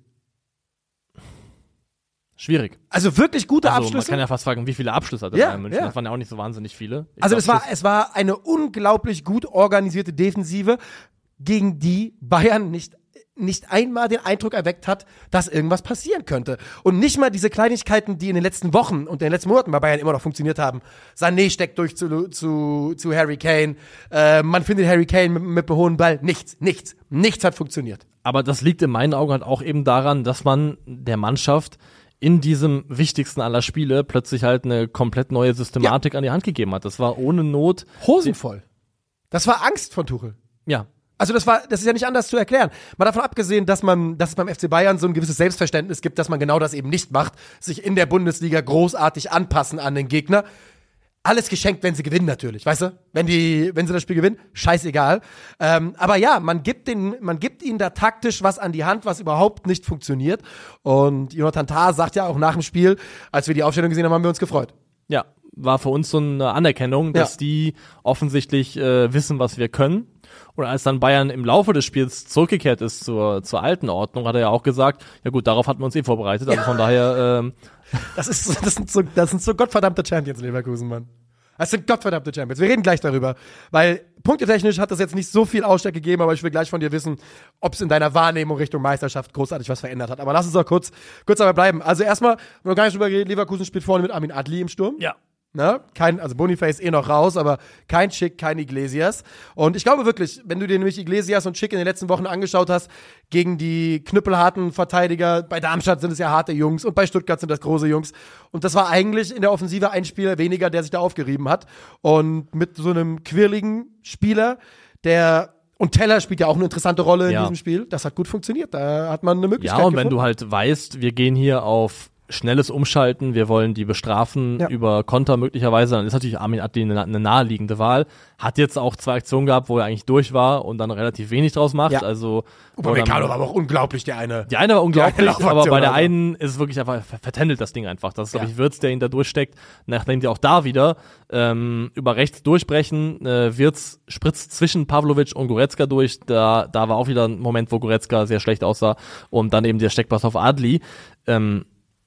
Schwierig. Also wirklich gute Also man Abschlüsse. kann ja fast fragen, wie viele Abschlüsse hat Ja, Bayern München? ja. Das waren ja auch nicht so wahnsinnig viele. Ich Also glaub, es war, das- es war eine unglaublich gut organisierte Defensive, gegen die Bayern nicht, nicht einmal den Eindruck erweckt hat, dass irgendwas passieren könnte. Und nicht mal diese Kleinigkeiten, die in den letzten Wochen und in den letzten Monaten bei Bayern immer noch funktioniert haben. Sané steckt durch zu, zu, zu Harry Kane. Äh, man findet Harry Kane mit, mit dem hohen Ball. Nichts, nichts, nichts hat funktioniert. Aber das liegt in meinen Augen halt auch eben daran, dass man der Mannschaft in diesem wichtigsten aller Spiele plötzlich halt eine komplett neue Systematik an die Hand gegeben hat. Das war ohne Not. Hosen voll. Das war Angst von Tuchel. Ja. Also das war, das ist ja nicht anders zu erklären. Mal davon abgesehen, dass man, dass es beim F C Bayern so ein gewisses Selbstverständnis gibt, dass man genau das eben nicht macht, sich in der Bundesliga großartig anpassen an den Gegner. Alles geschenkt, wenn sie gewinnen natürlich, weißt du? Wenn die, wenn sie das Spiel gewinnen, scheißegal. Ähm, aber ja, man gibt den, man gibt ihnen da taktisch was an die Hand, was überhaupt nicht funktioniert. Und Jonathan Tah sagt ja auch nach dem Spiel, als wir die Aufstellung gesehen haben, haben wir uns gefreut. Ja, war für uns so eine Anerkennung, dass Ja. die offensichtlich äh, wissen, was wir können. Und als dann Bayern im Laufe des Spiels zurückgekehrt ist zur, zur alten Ordnung, hat er ja auch gesagt, ja gut, darauf hatten wir uns eh vorbereitet. Also von daher, ähm, Das ist, so- das sind so, das sind so gottverdammte Champions, Leverkusen, Mann. Das sind gottverdammte Champions. Wir reden gleich darüber, weil punktetechnisch hat das jetzt nicht so viel Ausschlag gegeben, aber ich will gleich von dir wissen, ob es in deiner Wahrnehmung Richtung Meisterschaft großartig was verändert hat. Aber lass uns doch kurz, kurz dabei bleiben. Also erstmal, wir haben gar nicht drüber geredet, Leverkusen spielt vorne mit Armin Adli im Sturm. ja. Ne? Kein, also Boniface eh noch raus, aber kein Schick, kein Iglesias. Und ich glaube wirklich, wenn du dir nämlich Iglesias und Schick in den letzten Wochen angeschaut hast, gegen die knüppelharten Verteidiger, bei Darmstadt sind es ja harte Jungs und bei Stuttgart sind das große Jungs. Und das war eigentlich in der Offensive ein Spieler weniger, der sich da aufgerieben hat. Und mit so einem quirligen Spieler, der und Teller spielt ja auch eine interessante Rolle in Ja. diesem Spiel. Das hat gut funktioniert. Da hat man eine Möglichkeit Ja, und wenn gefunden. du halt weißt, wir gehen hier auf schnelles Umschalten, wir wollen die bestrafen Ja. über Konter möglicherweise, dann ist natürlich Armin Adli eine, eine naheliegende Wahl. Hat jetzt auch zwei Aktionen gehabt, wo er eigentlich durch war und dann relativ wenig draus macht. Ja. Also Upamecano war aber auch unglaublich, der eine. die eine war unglaublich, Die eine Laufaktion aber bei der also. einen ist es wirklich einfach, ver- vertändelt das Ding einfach. Das ist, glaube Ja. ich, Wirtz, der ihn da durchsteckt. Nachdem die auch da wieder ähm, über rechts durchbrechen, äh, Wirtz spritzt zwischen Pavlovic und Goretzka durch. Da, da war auch wieder ein Moment, wo Goretzka sehr schlecht aussah. Und dann eben der Steckpass auf Adli. Ähm,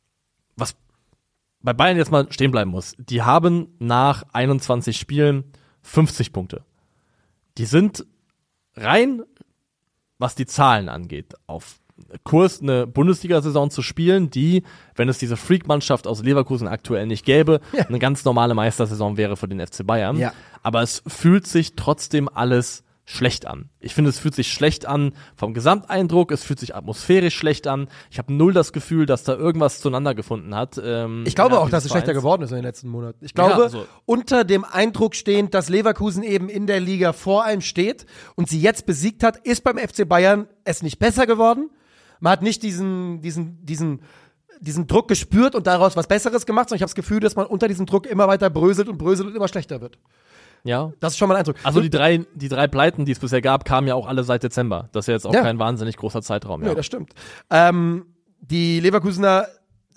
was bei Bayern jetzt mal stehen bleiben muss. Die haben nach einundzwanzig Spielen fünfzig Punkte. die sind rein, was die Zahlen angeht, auf Kurs, eine Bundesliga-Saison zu spielen, die, wenn es diese Freak-Mannschaft aus Leverkusen aktuell nicht gäbe, ja. eine ganz normale Meistersaison wäre für den F C Bayern. Ja. Aber es fühlt sich trotzdem alles schlecht an. Ich finde, es fühlt sich schlecht an vom Gesamteindruck, es fühlt sich atmosphärisch schlecht an. Ich habe null das Gefühl, dass da irgendwas zueinander gefunden hat. Ähm, ich glaube auch, dass es schlechter geworden ist in den letzten Monaten. Ich glaube, ja, also, unter dem Eindruck stehend, dass Leverkusen eben in der Liga vor einem steht und sie jetzt besiegt hat, ist beim F C Bayern es nicht besser geworden. Man hat nicht diesen, diesen, diesen, diesen Druck gespürt und daraus was Besseres gemacht, sondern ich habe das Gefühl, dass man unter diesem Druck immer weiter bröselt und bröselt und immer schlechter wird. Ja. Das ist schon mal ein Eindruck. Also die drei, die drei Pleiten, die es bisher gab, kamen ja auch alle seit Dezember. Das ist ja jetzt auch ja. kein wahnsinnig großer Zeitraum. Ja, ja das stimmt. Ähm, die Leverkusener,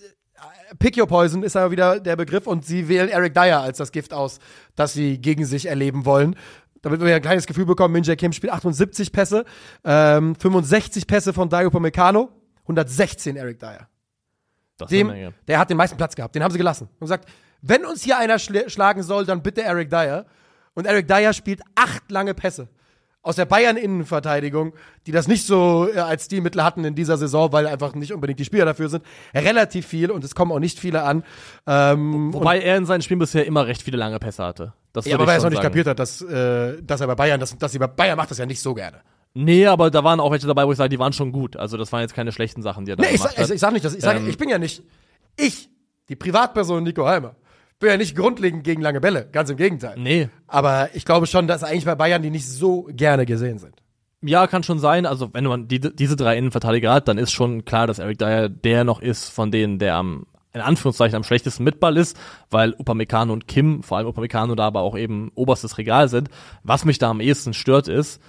Pick Your Poison ist aber wieder der Begriff und sie wählen Eric Dyer als das Gift aus, das sie gegen sich erleben wollen. Damit wir ein kleines Gefühl bekommen, Min Jae Kim spielt achtundsiebzig Pässe, ähm, fünfundsechzig Pässe von Dayot Upamecano, hundertsechzehn Eric Dyer. Das Dem, ist eine Menge. Der hat den meisten Platz gehabt, den haben sie gelassen. Und gesagt, wenn uns hier einer schl- schlagen soll, dann bitte Eric Dyer. Und Eric Dyer spielt acht lange Pässe aus der Bayern-Innenverteidigung, die das nicht so äh, als Stilmittel hatten in dieser Saison, weil einfach nicht unbedingt die Spieler dafür sind. Relativ viel und es kommen auch nicht viele an. Ähm, Wobei er in seinen Spielen bisher immer recht viele lange Pässe hatte. Das ja, aber weil er es noch nicht kapiert hat, dass, äh, dass er bei Bayern, dass, dass sie bei Bayern macht das ja nicht so gerne. Nee, aber da waren auch welche dabei, wo ich sage, die waren schon gut. Also das waren jetzt keine schlechten Sachen, die er da nee, gemacht ich, hat. Ich sag nicht, dass, ich, sag, ähm, ich bin ja nicht, ich, die Privatperson Nico Halmer, bin ja nicht grundlegend gegen lange Bälle, ganz im Gegenteil. Nee. Aber ich glaube schon, dass eigentlich bei Bayern die nicht so gerne gesehen sind. Ja, kann schon sein. Also wenn man die, diese drei Innenverteidiger hat, dann ist schon klar, dass Eric Dyer der noch ist von denen, der am, in Anführungszeichen, am schlechtesten mit Ball ist, weil Upamecano und Kim, vor allem Upamecano, da aber auch eben oberstes Regal sind. Was mich da am ehesten stört ist,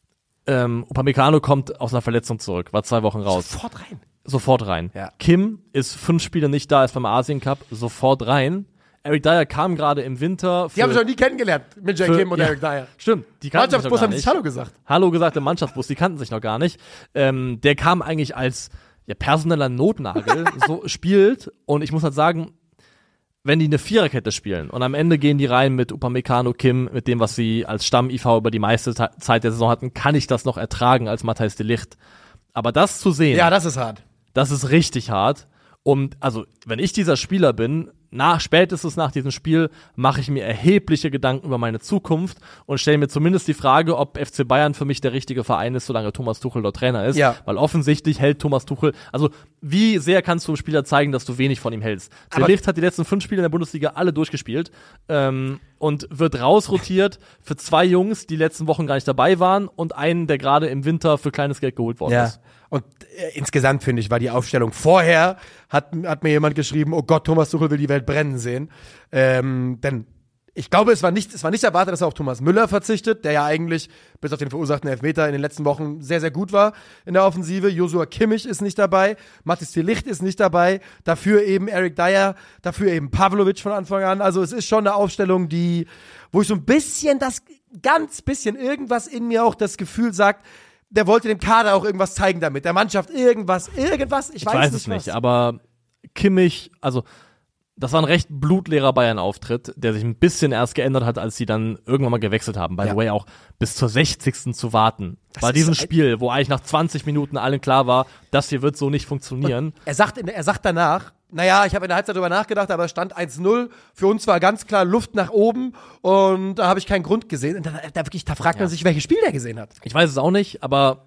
ähm, Upamecano kommt aus einer Verletzung zurück, war zwei Wochen raus. Sofort rein. Sofort rein. Ja. Kim ist fünf Spiele nicht da, ist beim Asien Cup, sofort rein. Eric Dyer kam gerade im Winter. Die haben sich noch nie kennengelernt, Min Jae Kim und ja, Eric Dyer. Stimmt. Die kannten Mannschaftsbus sich haben sich Hallo gesagt. Hallo gesagt im Mannschaftsbus, die kannten sich noch gar nicht. Ähm, der kam eigentlich als ja, personeller Notnagel, so spielt. Und ich muss halt sagen, wenn die eine Viererkette spielen und am Ende gehen die rein mit Upamecano, Kim, mit dem, was sie als Stamm-I V über die meiste Ta- Zeit der Saison hatten, kann ich das noch ertragen als Matthijs de Ligt. Aber das zu sehen, ja, das ist hart. Das ist richtig hart. Und also, wenn ich dieser Spieler bin, nach, spätestens nach diesem Spiel mache ich mir erhebliche Gedanken über meine Zukunft und stelle mir zumindest die Frage, ob F C Bayern für mich der richtige Verein ist, solange Thomas Tuchel dort Trainer ist. Ja. Weil offensichtlich hält Thomas Tuchel, also wie sehr kannst du einem Spieler zeigen, dass du wenig von ihm hältst? De Ligt hat die letzten fünf Spiele in der Bundesliga alle durchgespielt ähm, und wird rausrotiert für zwei Jungs, die letzten Wochen gar nicht dabei waren und einen, der gerade im Winter für kleines Geld geholt worden ja. ist. Und äh, insgesamt, finde ich, war die Aufstellung vorher, hat, hat mir jemand geschrieben, oh Gott, Thomas Tuchel will die Welt brennen sehen. Ähm, denn ich glaube, es war nicht, es war nicht erwartet, dass er auf Thomas Müller verzichtet, der ja eigentlich, bis auf den verursachten Elfmeter in den letzten Wochen sehr, sehr gut war in der Offensive. Joshua Kimmich ist nicht dabei, Matthijs de Ligt ist nicht dabei, dafür eben Eric Dyer, dafür eben Pavlovic von Anfang an. Also es ist schon eine Aufstellung, die, wo ich so ein bisschen das, ganz bisschen irgendwas in mir auch das Gefühl sagt, der wollte dem Kader auch irgendwas zeigen damit, der Mannschaft irgendwas, irgendwas, ich, ich weiß, weiß nicht es nicht, was. aber Kimmich, also das war ein recht blutleerer Bayern-Auftritt, der sich ein bisschen erst geändert hat, als sie dann irgendwann mal gewechselt haben. By ja. the way, auch bis zur sechzigsten zu warten. Das Bei diesem ist Spiel, wo eigentlich nach zwanzig Minuten allen klar war, das hier wird so nicht funktionieren. Und er sagt, in, er sagt danach, naja, ich habe in der Halbzeit darüber nachgedacht, aber es stand eins null. Für uns war ganz klar Luft nach oben und da habe ich keinen Grund gesehen. Und da, da, wirklich, da fragt Ja. man sich, welches Spiel der gesehen hat. Ich weiß es auch nicht, aber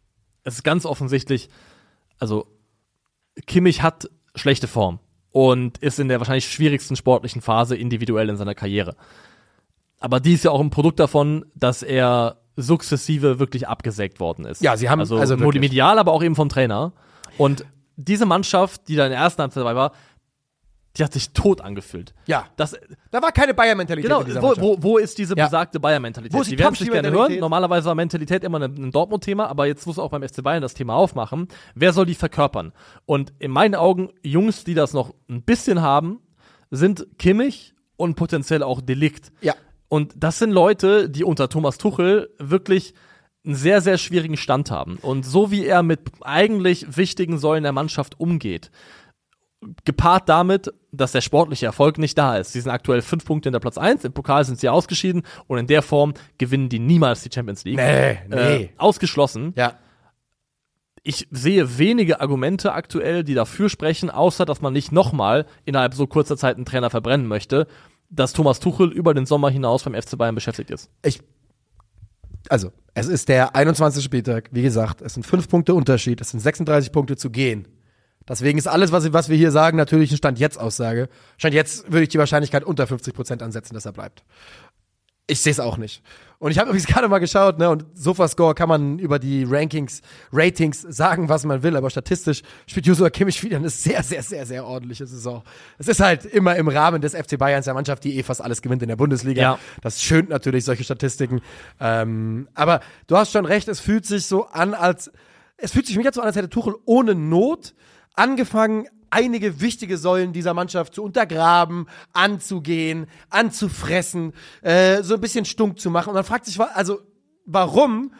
es ist ganz offensichtlich, also Kimmich hat schlechte Form und ist in der wahrscheinlich schwierigsten sportlichen Phase individuell in seiner Karriere. Aber die ist ja auch ein Produkt davon, dass er sukzessive wirklich abgesägt worden ist. Ja, sie haben also, also nur wirklich. medial, aber auch eben vom Trainer. Und diese Mannschaft, die da in der ersten Halbzeit dabei war, die hat sich tot angefühlt. Ja, Das, da war keine Bayern-Mentalität genau, in dieser wo, Mannschaft. wo, wo ist diese Ja. besagte Bayern-Mentalität? Wo ist die die werden es nicht gerne Top-Mentalität? hören. Normalerweise war Mentalität immer ein, ein Dortmund-Thema, aber jetzt muss auch beim F C Bayern das Thema aufmachen. Wer soll die verkörpern? Und in meinen Augen, Jungs, die das noch ein bisschen haben, sind Kimmich und potenziell auch de Ligt. Ja. Und das sind Leute, die unter Thomas Tuchel wirklich einen sehr, sehr schwierigen Stand haben. Und so wie er mit eigentlich wichtigen Säulen der Mannschaft umgeht, gepaart damit, dass der sportliche Erfolg nicht da ist. Sie sind aktuell fünf Punkte hinter Platz eins, im Pokal sind sie ausgeschieden und in der Form gewinnen die niemals die Champions League. Nee, nee. Äh, ausgeschlossen. Ja. Ich sehe wenige Argumente aktuell, die dafür sprechen, außer dass man nicht nochmal innerhalb so kurzer Zeit einen Trainer verbrennen möchte, dass Thomas Tuchel über den Sommer hinaus beim F C Bayern beschäftigt ist. Ich, also, es ist der einundzwanzigste Spieltag, wie gesagt, es sind fünf Punkte Unterschied, es sind sechsunddreißig Punkte zu gehen. Deswegen ist alles, was, was wir hier sagen, natürlich eine Stand-Jetzt-Aussage. Stand jetzt würde ich die Wahrscheinlichkeit unter fünfzig Prozent ansetzen, dass er bleibt. Ich sehe es auch nicht. Und ich habe übrigens gerade mal geschaut, ne, und Sofascore kann man über die Rankings, Ratings sagen, was man will, aber statistisch spielt Joshua Kimmich wieder eine sehr, sehr, sehr, sehr ordentliche Saison. Es ist halt immer im Rahmen des F C Bayerns, der Mannschaft, die eh fast alles gewinnt in der Bundesliga. Ja. Das schönt natürlich solche Statistiken. Ähm, aber du hast schon recht, es fühlt sich so an, als, es fühlt sich für mich jetzt so an, als hätte Tuchel ohne Not angefangen, einige wichtige Säulen dieser Mannschaft zu untergraben, anzugehen, anzufressen, äh, so ein bisschen stunk zu machen. Und man fragt sich, also, warum?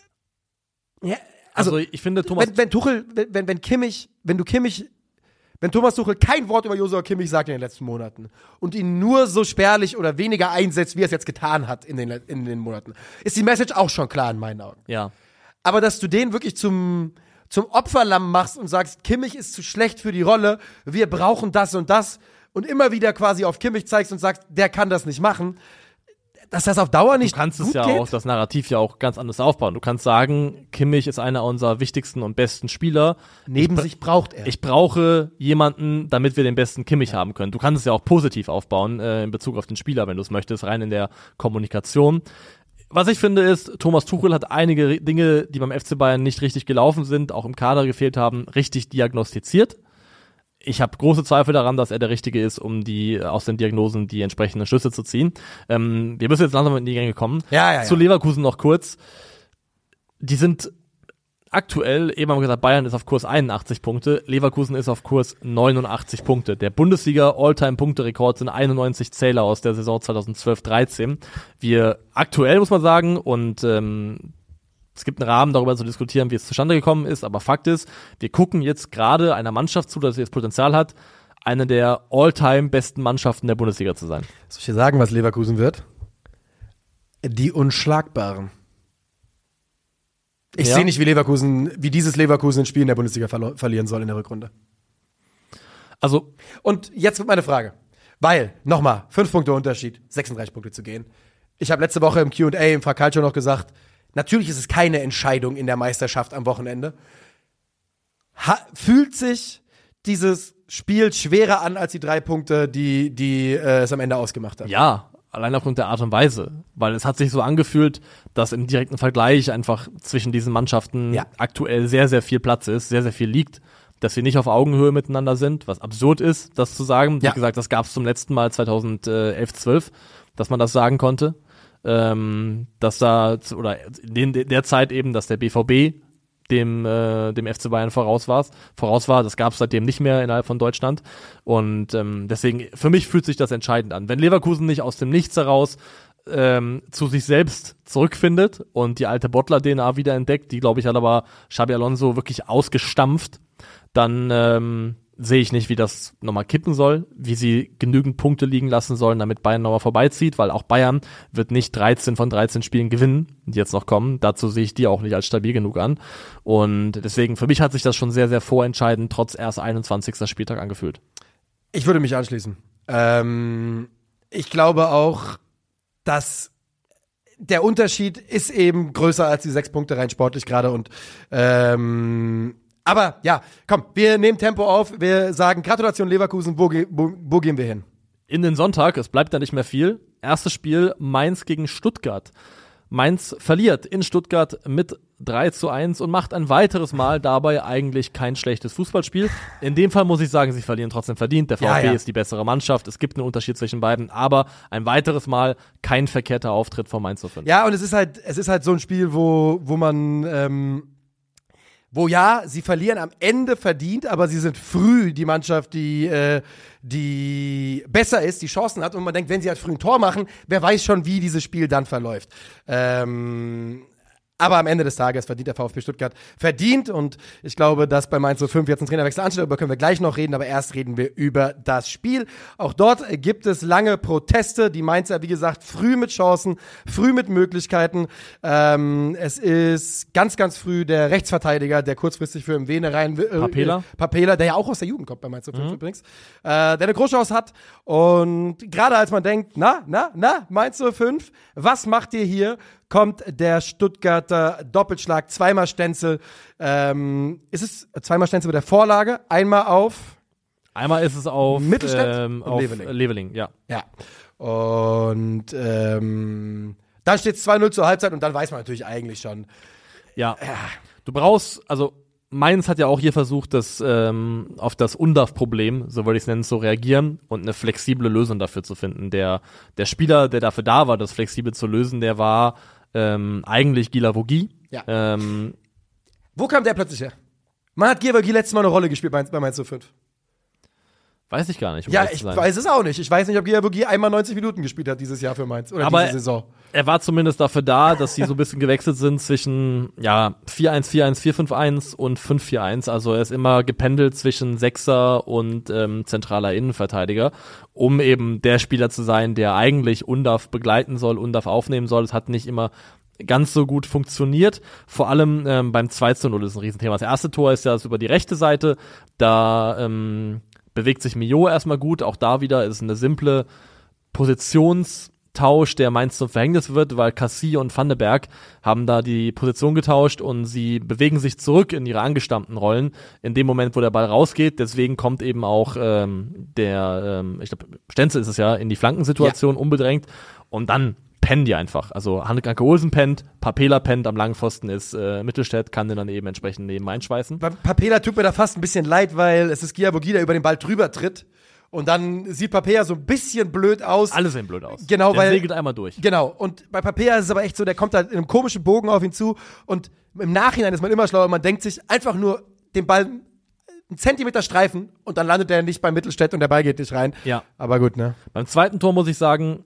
Ja, also, Also ich finde, Thomas... wenn, wenn Tuchel, wenn, wenn Kimmich, wenn du Kimmich, wenn Thomas Tuchel kein Wort über Joshua Kimmich sagt in den letzten Monaten und ihn nur so spärlich oder weniger einsetzt, wie er es jetzt getan hat in den, in den Monaten, ist die Message auch schon klar in meinen Augen. Ja. Aber dass du den wirklich zum zum Opferlamm machst und sagst, Kimmich ist zu schlecht für die Rolle, wir brauchen das und das und immer wieder quasi auf Kimmich zeigst und sagst, der kann das nicht machen, dass das auf Dauer nicht Du kannst gut es ja geht. auch, das Narrativ ja auch ganz anders aufbauen. Du kannst sagen, Kimmich ist einer unserer wichtigsten und besten Spieler. Neben ich, sich braucht er. Ich brauche jemanden, damit wir den besten Kimmich haben können. Du kannst es ja auch positiv aufbauen äh, in Bezug auf den Spieler, wenn du es möchtest, rein in der Kommunikation. Was ich finde ist, Thomas Tuchel hat einige Dinge, die beim F C Bayern nicht richtig gelaufen sind, auch im Kader gefehlt haben, richtig diagnostiziert. Ich habe große Zweifel daran, dass er der Richtige ist, um die aus den Diagnosen die entsprechenden Schlüsse zu ziehen. Ähm, wir müssen jetzt langsam in die Gänge kommen. Ja, ja, ja. Zu Leverkusen noch kurz. Die sind aktuell, eben haben wir gesagt, Bayern ist auf Kurs einundachtzig Punkte, Leverkusen ist auf Kurs neunundachtzig Punkte. Der Bundesliga-All-Time-Punkte-Rekord sind einundneunzig Zähler aus der Saison zweitausendzwölf dreizehn. Wir aktuell, muss man sagen, und ähm, es gibt einen Rahmen, darüber zu diskutieren, wie es zustande gekommen ist, aber Fakt ist, wir gucken jetzt gerade einer Mannschaft zu, dass sie das Potenzial hat, eine der All-Time besten Mannschaften der Bundesliga zu sein. Soll ich dir sagen, was Leverkusen wird? Die Unschlagbaren. Ich Ja. sehe nicht, wie Leverkusen, wie dieses Leverkusen ein Spiel in der Bundesliga verlo- verlieren soll in der Rückrunde. Also, Und jetzt wird meine Frage. Weil, nochmal, fünf Punkte Unterschied, sechsunddreißig Punkte zu gehen. Ich habe letzte Woche im Q und A im Fracalcio noch gesagt, natürlich ist es keine Entscheidung in der Meisterschaft am Wochenende. Ha- fühlt sich dieses Spiel schwerer an als die drei Punkte, die, die äh, es am Ende ausgemacht hat? ja, allein aufgrund der Art und Weise. Weil es hat sich so angefühlt, dass im direkten Vergleich einfach zwischen diesen Mannschaften Ja. aktuell sehr, sehr viel Platz ist, sehr, sehr viel liegt, dass wir nicht auf Augenhöhe miteinander sind, was absurd ist, das zu sagen. Ja. Wie gesagt, das gab es zum letzten Mal zweitausendelf, zwölf, dass man das sagen konnte. Ähm, dass da, oder in der Zeit eben, dass der B V B dem, äh, dem F C Bayern voraus war, voraus war. Das gab es seitdem nicht mehr innerhalb von Deutschland. Und ähm, deswegen, für mich fühlt sich das entscheidend an. Wenn Leverkusen nicht aus dem Nichts heraus ähm, zu sich selbst zurückfindet und die alte Bottler-D N A wieder entdeckt, die, glaube ich, hat aber Xabi Alonso wirklich ausgestampft, dann ähm, sehe ich nicht, wie das nochmal kippen soll, wie sie genügend Punkte liegen lassen sollen, damit Bayern nochmal vorbeizieht, weil auch Bayern wird nicht dreizehn von dreizehn Spielen gewinnen, die jetzt noch kommen. Dazu sehe ich die auch nicht als stabil genug an. Und deswegen, für mich hat sich das schon sehr, sehr vorentscheidend, trotz erst einundzwanzigsten Spieltag angefühlt. Ich würde mich anschließen. Ähm, ich glaube auch, dass der Unterschied ist eben größer als die sechs Punkte rein sportlich gerade und ähm, aber ja, komm, wir nehmen Tempo auf, wir sagen Gratulation Leverkusen, wo, ge- wo, wo gehen wir hin? In den Sonntag, es bleibt da nicht mehr viel. Erstes Spiel, Mainz gegen Stuttgart. Mainz verliert in Stuttgart mit drei zu eins und macht ein weiteres Mal dabei eigentlich kein schlechtes Fußballspiel. In dem Fall muss ich sagen, sie verlieren trotzdem verdient. Der VfB Ja, ja. ist die bessere Mannschaft. Es gibt einen Unterschied zwischen beiden, aber ein weiteres Mal kein verkehrter Auftritt von Mainz zu finden. Ja, und es ist halt, es ist halt so ein Spiel, wo, wo man, ähm, wo ja, sie verlieren am Ende verdient, aber sie sind früh die Mannschaft, die, äh, die besser ist, die Chancen hat und man denkt, wenn sie halt früh ein Tor machen, wer weiß schon, wie dieses Spiel dann verläuft. Ähm, Aber am Ende des Tages verdient der VfB Stuttgart verdient und ich glaube, dass bei Mainz null fünf jetzt ein Trainerwechsel ansteht, darüber können wir gleich noch reden, aber erst reden wir über das Spiel. Auch dort gibt es lange Proteste, die Mainzer, wie gesagt, früh mit Chancen, früh mit Möglichkeiten. Ähm, es ist ganz, ganz früh der Rechtsverteidiger, der kurzfristig für Mwene rein äh, Papela. Papela, der ja auch aus der Jugend kommt bei Mainz null fünf mhm. übrigens, äh, der eine Großchance hat und gerade als man denkt, na, na, na, Mainz null fünf, was macht ihr hier? Kommt der Stuttgarter Doppelschlag, zweimal Stenzel. Ähm, ist es zweimal Stenzel mit der Vorlage? Einmal auf? Einmal ist es auf Mittelstädt ähm, und auf Leveling. Leveling, ja. Ja. Und ähm, dann steht es zwei null zur Halbzeit und dann weiß man natürlich eigentlich schon. Ja. Du brauchst, also Mainz hat ja auch hier versucht, das ähm, auf das Undaf-Problem, so würde ich es nennen, zu reagieren und eine flexible Lösung dafür zu finden. Der, der Spieler, der dafür da war, das flexibel zu lösen, der war ähm, eigentlich Gila Vogie. Ja. Ähm, Wo kam der plötzlich her? Man hat Gila Vogie letztes Mal eine Rolle gespielt bei, bei Mainz null fünf. Weiß ich gar nicht. Um ja, ich weiß es auch nicht. Ich weiß nicht, ob Gila Vogie einmal neunzig Minuten gespielt hat dieses Jahr für Mainz oder aber diese Saison. Er war zumindest dafür da, dass sie so ein bisschen gewechselt sind zwischen ja vier eins vier eins, vier fünf eins und fünf vier eins. Also er ist immer gependelt zwischen Sechser und ähm, zentraler Innenverteidiger, um eben der Spieler zu sein, der eigentlich Undaf begleiten soll, Undaf aufnehmen soll. Es hat nicht immer ganz so gut funktioniert. Vor allem ähm, beim zwei zu null ist ein Riesenthema. Das erste Tor ist ja das über die rechte Seite. Da ähm, bewegt sich Mio erstmal gut. Auch da wieder ist eine simple Positionstausch, der Mainz zum Verhängnis wird, weil Cassie und Van de Berg haben da die Position getauscht und sie bewegen sich zurück in ihre angestammten Rollen in dem Moment, wo der Ball rausgeht. Deswegen kommt eben auch ähm, der, ähm, ich glaube, Stenzel ist es ja, in die Flankensituation ja. unbedrängt und dann pennen die einfach. Also Hanke Olsen pennt, Papela pennt, am langen Pfosten ist äh, Mittelstädt, kann den dann eben entsprechend neben einschweißen. Bei Papela tut mir da fast ein bisschen leid, weil es ist Gila Vogie, der über den Ball drüber tritt. Und dann sieht Papea so ein bisschen blöd aus. Alle sehen blöd aus. Genau, der weil segelt einmal durch. Genau. Und bei Papea ist es aber echt so, der kommt halt in einem komischen Bogen auf ihn zu. Und im Nachhinein ist man immer schlauer. Man denkt sich einfach nur den Ball einen Zentimeter streifen und dann landet der nicht bei Mittelstädt und der Ball geht nicht rein. Ja. Aber gut, ne? Beim zweiten Tor muss ich sagen,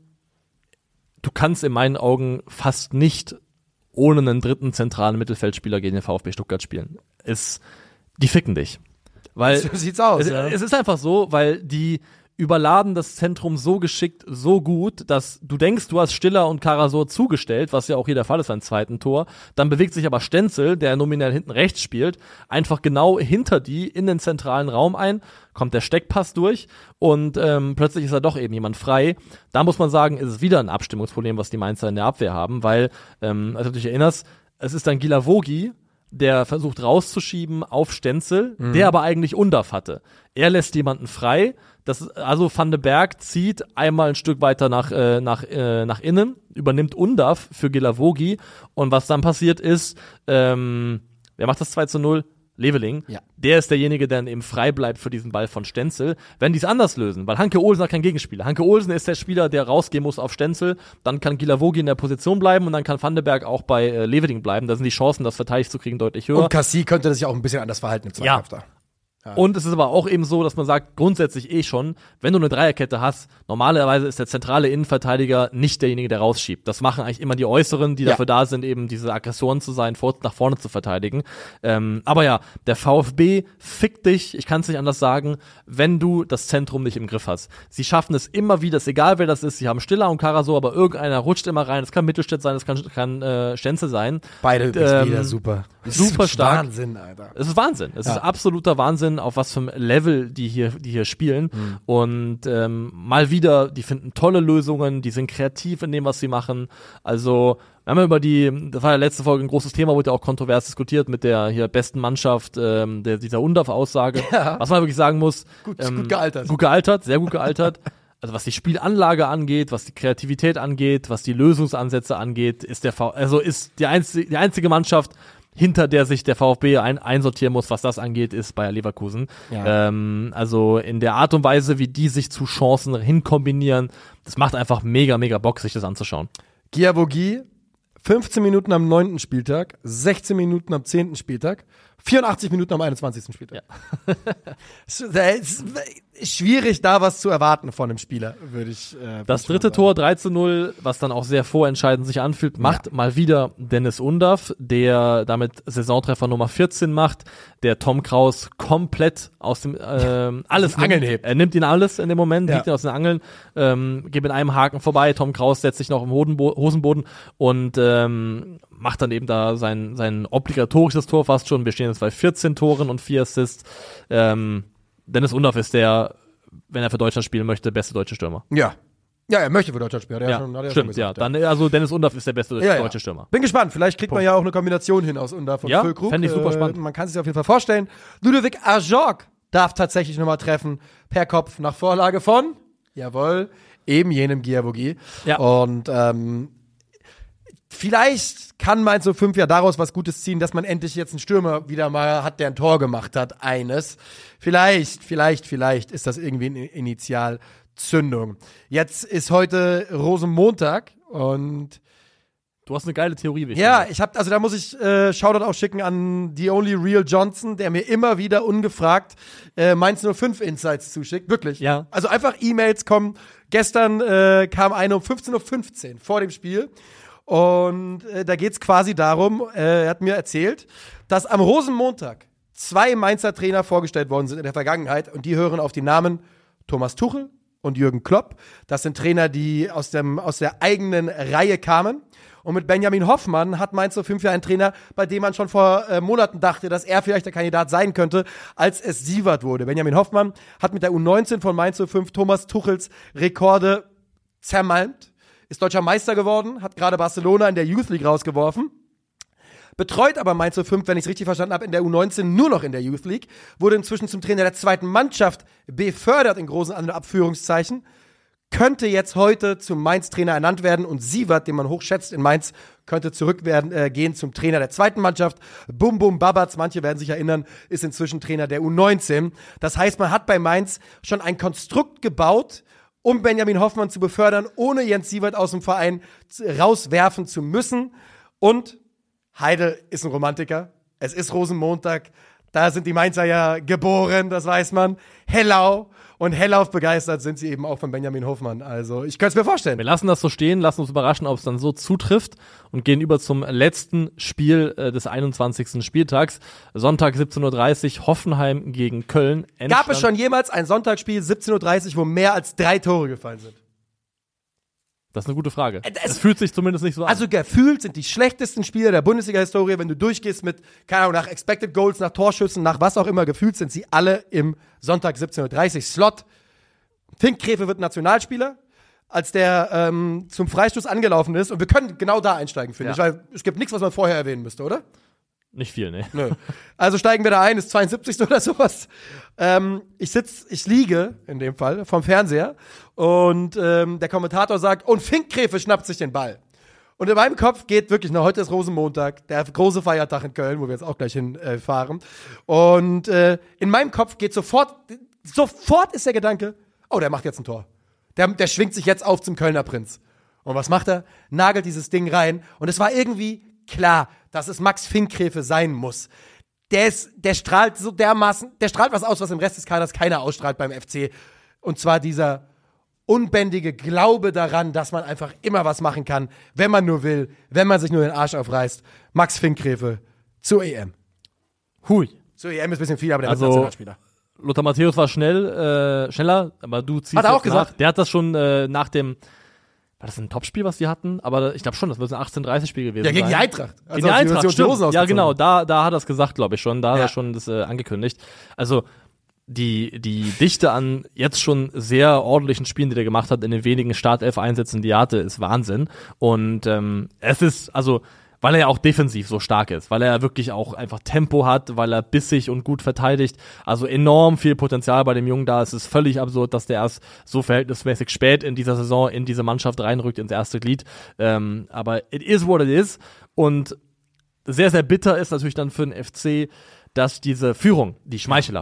du kannst in meinen Augen fast nicht ohne einen dritten zentralen Mittelfeldspieler gegen den VfB Stuttgart spielen. Es, die ficken dich. Weil so sieht's aus. Es, ja. es ist einfach so, weil die überladen das Zentrum so geschickt, so gut, dass du denkst, du hast Stiller und Karasor zugestellt, was ja auch hier der Fall ist beim zweiten Tor. Dann bewegt sich aber Stenzel, der nominell hinten rechts spielt, einfach genau hinter die in den zentralen Raum ein, kommt der Steckpass durch und ähm, plötzlich ist da doch eben jemand frei. Da muss man sagen, ist es wieder ein Abstimmungsproblem, was die Mainzer in der Abwehr haben, weil, ähm, also du dich erinnerst, es ist dann Gila Vogie, der versucht rauszuschieben auf Stenzel, mhm. der aber eigentlich Undaf hatte. Er lässt jemanden frei, das, also Van de Berg zieht einmal ein Stück weiter nach, äh, nach, äh, nach innen, übernimmt Undaf für Gila Vogie und was dann passiert ist, ähm, wer macht das zwei zu null? Leveling, ja. Der ist derjenige, der dann eben frei bleibt für diesen Ball von Stenzel. Wenn die es anders lösen, weil Hanke Olsen hat keinen Gegenspieler. Hanke Olsen ist der Spieler, der rausgehen muss auf Stenzel, dann kann Gila Vogie in der Position bleiben und dann kann Van de Berg auch bei äh, Leveling bleiben. Da sind die Chancen, das verteidigt zu kriegen, deutlich höher. Und Cassie könnte das ja auch ein bisschen anders verhalten im Zweikampf ja. da. Ja. Und es ist aber auch eben so, dass man sagt, grundsätzlich eh schon, wenn du eine Dreierkette hast, normalerweise ist der zentrale Innenverteidiger nicht derjenige, der rausschiebt. Das machen eigentlich immer die Äußeren, die ja. dafür da sind, eben diese Aggressoren zu sein, vor, nach vorne zu verteidigen. Ähm, aber ja, der VfB fickt dich, ich kann es nicht anders sagen, wenn du das Zentrum nicht im Griff hast. Sie schaffen es immer wieder, ist egal wer das ist, sie haben Stiller und Karasor, aber irgendeiner rutscht immer rein, es kann Mittelstädt sein, es kann, kann äh, Stenzel sein. Beide übrigens ähm, wieder super. Super stark. Wahnsinn, Alter. Es ist Wahnsinn. Es ja. ist absoluter Wahnsinn, auf was für einem Level die hier, die hier spielen. Mhm. Und ähm, mal wieder, die finden tolle Lösungen, die sind kreativ in dem, was sie machen. Also, wir haben ja über die, das war ja letzte Folge ein großes Thema, wurde ja auch kontrovers diskutiert mit der hier besten Mannschaft, ähm, der, dieser Undaf-Aussage. Ja. Was man wirklich sagen muss. Gut, ähm, gut gealtert. Gut gealtert, sehr gut gealtert. Also was die Spielanlage angeht, was die Kreativität angeht, was die Lösungsansätze angeht, ist der V, also ist die einzige, die einzige Mannschaft, hinter der sich der VfB ein, einsortieren muss, was das angeht, ist Bayer Leverkusen. Ja. Ähm, also in der Art und Weise, wie die sich zu Chancen hinkombinieren, das macht einfach mega, mega Bock, sich das anzuschauen. Gila Vogie, fünfzehn Minuten am neunten Spieltag, sechzehn Minuten am zehnten Spieltag, vierundachtzig Minuten am einundzwanzigsten Spieltag. Ja. schwierig, da was zu erwarten von einem Spieler, würde ich äh, Das dritte Tor, drei zu null, was dann auch sehr vorentscheidend sich anfühlt, macht ja. mal wieder Dennis Undav, der damit Saisontreffer Nummer vierzehn macht, der Tom Kraus komplett aus dem ähm, alles nimmt. Angeln hebt. Er nimmt ihn alles in dem Moment, ja. liegt ihn aus den Angeln, ähm, geht mit einem Haken vorbei, Tom Kraus setzt sich noch im Hodenbo- Hosenboden und ähm, macht dann eben da sein, sein obligatorisches Tor fast schon. Wir stehen jetzt bei vierzehn Toren und vier Assists. Ähm, Dennis Undav ist der, wenn er für Deutschland spielen möchte, beste deutsche Stürmer. Ja. Ja, er möchte für Deutschland spielen. Hat er Ja, schon, hat er stimmt, schon gesagt, ja. Dann, also Dennis Undav ist der beste ja, deutsche ja. Stürmer. Bin gespannt. Vielleicht kriegt Punkt. man ja auch eine Kombination hin aus Undav und Ja, Füllkrug. fände ich super Äh, spannend. Man kann es sich auf jeden Fall vorstellen. Ludovic Ajorg darf tatsächlich nochmal treffen. Per Kopf nach Vorlage von, jawohl, eben jenem Giavogi. Ja. Und ähm, vielleicht kann Mainz null fünf ja daraus was Gutes ziehen, dass man endlich jetzt einen Stürmer wieder mal hat, der ein Tor gemacht hat. Eines. Vielleicht, vielleicht, vielleicht ist das irgendwie eine Initialzündung. Jetzt ist heute Rosenmontag und Du hast eine geile Theorie, wie ich ja, finde. ich habe, also da muss ich äh, Shoutout auch schicken an The Only Real Johnson, der mir immer wieder ungefragt äh, Mainz null fünf Insights zuschickt. Wirklich. Ja. Also einfach E-Mails kommen. Gestern äh, kam eine um fünfzehn Uhr fünfzehn vor dem Spiel. Und äh, da geht's quasi darum, äh, er hat mir erzählt, dass am Rosenmontag zwei Mainzer Trainer vorgestellt worden sind in der Vergangenheit. Und die hören auf die Namen Thomas Tuchel und Jürgen Klopp. Das sind Trainer, die aus, dem, aus der eigenen Reihe kamen. Und mit Benjamin Hoffmann hat Mainz null fünf ja einen Trainer, bei dem man schon vor äh, Monaten dachte, dass er vielleicht der Kandidat sein könnte, als es Sievert wurde. Benjamin Hoffmann hat mit der U neunzehn von Mainz null fünf Thomas Tuchels Rekorde zermalmt, ist deutscher Meister geworden, hat gerade Barcelona in der Youth League rausgeworfen, betreut aber Mainz null fünf, wenn ich es richtig verstanden habe, in der U neunzehn nur noch in der Youth League, wurde inzwischen zum Trainer der zweiten Mannschaft befördert, in großen Abführungszeichen, könnte jetzt heute zum Mainz-Trainer ernannt werden und Sievert, den man hochschätzt in Mainz, könnte zurück werden, äh, gehen zum Trainer der zweiten Mannschaft. Bum Bum Babatz, manche werden sich erinnern, ist inzwischen Trainer der U neunzehn. Das heißt, man hat bei Mainz schon ein Konstrukt gebaut, um Benjamin Hoffmann zu befördern, ohne Jens Sievert aus dem Verein rauswerfen zu müssen. Und Heidel ist ein Romantiker. Es ist Rosenmontag. Da sind die Mainzer ja geboren, das weiß man. Hellau. Und hellauf begeistert sind sie eben auch von Benjamin Hoffmann. Also, ich könnte es mir vorstellen. Wir lassen das so stehen, lassen uns überraschen, ob es dann so zutrifft und gehen über zum letzten Spiel äh, des einundzwanzigsten Spieltags. Sonntag siebzehn Uhr dreißig, Hoffenheim gegen Köln. Endstand. Gab es schon jemals ein Sonntagsspiel siebzehn Uhr dreißig, wo mehr als drei Tore gefallen sind? Das ist eine gute Frage. Es- Es fühlt sich zumindest nicht so an. Also gefühlt sind die schlechtesten Spiele der Bundesliga-Historie, wenn du durchgehst mit, keine Ahnung, nach Expected Goals, nach Torschüssen, nach was auch immer, gefühlt sind sie alle im Sonntag siebzehn Uhr dreißig Slot. Fink Kräfe wird Nationalspieler, als der ähm, zum Freistoß angelaufen ist. Und wir können genau da einsteigen, finde Ja. ich, weil es gibt nichts, was man vorher erwähnen müsste, oder? Nicht viel, ne? Nö. Also steigen wir da ein, ist zweiundsiebzigste oder sowas. Ähm, ich sitz, ich liege, in dem Fall, vom Fernseher und ähm, der Kommentator sagt, und Finkgräfe schnappt sich den Ball. Und in meinem Kopf geht wirklich, na, heute ist Rosenmontag, der große Feiertag in Köln, wo wir jetzt auch gleich hinfahren. Äh, und äh, in meinem Kopf geht sofort, sofort ist der Gedanke, oh, der macht jetzt ein Tor. Der, der schwingt sich jetzt auf zum Kölner Prinz. Und was macht er? Nagelt dieses Ding rein. Und es war irgendwie klar, dass es Max Finkgräfe sein muss. Der ist, der strahlt so dermaßen, der strahlt was aus, was im Rest des Kaders keiner ausstrahlt beim F C. Und zwar dieser unbändige Glaube daran, dass man einfach immer was machen kann, wenn man nur will, wenn man sich nur den Arsch aufreißt. Max Finkgräfe zur E M. Hui. Zur E M ist ein bisschen viel, aber der Also, wird Nationalspieler. Lothar Matthäus war schnell, äh, schneller, aber du ziehst Hat er auch jetzt nach. gesagt? Der hat das schon äh, nach dem, war das ein Topspiel, was die hatten? Aber ich glaube schon, das wird ein achtzehn dreißig Spiel gewesen Ja, gegen die sein. Eintracht. Also Gegen die als die Eintracht, Nation stimmt. Dosen Ja, ausgezogen. genau, da, da hat er es gesagt, glaube ich schon. Da hat Ja. er schon das äh, angekündigt. Also, die, die Dichte an jetzt schon sehr ordentlichen Spielen, die der gemacht hat, in den wenigen Startelf-Einsätzen, die er hatte, ist Wahnsinn. Und ähm, es ist, also, weil er ja auch defensiv so stark ist, weil er ja wirklich auch einfach Tempo hat, weil er bissig und gut verteidigt. Also enorm viel Potenzial bei dem Jungen da. Es ist völlig absurd, dass der erst so verhältnismäßig spät in dieser Saison in diese Mannschaft reinrückt, ins erste Glied. Ähm, aber it is what it is. Und sehr, sehr bitter ist natürlich dann für den F C, dass diese Führung, die schmeichelhaft ist,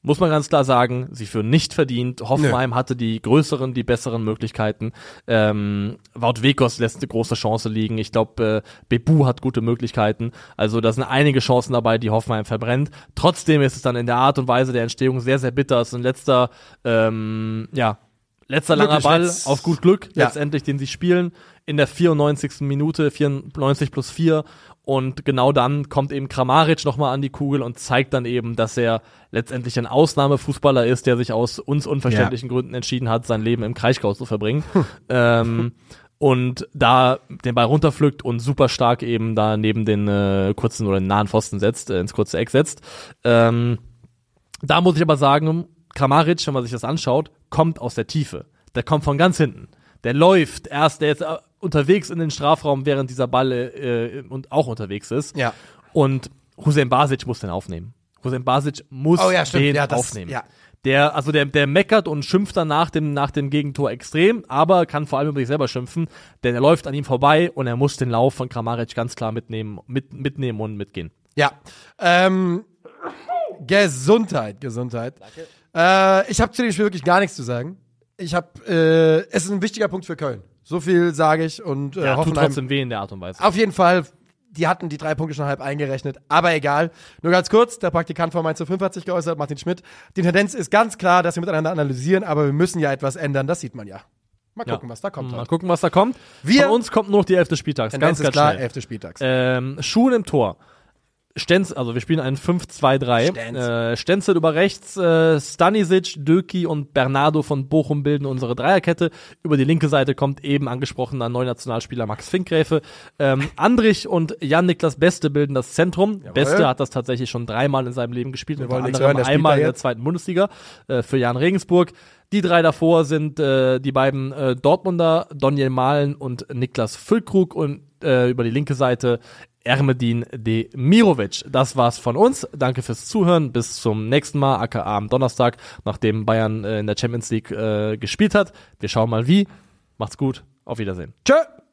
muss man ganz klar sagen, sie führen nicht verdient. Hoffenheim Nö. hatte die größeren, die besseren Möglichkeiten. Ähm, Wout Weghorst lässt eine große Chance liegen. Ich glaube, äh, Bebu hat gute Möglichkeiten. Also da sind einige Chancen dabei, die Hoffenheim verbrennt. Trotzdem ist es dann in der Art und Weise der Entstehung sehr, sehr bitter. Es ist ein letzter, ähm, ja, letzter langer Ball auf gut Glück, ja. letztendlich, den sie spielen. In der vierundneunzigsten Minute, vierundneunzig plus vier. Und genau dann kommt eben Kramaric nochmal an die Kugel und zeigt dann eben, dass er letztendlich ein Ausnahmefußballer ist, der sich aus uns unverständlichen ja. Gründen entschieden hat, sein Leben im Kraichgau zu verbringen. ähm, und da den Ball runterpflückt und super stark eben da neben den äh, kurzen oder den nahen Pfosten setzt, äh, ins kurze Eck setzt. Ähm, da muss ich aber sagen, Kramaric, wenn man sich das anschaut, kommt aus der Tiefe. Der kommt von ganz hinten. Der läuft erst, der ist unterwegs in den Strafraum, während dieser Ball äh, und auch unterwegs ist. Ja. Und Hussein Basic muss den aufnehmen. Hussein Basic muss oh, ja, den ja, das, aufnehmen. Ja. Der, also der, der meckert und schimpft dann nach dem, nach dem Gegentor extrem, aber kann vor allem über sich selber schimpfen, denn er läuft an ihm vorbei und er muss den Lauf von Kramaric ganz klar mitnehmen, mit, mitnehmen und mitgehen. Ja. Ähm, Gesundheit, Gesundheit. Danke. Äh, ich habe zu dem Spiel wirklich gar nichts zu sagen. Ich habe, äh, es ist ein wichtiger Punkt für Köln. So viel sage ich und äh, ja, Hoffenheim. Tut trotzdem weh in der Art und Weise. Auf jeden Fall, die hatten die drei Punkte schon halb eingerechnet, aber egal. Nur ganz kurz, der Praktikant von Mainz fünf hat sich geäußert, Martin Schmidt. Die Tendenz ist ganz klar, dass wir miteinander analysieren, aber wir müssen ja etwas ändern, das sieht man ja. Mal gucken, ja. was da kommt. Mal halt. gucken, was da kommt. Wir Von uns kommt nur noch die elfte Spieltags. Tendenz ganz, ganz ist klar, schnell. elfte Spieltags. Ähm, Schuhen im Tor. Stenz, also wir spielen einen fünf zwei drei. Äh, Stenzel über rechts, äh, Stanisic, Döki und Bernardo von Bochum bilden unsere Dreierkette. Über die linke Seite kommt eben angesprochener Neunationalspieler Max Finkgräfe. Ähm, Andrich und Jan-Niklas Beste bilden das Zentrum. Jawohl. Beste hat das tatsächlich schon dreimal in seinem Leben gespielt, wir unter anderem hören, einmal in der zweiten Bundesliga äh, für Jan Regensburg. Die drei davor sind äh, die beiden äh, Dortmunder, Daniel Mahlen und Niklas Füllkrug, und äh, über die linke Seite Ermedin Demirovic. Das war's von uns. Danke fürs Zuhören. Bis zum nächsten Mal, aka am Donnerstag, nachdem Bayern äh, in der Champions League äh, gespielt hat. Wir schauen mal wie. Macht's gut. Auf Wiedersehen. Tschö.